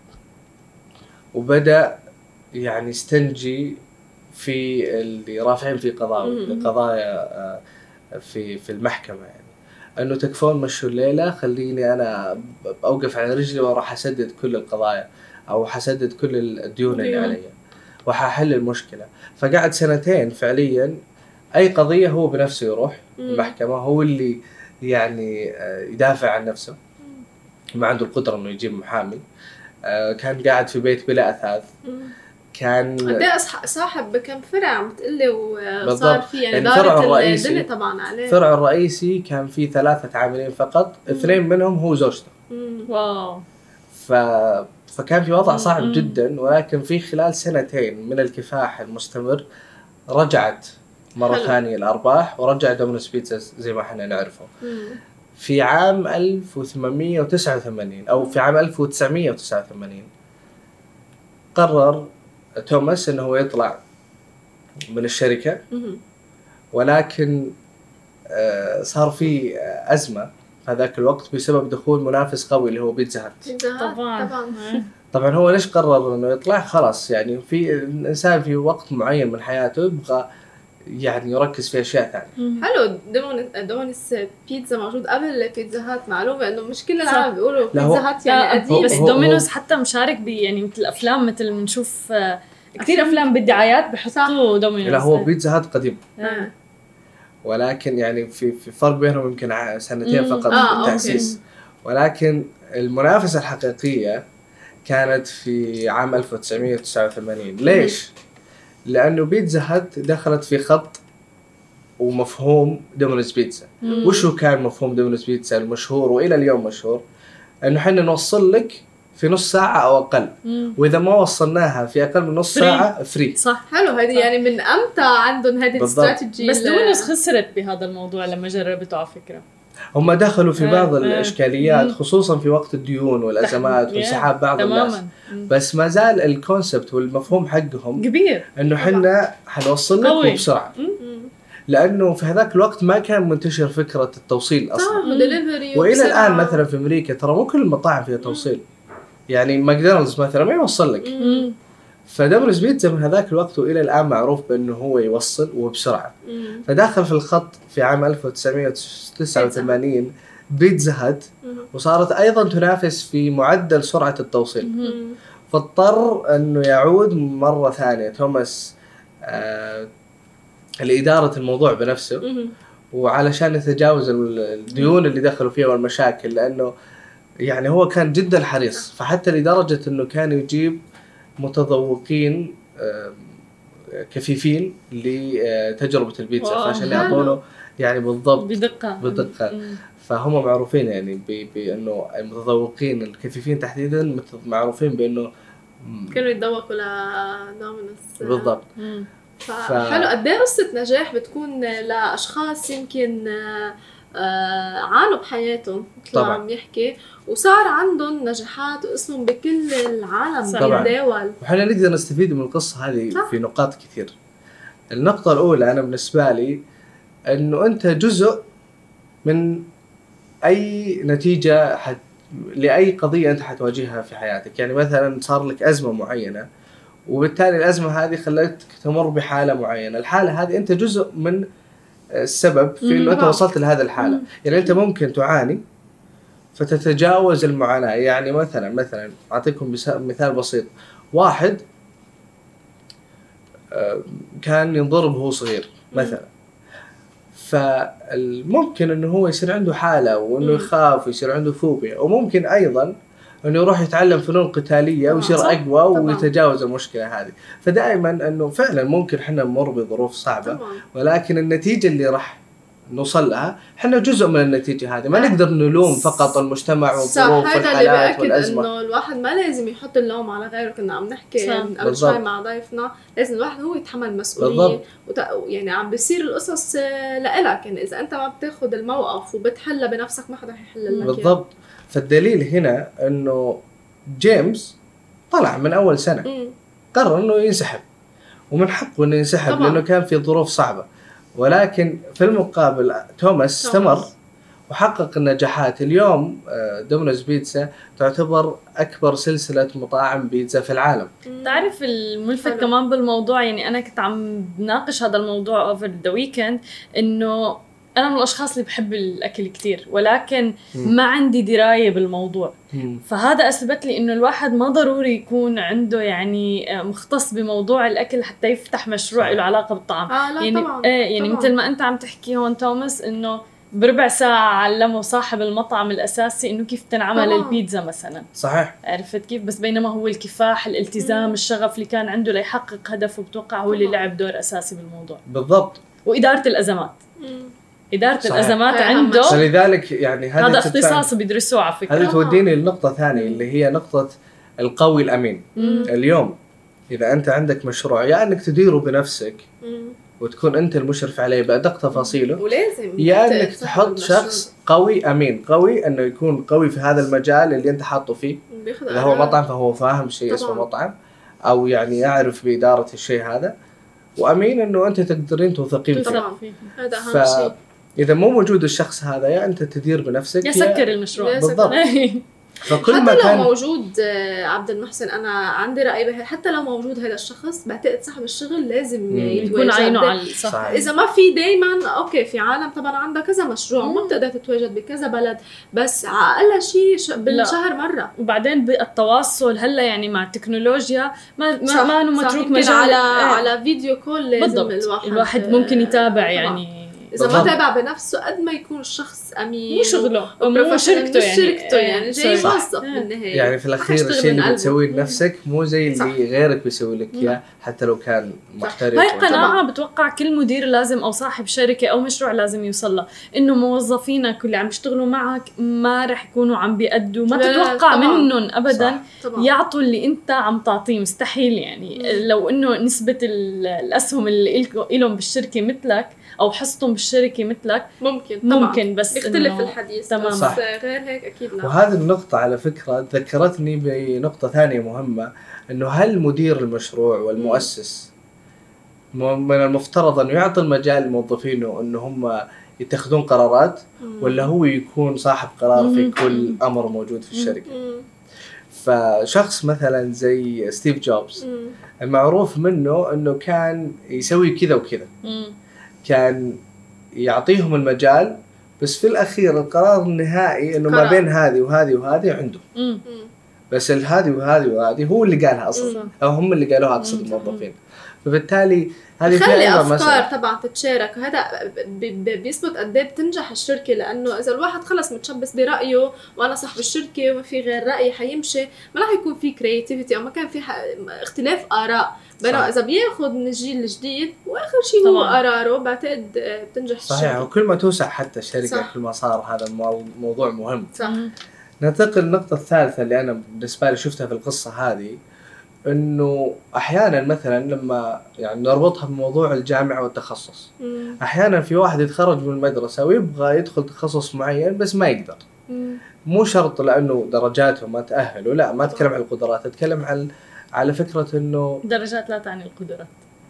وبدا يعني يستنجي في اللي رافعين في قضايا قضايا في في المحكمة يعني انه تكفون مشوا الليلة خليني انا اوقف على رجلي وراح اسدد كل القضايا او حسدد كل الديون اللي علي وححل المشكلة. فقعد سنتين فعليا اي قضية هو بنفسه يروح المحكمة، هو اللي يعني يدافع عن نفسه، ما عنده القدرة انه يجيب محامي. كان قاعد في بيت بلا اثاث، كان قد صاحب كم فرع متقلي وصار في يعني الفرع الرئيسي طبعا عليه. الفرع الرئيسي كان فيه ثلاثة عاملين فقط، اثنين منهم هو زوجته. واو. ف... فكان في وضع صعب مم. جدا، ولكن في خلال سنتين من الكفاح المستمر رجعت مرة حلو. ثانية الأرباح ورجع دومينوز بيتزا زي ما احنا نعرفه. مم. في عام ألف وثمانمائة وتسعة وثمانين أو في عام ألف وتسعمائة وتسعة وثمانين قرر توماس انه هو يطلع من الشركة، ولكن صار في أزمة هذاك الوقت بسبب دخول منافس قوي اللي هو بيتزا هات. طبعا طبعا طبعا هو ليش قرر انه يطلع؟ خلاص يعني في الانسان في وقت معين من حياته يبغى يعني يركز في اشياء ثانيه. حلو. دومينوز بيتزا موجود قبل بيتزا هات، معلومه انه مش كل العالم بيقولوا بيتزا هات يعني قديم، بس دومينوز حتى مشارك ب يعني مثل الافلام، مثل بنشوف كثير افلام بالدعايات بحطوا دومينوز. لا هو بيتزا هات قديم آه. ولكن يعني في في فرق بينهم يمكن سنتين فقط آه في التأسيس. ولكن المنافسه الحقيقيه كانت في عام ألف وتسعمائة وتسعة وثمانين. ليش؟ لأنه بيتزا هات دخلت في خط ومفهوم دومينوز بيتزا. وش هو كان مفهوم دومينوز بيتزا المشهور وإلى اليوم مشهور؟ إنه حنا نوصل لك في نص ساعة أو أقل، مم. وإذا ما وصلناها في أقل من نص فري. ساعة فري. صح. حلو. هذه يعني من أمتى عندهم هذه الاستراتيجية. بس دومينوز خسرت بهذا الموضوع لما جربته على فكرة. هم دخلوا في بعض آه. الإشكاليات خصوصا في وقت الديون والأزمات وانسحاب بعض الناس، بس ما زال الكونسبت والمفهوم حقهم كبير إنه حنا حنوصل لك بسرعة، لأنه في هذاك الوقت ما كان منتشر فكرة التوصيل أصلا. وإلى الآن مثلا في أمريكا ترى مو كل المطاعم فيها توصيل، يعني ماكدونالدز مثلا ما يوصل لك. فدومينوز بيتزا من هذاك الوقت وإلى الآن معروف بأنه هو يوصل وبسرعة. مم. فداخل في الخط في عام ألف وتسعمائة وتسعة وثمانين بيتزا هات، وصارت أيضا تنافس في معدل سرعة التوصيل. مم. فاضطر أنه يعود مرة ثانية توماس آه لإدارة الموضوع بنفسه. مم. وعلشان يتجاوز الديون اللي دخلوا فيها والمشاكل، لأنه يعني هو كان جدا حريص، فحتى لدرجة أنه كان يجيب متذوقين كفيفين لتجربة البيتزا عشان يعطونه يعني بالضبط بدقة بدقة. فهم معروفين يعني بأنه المتذوقين الكفيفين تحديدا معروفين بأنه كانوا يتذوقوا لدومينوس. بالضبط. فحلو. قد ايه قصه نجاح بتكون لاشخاص يمكن آه عانوا بحياتهم مثل ما عم يحكي وصار عندهم نجاحات واسمهم بكل العالم بالدول. وحنا نقدر نستفيد من القصه هذه في نقاط كثير. النقطه الاولى انا بالنسبه لي انه انت جزء من اي نتيجه حت... لاي قضيه انت حتواجهها في حياتك. يعني مثلا صار لك ازمه معينه وبالتالي الازمه هذه خلتك تمر بحاله معينه، الحاله هذه انت جزء من السبب في انه انت وصلت لهذه الحاله. مم. يعني انت ممكن تعاني فتتجاوز المعاناه. يعني مثلا مثلا اعطيكم مثال بسيط. واحد كان ينضرب وهو صغير مثلا، فالممكن انه هو يصير عنده حاله وانه يخاف ويصير عنده فوبيا، وممكن ايضا انه يروح يتعلم فنون قتاليه ويصير اقوى ويتجاوز المشكله هذه. فدائما انه فعلا ممكن احنا نمر بظروف صعبه طبعا. ولكن النتيجه اللي راح نوصل لها احنا جزء من النتيجه هذه. ما نقدر نلوم فقط المجتمع والظروف والحالات والازمه. انه الواحد ما لازم يحط اللوم على غيره. كنا عم نحكي قبل شوي مع ضيفنا لازم الواحد هو يتحمل مسؤوليه وت... يعني عم بيصير القصص لإلك. يعني اذا انت ما بتاخذ الموقف وبتحلها بنفسك ما حدا حيحل لك. بالضبط. فالدليل هنا انه جيمس طلع من اول سنه م. قرر انه ينسحب، ومن حقه انه ينسحب طبعا. لانه كان في ظروف صعبه. ولكن في المقابل توماس استمر وحقق النجاحات. اليوم دومينوز بيتزا تعتبر أكبر سلسلة مطاعم بيتزا في العالم. تعرف الملفت كمان بالموضوع، يعني أنا كنت عم بناقش هذا الموضوع over the weekend، إنه أنا من الأشخاص اللي بحب الأكل كتير ولكن م. ما عندي دراية بالموضوع. م. فهذا أثبت لي إنه الواحد ما ضروري يكون عنده يعني مختص بموضوع الأكل حتى يفتح مشروع له علاقة بالطعام. آه لا يعني طبعاً. إيه يعني مثل ما أنت عم تحكي هون توماس، إنه بربع ساعة علمه صاحب المطعم الأساسي إنه كيف تنعمل طبعا. البيتزا مثلا. صحيح. عرفت كيف؟ بس بينما هو الكفاح، الالتزام، م. الشغف اللي كان عنده ليحقق هدفه بتوقع هو اللي لعب دور أساسي بالموضوع. بالضبط. وإدارة الأزمات. م. إدارة صحيح. الأزمات عنده. فلذلك يعني هذا اختصاص بيدرسوه على فكرة. هذا توديني للنقطة ثانية اللي هي نقطة القوي الأمين. مم. اليوم إذا أنت عندك مشروع يا أنك تديره بنفسك مم. وتكون أنت المشرف عليه بأدق تفاصيله، ولازم يا أنك تحط شخص قوي أمين قوي أنه يكون قوي في هذا المجال اللي أنت حاطه فيه. إذا هو مطعم فهو فاهم شيء اسمه مطعم أو يعني يعرف بإدارة الشيء هذا، وأمين أنه أنت تقدرين توثقين فيه. هذا أهم ف... شيء. إذا مو موجود الشخص هذا يا أنت تدير بنفسك يا سكر المشروع. بالضبط. فكل حتى ما لو كان موجود عبد المحسن، أنا عندي رأي به، حتى لو موجود هذا الشخص بعتقد صاحب الشغل لازم يكون عينه على صح. إذا ما في دايما أوكي في عالم طبعا عندها كذا مشروع وما بتقدر تتواجد بكذا بلد، بس أقل شيء بالشهر مرة. وبعدين بالتواصل هلا يعني مع التكنولوجيا ما ما ما متروك مجال على ايه. على فيديو كول لازم الواحد الواحد ممكن يتابع يعني إذا ما تابع بنفسه قد ما يكون الشخص أمين. مو شغله مو شركته يعني. شركته يعني جاي موظف بالنهاية. يعني في الأخير الشيء اللي بتسويه لنفسك مو زي اللي صح. غيرك بيسوي لك إياه حتى لو كان محترف. هاي قناعة بتوقع كل مدير لازم أو صاحب شركة أو مشروع لازم يوصلها، إنه موظفينك اللي عم يشتغلوا معك ما رح يكونوا عم بيأدوا، ما تتوقع منهم أبدا يعطوا اللي أنت عم تعطيه. مستحيل يعني. مم. لو إنه نسبة الأسهم اللي إلهم بالشركة مثلك أو حصتهم بالشركة مثلك ممكن ممكن طبعا. بس يختلف الحديث تمام. بس غير هيك أكيد لا. وهذه النقطة على فكرة ذكرتني بنقطة ثانية مهمة، إنه هل مدير المشروع والمؤسس من المفترض أنه يعطي المجال للموظفين إنه هم يتخذون قرارات مم. ولا هو يكون صاحب قرار في كل أمر موجود في الشركة؟ مم. فشخص مثلا زي ستيف جوبز مم. المعروف منه إنه كان يسوي كذا وكذا، كان يعطيهم المجال بس في الأخير القرار النهائي إنه ما بين هذه وهذه وهذه عنده. مم. بس الهذه وهذه وهذه هو اللي قالها أصلا مم. أو هم اللي قالوها أقصد الموظفين. فبالتالي هذه خلي أفكار طبعا تتشارك، وهذا بيثبت قد ايه بتنجح الشركة، لأنه إذا الواحد خلص متشبث برأيه وأنا صاحب الشركة وما في غير رأي حيمشي، ما راح يكون في creativity أو ما كان في اختلاف آراء. بينما إذا بياخد من الجيل الجديد وآخر شيء هو قراره بعتقد بتنجح صحيح. الشركة. وكل ما توسع حتى الشركة صح. كل ما صار هذا الموضوع مهم. صح. ننتقل للنقطة الثالثة اللي أنا بالنسبة لي شفتها في القصة هذه، انه احيانا مثلا لما يعني نربطها بموضوع الجامعه والتخصص، مم. احيانا في واحد يتخرج من المدرسه ويبغى يدخل تخصص معين بس ما يقدر. مم. مو شرط لانه درجاته ما تاهله، لا ما اتكلم عن القدرات، اتكلم عن على فكره انه درجات لا تعني القدرات،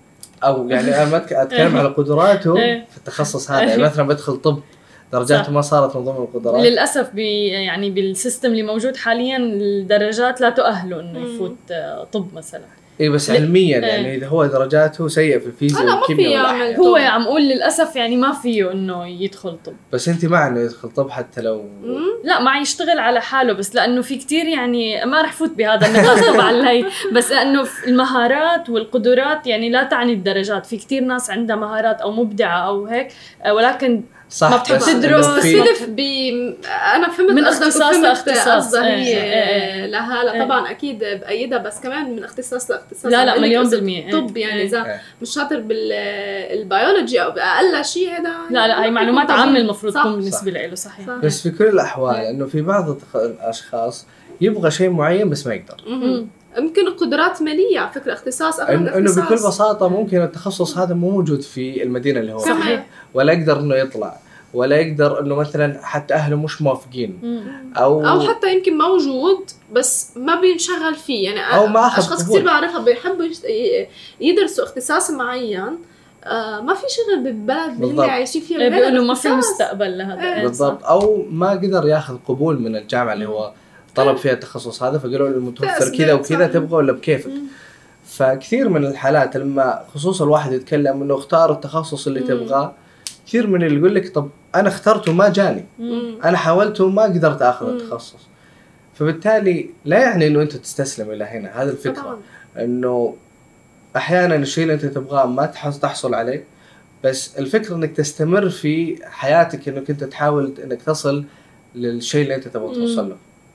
او يعني انا ما أتك- اتكلم على قدراته إيه. في التخصص هذا. يعني مثلا بدخل طب درجاته صح. ما صارت من ضمن القدرات، للاسف بي يعني بالسيستم اللي موجود حاليا الدرجات لا تؤهله انه مم. يفوت آه، طب مثلا. اي بس ل- علميا إيه. يعني اذا هو درجاته سيئه في الفيزياء هلا ما في والكيمياء يعمل والأحياء. هو طب. عم اقول للاسف يعني ما فيه انه يدخل طب. بس انت مع انه يدخل طب حتى لو مم. لا ما يشتغل على حاله، بس لانه في كتير يعني ما رح فوت بهذا النقاش طبعا هي، بس لانه المهارات والقدرات يعني لا تعني الدرجات. في كتير ناس عندها مهارات او مبدعه او هيك، آه، ولكن صح ما بتحب بس إنه تدرس. في- بتختلف ب انا فهمت من قصدك اختصاص وفهمت لاختصاص. قصدها هي إيه، إيه، إيه. لهلا إيه. طبعا اكيد بايدها، بس كمان من اختصاص لاختصاص. لا لا عم مليون بقول لك بالمية. طب يعني إيه. اذا إيه. مش شاطر بالبيولوجي او باقل شيء هذا لا لا هي ما معلومات فيكون عامه طبيب. المفروض صح. تكون بالنسبه له. صحيح. صح. بس في كل الاحوال إيه. انه في بعض التخ- الاشخاص يبغى شيء معين بس ما يقدر. مهم. يمكن قدرات ماليه على فكره، اختصاص اغلب إنه إنه الاختصاص. بكل بساطه ممكن التخصص هذا مو موجود في المدينه اللي هو صحيح. فيها، ولا يقدر انه يطلع، ولا يقدر انه مثلا حتى اهله مش موافقين، مم. او او حتى يمكن موجود بس ما بينشغل فيه. يعني أو ما أخذ اشخاص قبول. كثير بعرفها بيحبوا يشت- ي- يدرسوا اختصاص معين، آه ما في شغل بالبلد اللي بالضبط. هن عايشين فيها إيه، بهذا بيقولوا ما في الاختصاص. مستقبل لهذا. إيه. إيه، بالضبط، او ما قدر ياخذ قبول من الجامعه اللي هو طلب فيها التخصص هذا، فقالوا له المتوفر تأسباب، كذا وكذا صح. تبغى ولا بكيفك. مم. فكثير من الحالات لما خصوصا الواحد يتكلم انه اختار التخصص اللي مم. تبغاه، كثير من اللي يقول لك طب انا اخترته ما جاني، مم. انا حاولت وما قدرت اخذ مم. التخصص. فبالتالي لا يعني انه انت تستسلم الى هنا، هذه الفكره. طبعاً. انه احيانا الشيء اللي انت تبغاه ما تحص- تحصل عليه، بس الفكره انك تستمر في حياتك، انك انت تحاول انك تصل للشيء اللي انت تبغى مم. توصل له.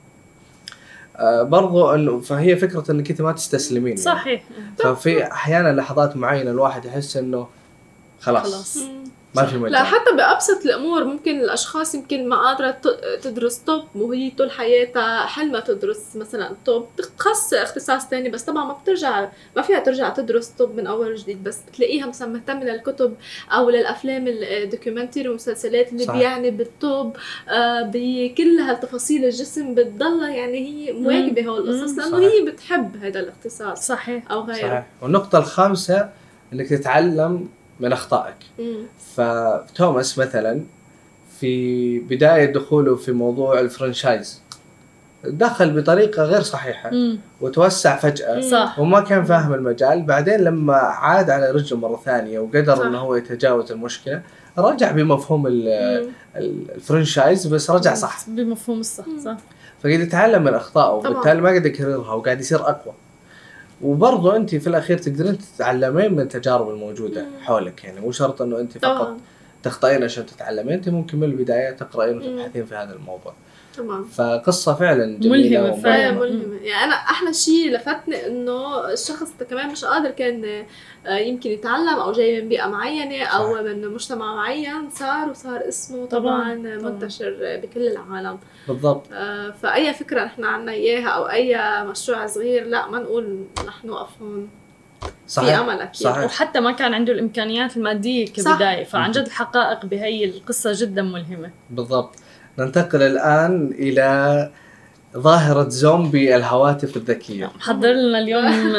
آه برضو انه فهي فكره انك انت ما تستسلمين يعني. صحيح. ففي احيانا لحظات معينه الواحد يحس انه خلاص, خلاص. مم. ما في مجال. لا حتى بأبسط الأمور، ممكن الأشخاص يمكن ما قادرة ت- تدرس طب وهي طول حياتها حلمها تدرس مثلا طب، تخصص اختصاص تاني، بس طبعا ما بترجع ما فيها ترجع تدرس طب من أول وجديد، بس بتلاقيها مثلا مهتمة للكتب أو للأفلام الدوكيومنتري والمسلسلات اللي صح. بيعني بالطب، آه بكل هالتفاصيل الجسم بتضلها يعني هي مواكبة هول القصص، مم. لأنه صحيح. هي بتحب هذا الاختصاص صحيح. أو غيره. صحيح. والنقطه الخامسه انك تتعلم من اخطائك. مم. فتوماس مثلا في بداية دخوله في موضوع الفرنشايز دخل بطريقة غير صحيحة مم. وتوسع فجأة صح. وما كان فاهم المجال. بعدين لما عاد على رجله مرة ثانية وقدر صح. انه هو يتجاوز المشكلة، رجع بمفهوم ال- مم. ال- الفرنشايز بس رجع صح. بمفهوم الصح. صح. فقاعد يتعلم من اخطائه طبعاً. وبالتالي ما قاعد يكررها وقاعد يصير اقوى. وبرضه انت في الاخير تقدرين تتعلمين من التجارب الموجودة مم. حولك، يعني مو شرط انه انت فقط طبعا تخطئين عشان تتعلمين، انت ممكن من البدايه تقرأين مم. وتبحثين في هذا الموضوع. طبعا فقصه فعلا جميله ملهمة فعلاً. فعلا وملهمة. ملهمة. يعني أنا أحلى شيء لفتني إنه الشخص كمان مش قادر كان آه، يمكن يتعلم أو جاي من بيئة معينة أو صح. من مجتمع معين، صار وصار اسمه طبعاً. طبعا طبعاً. منتشر بكل العالم. بالضبط. آه، فأي فكرة نحن عنا إياها أو أي مشروع صغير، لا ما نقول رح نوقف هون، في صحيح أمل أكيد. صحيح. وحتى ما كان عنده الامكانيات الماديه كبدايه، فعن جد الحقائق بهي القصه جدا ملهمه. بالضبط. ننتقل الان الى ظاهره زومبي الهواتف الذكيه. محضر لنا اليوم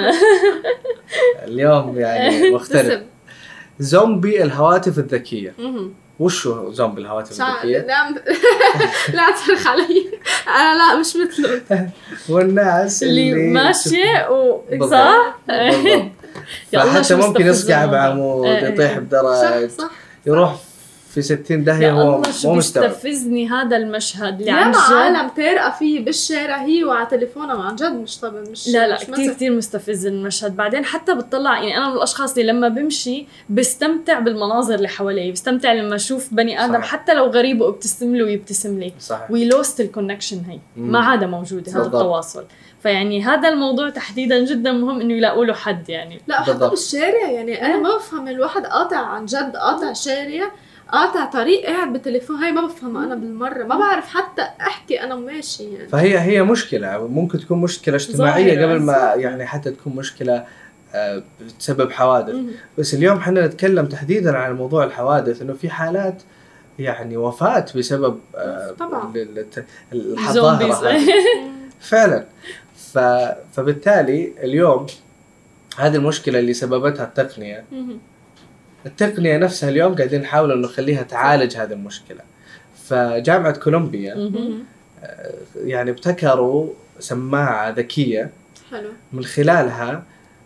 اليوم يعني مختلف. دسم. زومبي الهواتف الذكيه. مهم. وش هو زومبي الهواتف شا- الذكيه؟ لا لا تفرخ علي، أنا لا مش مثله. والناس اللي اللي ماشيه و بالضبط. صح. بالضبط. يا الله فحتى شو ممكن مستفز يصقع الموضوع. بعمود، إيه. يطيح بدرج، صح صح. يروح في ستين داهية، يا هو الله شو مو مستوعب. بيستفزني هذا المشهد اللي عن ياما جد. عالم تارقة فيه بالشارع هي وعلى تليفونها، عن جد مش طبعا مش لا لا مش كتير مزح. كتير مستفز المشهد. بعدين حتى بتطلع يعني انا من الاشخاص اللي لما بمشي بستمتع بالمناظر اللي حوالي، بستمتع لما اشوف بني ادم صح. حتى لو غريب وبتسم له ويبتسم لي. صحيح. وي لوست الكونكشن هي مم. ما عاد موجوده هذا بالضبط. التواصل. فيعني هذا الموضوع تحديدا جدا مهم انه يلاقوا له حد يعني. لا حتى بالضبط. بالشارع يعني انا ما بفهم الواحد قاطع عن جد قاطع شارع قاطع طريق قاعد بالتليفون، هاي ما بفهمها انا بالمره، ما بعرف حتى احكي انا وماشي يعني. فهي هي مشكله، ممكن تكون مشكله اجتماعيه ظاهرة. قبل ما يعني حتى تكون مشكله آه، بتسبب حوادث. مم. بس اليوم حنا نتكلم تحديدا عن موضوع الحوادث، انه في حالات يعني وفاه بسبب آه، طبعاً. ال- الت- الظاهره زومبيز. هذه. فعلا. ف... فبالتالي اليوم هذه المشكله اللي سببتها التقنيه، مم. التقنيه نفسها اليوم قاعدين نحاول انه نخليها تعالج هذه المشكله. فجامعه كولومبيا مهم. يعني ابتكروا سماعه ذكيه حلو. من خلالها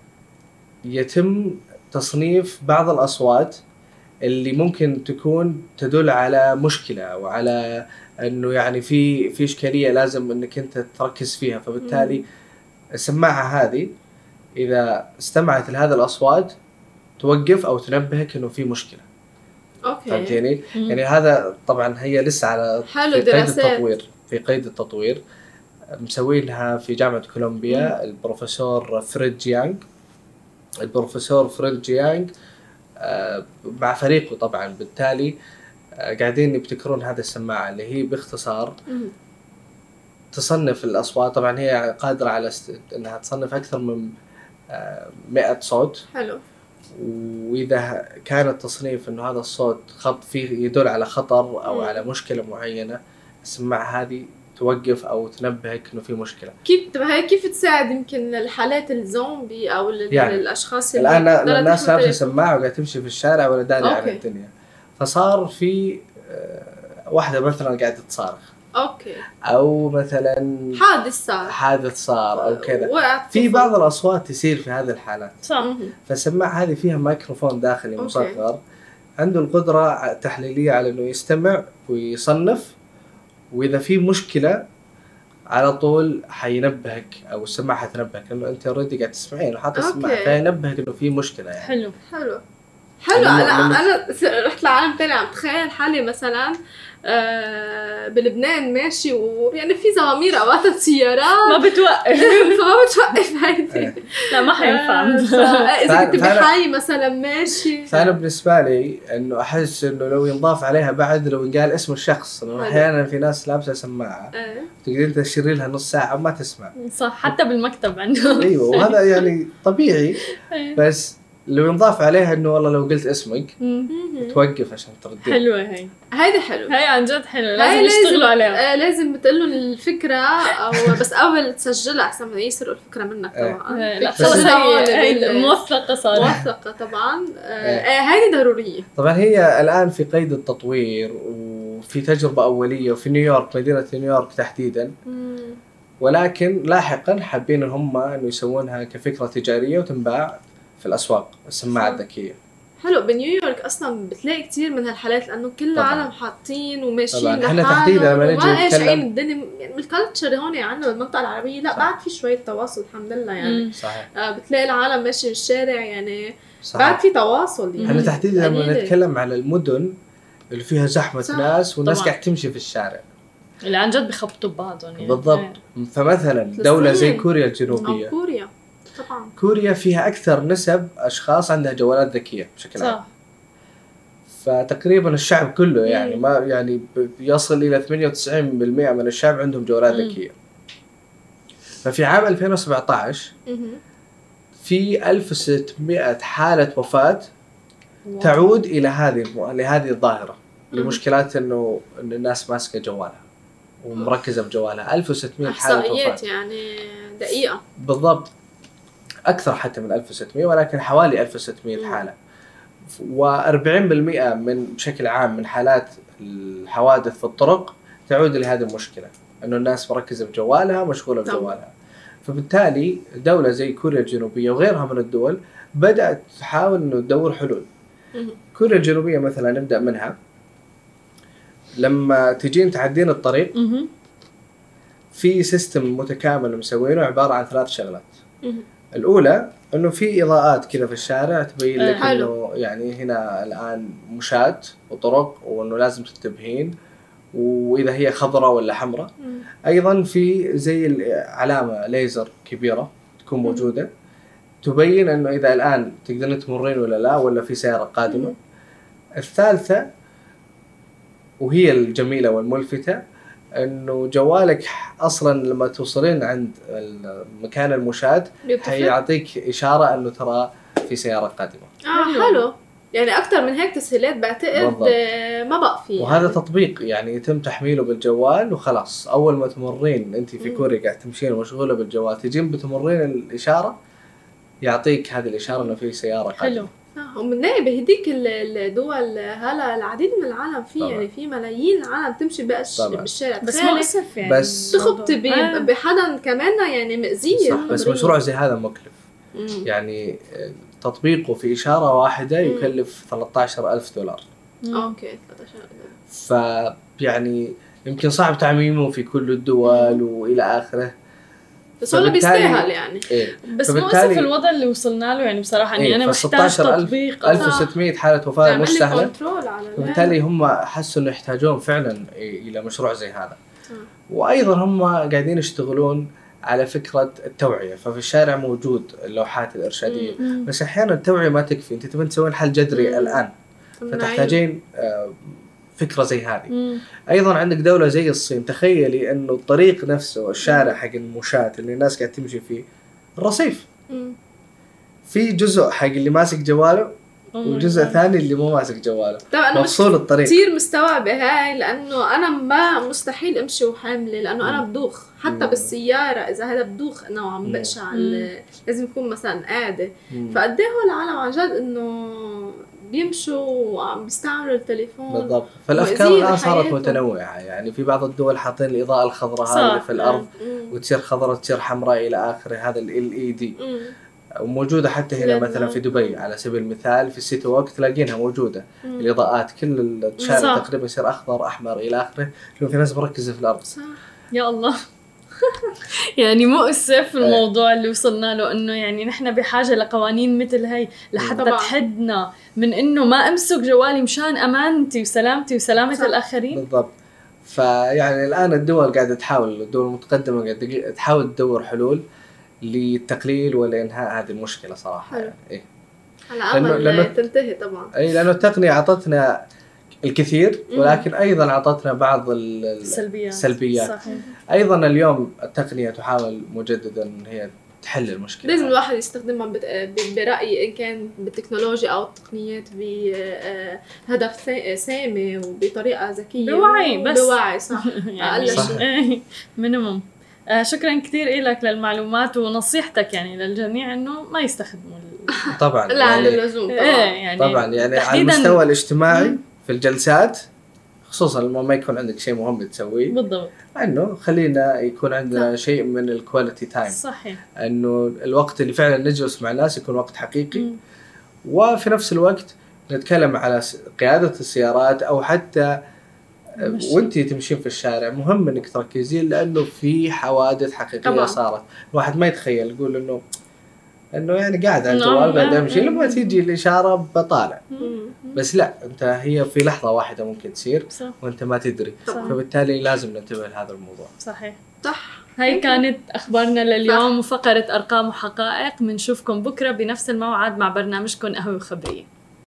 يتم تصنيف بعض الأصوات اللي ممكن تكون تدل على مشكلة أو على أنه يعني في في إشكالية لازم أنك أنت تركز فيها. فبالتالي السماعة هذه إذا استمعت لهذه الأصوات توقف أو تنبهك أنه في مشكلة. اوكي. فهمتيني؟ مم. يعني هذا طبعا هي لسه على حلو، في قيد دراسات. التطوير في قيد التطوير مسوينها في جامعة كولومبيا. البروفيسور فريد جيانغ البروفيسور فريد جيانغ آه، مع فريقه طبعا. بالتالي آه، قاعدين يبتكرون هذه السماعة اللي هي باختصار مم. تصنف الأصوات. طبعا هي قادرة على است... أنها تصنف أكثر من آه، مئة صوت، حلو. وإذا كان التصنيف أنه هذا الصوت خط فيه يدل على خطر أو مم. على مشكلة معينة، السماعة هذه توقف أو تنبهك إنه في مشكلة. كيف طب هي كيف تساعد يمكن الحالات الزومبي او ال- يعني الاشخاص اللي الآن بدها الناس تحمل لابسة تليفون؟ سماعة وقاعدة تمشي في الشارع ولا داري عن أوكي. الدنيا، فصار في آه، واحدة مثلا قاعدة تصارخ اوكي. أو مثلا حادث صار حادث صار أو كذا، وقعت في طفل. بعض الأصوات تصير في هذه الحالات. صح. مهم. فالسماعة هذه فيها ميكروفون داخلي أوكي. مصغر عنده القدرة تحليلية على إنه يستمع ويصنف، وإذا في مشكلة على طول حينبهك أو السماعة حتنبهك لأنه أنت أوريدي قاعد تسمعين وحاطة السماعة، أوكي. فينبهك إنه في مشكلة يعني. حلو. حلو حلو. لما- انا لما- انا س- رحت لعالم تاني، عم تخيل حالي مثلا آه بلبنان ماشي ويعني في زوامير اوقات سيارات ما بتوقف. فما بتوقف هيدي. إيه. لا ما حينفع. آه، ف- اذا كنت فأنا- فأنا- بحي مثلا ماشي فأنا بالنسبة لي إنه أحس إنه لو ينضاف عليها بعد لو ينقال اسم الشخص، إنه حلو. أحيانا في ناس لابسة سماعة آه. تقدرين تشتري لها نص ساعة وما تسمع. صح، حتى بالمكتب عنده. أيوة، وهذا يعني طبيعي، بس لو ينضاف عليها إنه والله لو قلت اسمك مم. مهم. توقف عشان تردين. حلوة هي. هيدي حلو. هي عن جد حلوة، هاي لازم يشتغلوا عليها. آه لازم بتقلن الفكرة أو بس أول تسجلها أحسن ما يسرقوا الفكرة منك إيه. طبعا. آه، لا فكرة خلص هي هي هي بال- موثقة صارت. موثقة طبعا. آه إيه. آه، هيدي ضرورية. طبعا هي الآن في قيد التطوير وفي تجربة أولية وفي نيويورك، مدينة نيويورك تحديدا، ولكن لاحقا حابين هم إنه يسوونها كفكرة تجارية وتنباع في الأسواق، السماعة صح. الذكية. حلو. بنيويورك أصلا بتلاقي كتير من هالحالات لأنه كل طبعاً. العالم حاطين وماشيين طبعاً. إحنا لحالهم تحديداً لما نجي وما إيش نتكلم- عين الدنيا يعني بالكالتشر هون عندنا بالمنطقة العربية لا صح. بعد في شوية تواصل الحمد لله يعني. مم. صحيح. آه بتلاقي العالم ماشي بالشارع يعني بعد صحيح. في تواصل يعني. احنا تحديدا لما قليلة. نتكلم على المدن اللي فيها زحمة صح. ناس والناس طبعاً. قاعد تمشي في الشارع. اللي عن جد بخبطوا ببعضهم يعني. بالضبط. إيه. فمثلا دولة زي فلسطين. كوريا أو الجنوبية، كوريا طبعا. كوريا فيها أكثر نسب أشخاص عندها جوالات ذكية بشكل عام. صح. فتقريبا الشعب كله يعني مم. ما يعني ب- يصل إلى ثمانية وتسعين بالمئة من الشعب عندهم جوالات مم. ذكية. ففي عام ألفين وسبعة عشر مهم. في ألف وستمئة حالة وفاة تعود إلى هذه الم- لهذه الظاهرة، مم. لمشكلات إنه إن الناس ماسكة جوالها ومركزة بجوالها. ألف وستمئة حالة إحصائيات وفاة يعني دقيقة. بالضبط، أكثر حتى من ألف وستمئة، ولكن حوالي ألف وستمئة مم. حالة. وأربعين بالمئة من بشكل عام من حالات الحوادث في الطرق تعود لهذه المشكلة، إنه الناس مركزة بجوالها مشغولة طبعا. بجوالها. فبالتالي دولة زي كوريا الجنوبية وغيرها من الدول بدأت تحاول إنه تدور حلول. مهم. كوريا الجنوبية مثلا نبدأ منها، لما تجين تعدين الطريق مهم. في سيستم متكامل مسوينه عبارة عن ثلاث شغلات. مهم. الأولى إنه في إضاءات كذا في الشارع تبين لك حلو. إنه يعني هنا الآن مشاة وطرق وإنه لازم تنتبهين واذا هي خضراء ولا حمراء. ايضا في زي علامه ليزر كبيره تكون موجوده تبين انه اذا الان تقدرين تمرين ولا لا، ولا في سياره قادمه. الثالثه وهي الجميله والملفته انه جوالك اصلا لما توصلين عند مكان المشاة حيعطيك اشاره انه ترى في سياره قادمه. اه حلو، يعني اكثر من هيك تسهيلات بعتقد ما بقى فيه. وهذا يعني تطبيق يعني يتم تحميله بالجوال وخلاص. اول ما تمرين انت في كوريا قاعد تمشين ومشغوله بالجوال، تجين بتمرين الاشاره يعطيك هذه الاشاره انه في سياره قادمه. حلو. ومنلاقي بهديك الدول هلا العديد من العالم فيه، يعني في ملايين العالم تمشي بالشارع، بس مؤسف يعني بس تخبطي آه. بحدا كمان يعني مأذية. بس مشروع زي هذا مكلف. مم. يعني تطبيقه في إشارة واحدة يكلف ثلاثة عشر ألف دولار. مم. أوكي ثلاثة عشر ألف. فيعني يمكن صعب تعميمه في كل الدول مم. وإلى آخره. بس هو بيستاهل يعني. إيه؟ بس مؤسف الوضع اللي وصلنا له يعني بصراحة. يعني إيه؟ أنا محتاج تطبيق ألف وستمية حالة وفاة مش سهلة. وبالتالي هم حسوا إنه يحتاجون فعلا إلى مشروع زي هذا. م. وأيضا هم قاعدين يشتغلون على فكرة التوعية. ففي الشارع موجود اللوحات الإرشادية، م. بس أحيانا التوعية ما تكفي. أنت تبين تسوين حل جذري م. الآن، فتحتاجين آه فكرة زي هذه. مم. أيضا عندك دولة زي الصين، تخيلي أنه الطريق نفسه الشارع حق المشاة اللي الناس قاعد تمشي فيه الرصيف، مم. في جزء حق اللي ماسك جواله وجزء ثاني اللي مو ماسك جواله. مفصول الطريق. كثير مستوعبة هاي، لأنه أنا ما مستحيل أمشي وحاملة، لأنه مم. أنا بدوخ حتى مم. بالسيارة. إذا هذا بدوخ أنا وعم بقشع، لازم يكون مثلا قاعدة. فقديه هو العالم عن جد إنه بيمشوا وعم بيستعملوا التليفون. بالضبط. فالافكار الان صارت متنوعه، يعني في بعض الدول حاطين الاضاءه الخضراء هذه اللي في الارض مم. وتصير خضراء تصير حمراء الى اخره، هذا ال اي دي وموجوده حتى هنا مثلا في دبي على سبيل المثال في السيتي ووك تلاقينها موجوده. مم. الاضاءات كل الشارع تقريبا يصير اخضر احمر الى اخره، لانه في ناس مركزه في الارض. صح. يا الله. يعني مؤسف الموضوع اللي وصلنا له، انه يعني نحن بحاجه لقوانين مثل هي لحتى طبعا. تحدنا من انه ما امسك جوالي مشان امانتي وسلامتي وسلامه صح. الاخرين. بالضبط. فيعني الان الدول قاعده تحاول، الدول المتقدمه قاعده تحاول تدور حلول للتقليل والانهاء هذه المشكله صراحه. يعني ايه على امل لأنه تنتهي طبعا. اي لانه التقنيه اعطتنا الكثير ولكن ايضا اعطتنا بعض السلبيات. السلبيات. صحيح. ايضا اليوم التقنيه تحاول مجددا ان هي تحل المشكله. لازم الواحد يستخدمها برايي ان كان بالتكنولوجيا او التقنيات بهدف سامي وبطريقه ذكيه بوعي. بس بوعي صح. يعني اقل مينيموم. آه شكرا كثير لك للمعلومات ونصيحتك يعني للجميع انه ما يستخدموا طبعا لا عند اللزوم طبعا. يعني طبعا يعني على المستوى الاجتماعي في الجلسات خصوصا لما ما يكون عندك شيء مهم تسويه. بالضبط. انه خلينا يكون عندنا صح. شيء من الكواليتي تايم. صحيح. انه الوقت اللي فعلا نجلس مع الناس يكون وقت حقيقي. م. وفي نفس الوقت نتكلم على قيادة السيارات او حتى مش. وانتي تمشين في الشارع مهم انك تركزين، لانه في حوادث حقيقية طبعا. صارت الواحد ما يتخيل، يقول انه انه يعني قاعد على الجوال قاعد امشي لما تيجي الاشاره بطالع، بس لا انت هي في لحظه واحده ممكن تصير صح. وانت ما تدري صح. فبالتالي لازم ننتبه لهذا الموضوع. صحيح صح. هاي كانت اخبارنا لليوم وفقره ارقام وحقائق. بنشوفكم بكره بنفس الموعد مع برنامجكم قهوه وخبريه.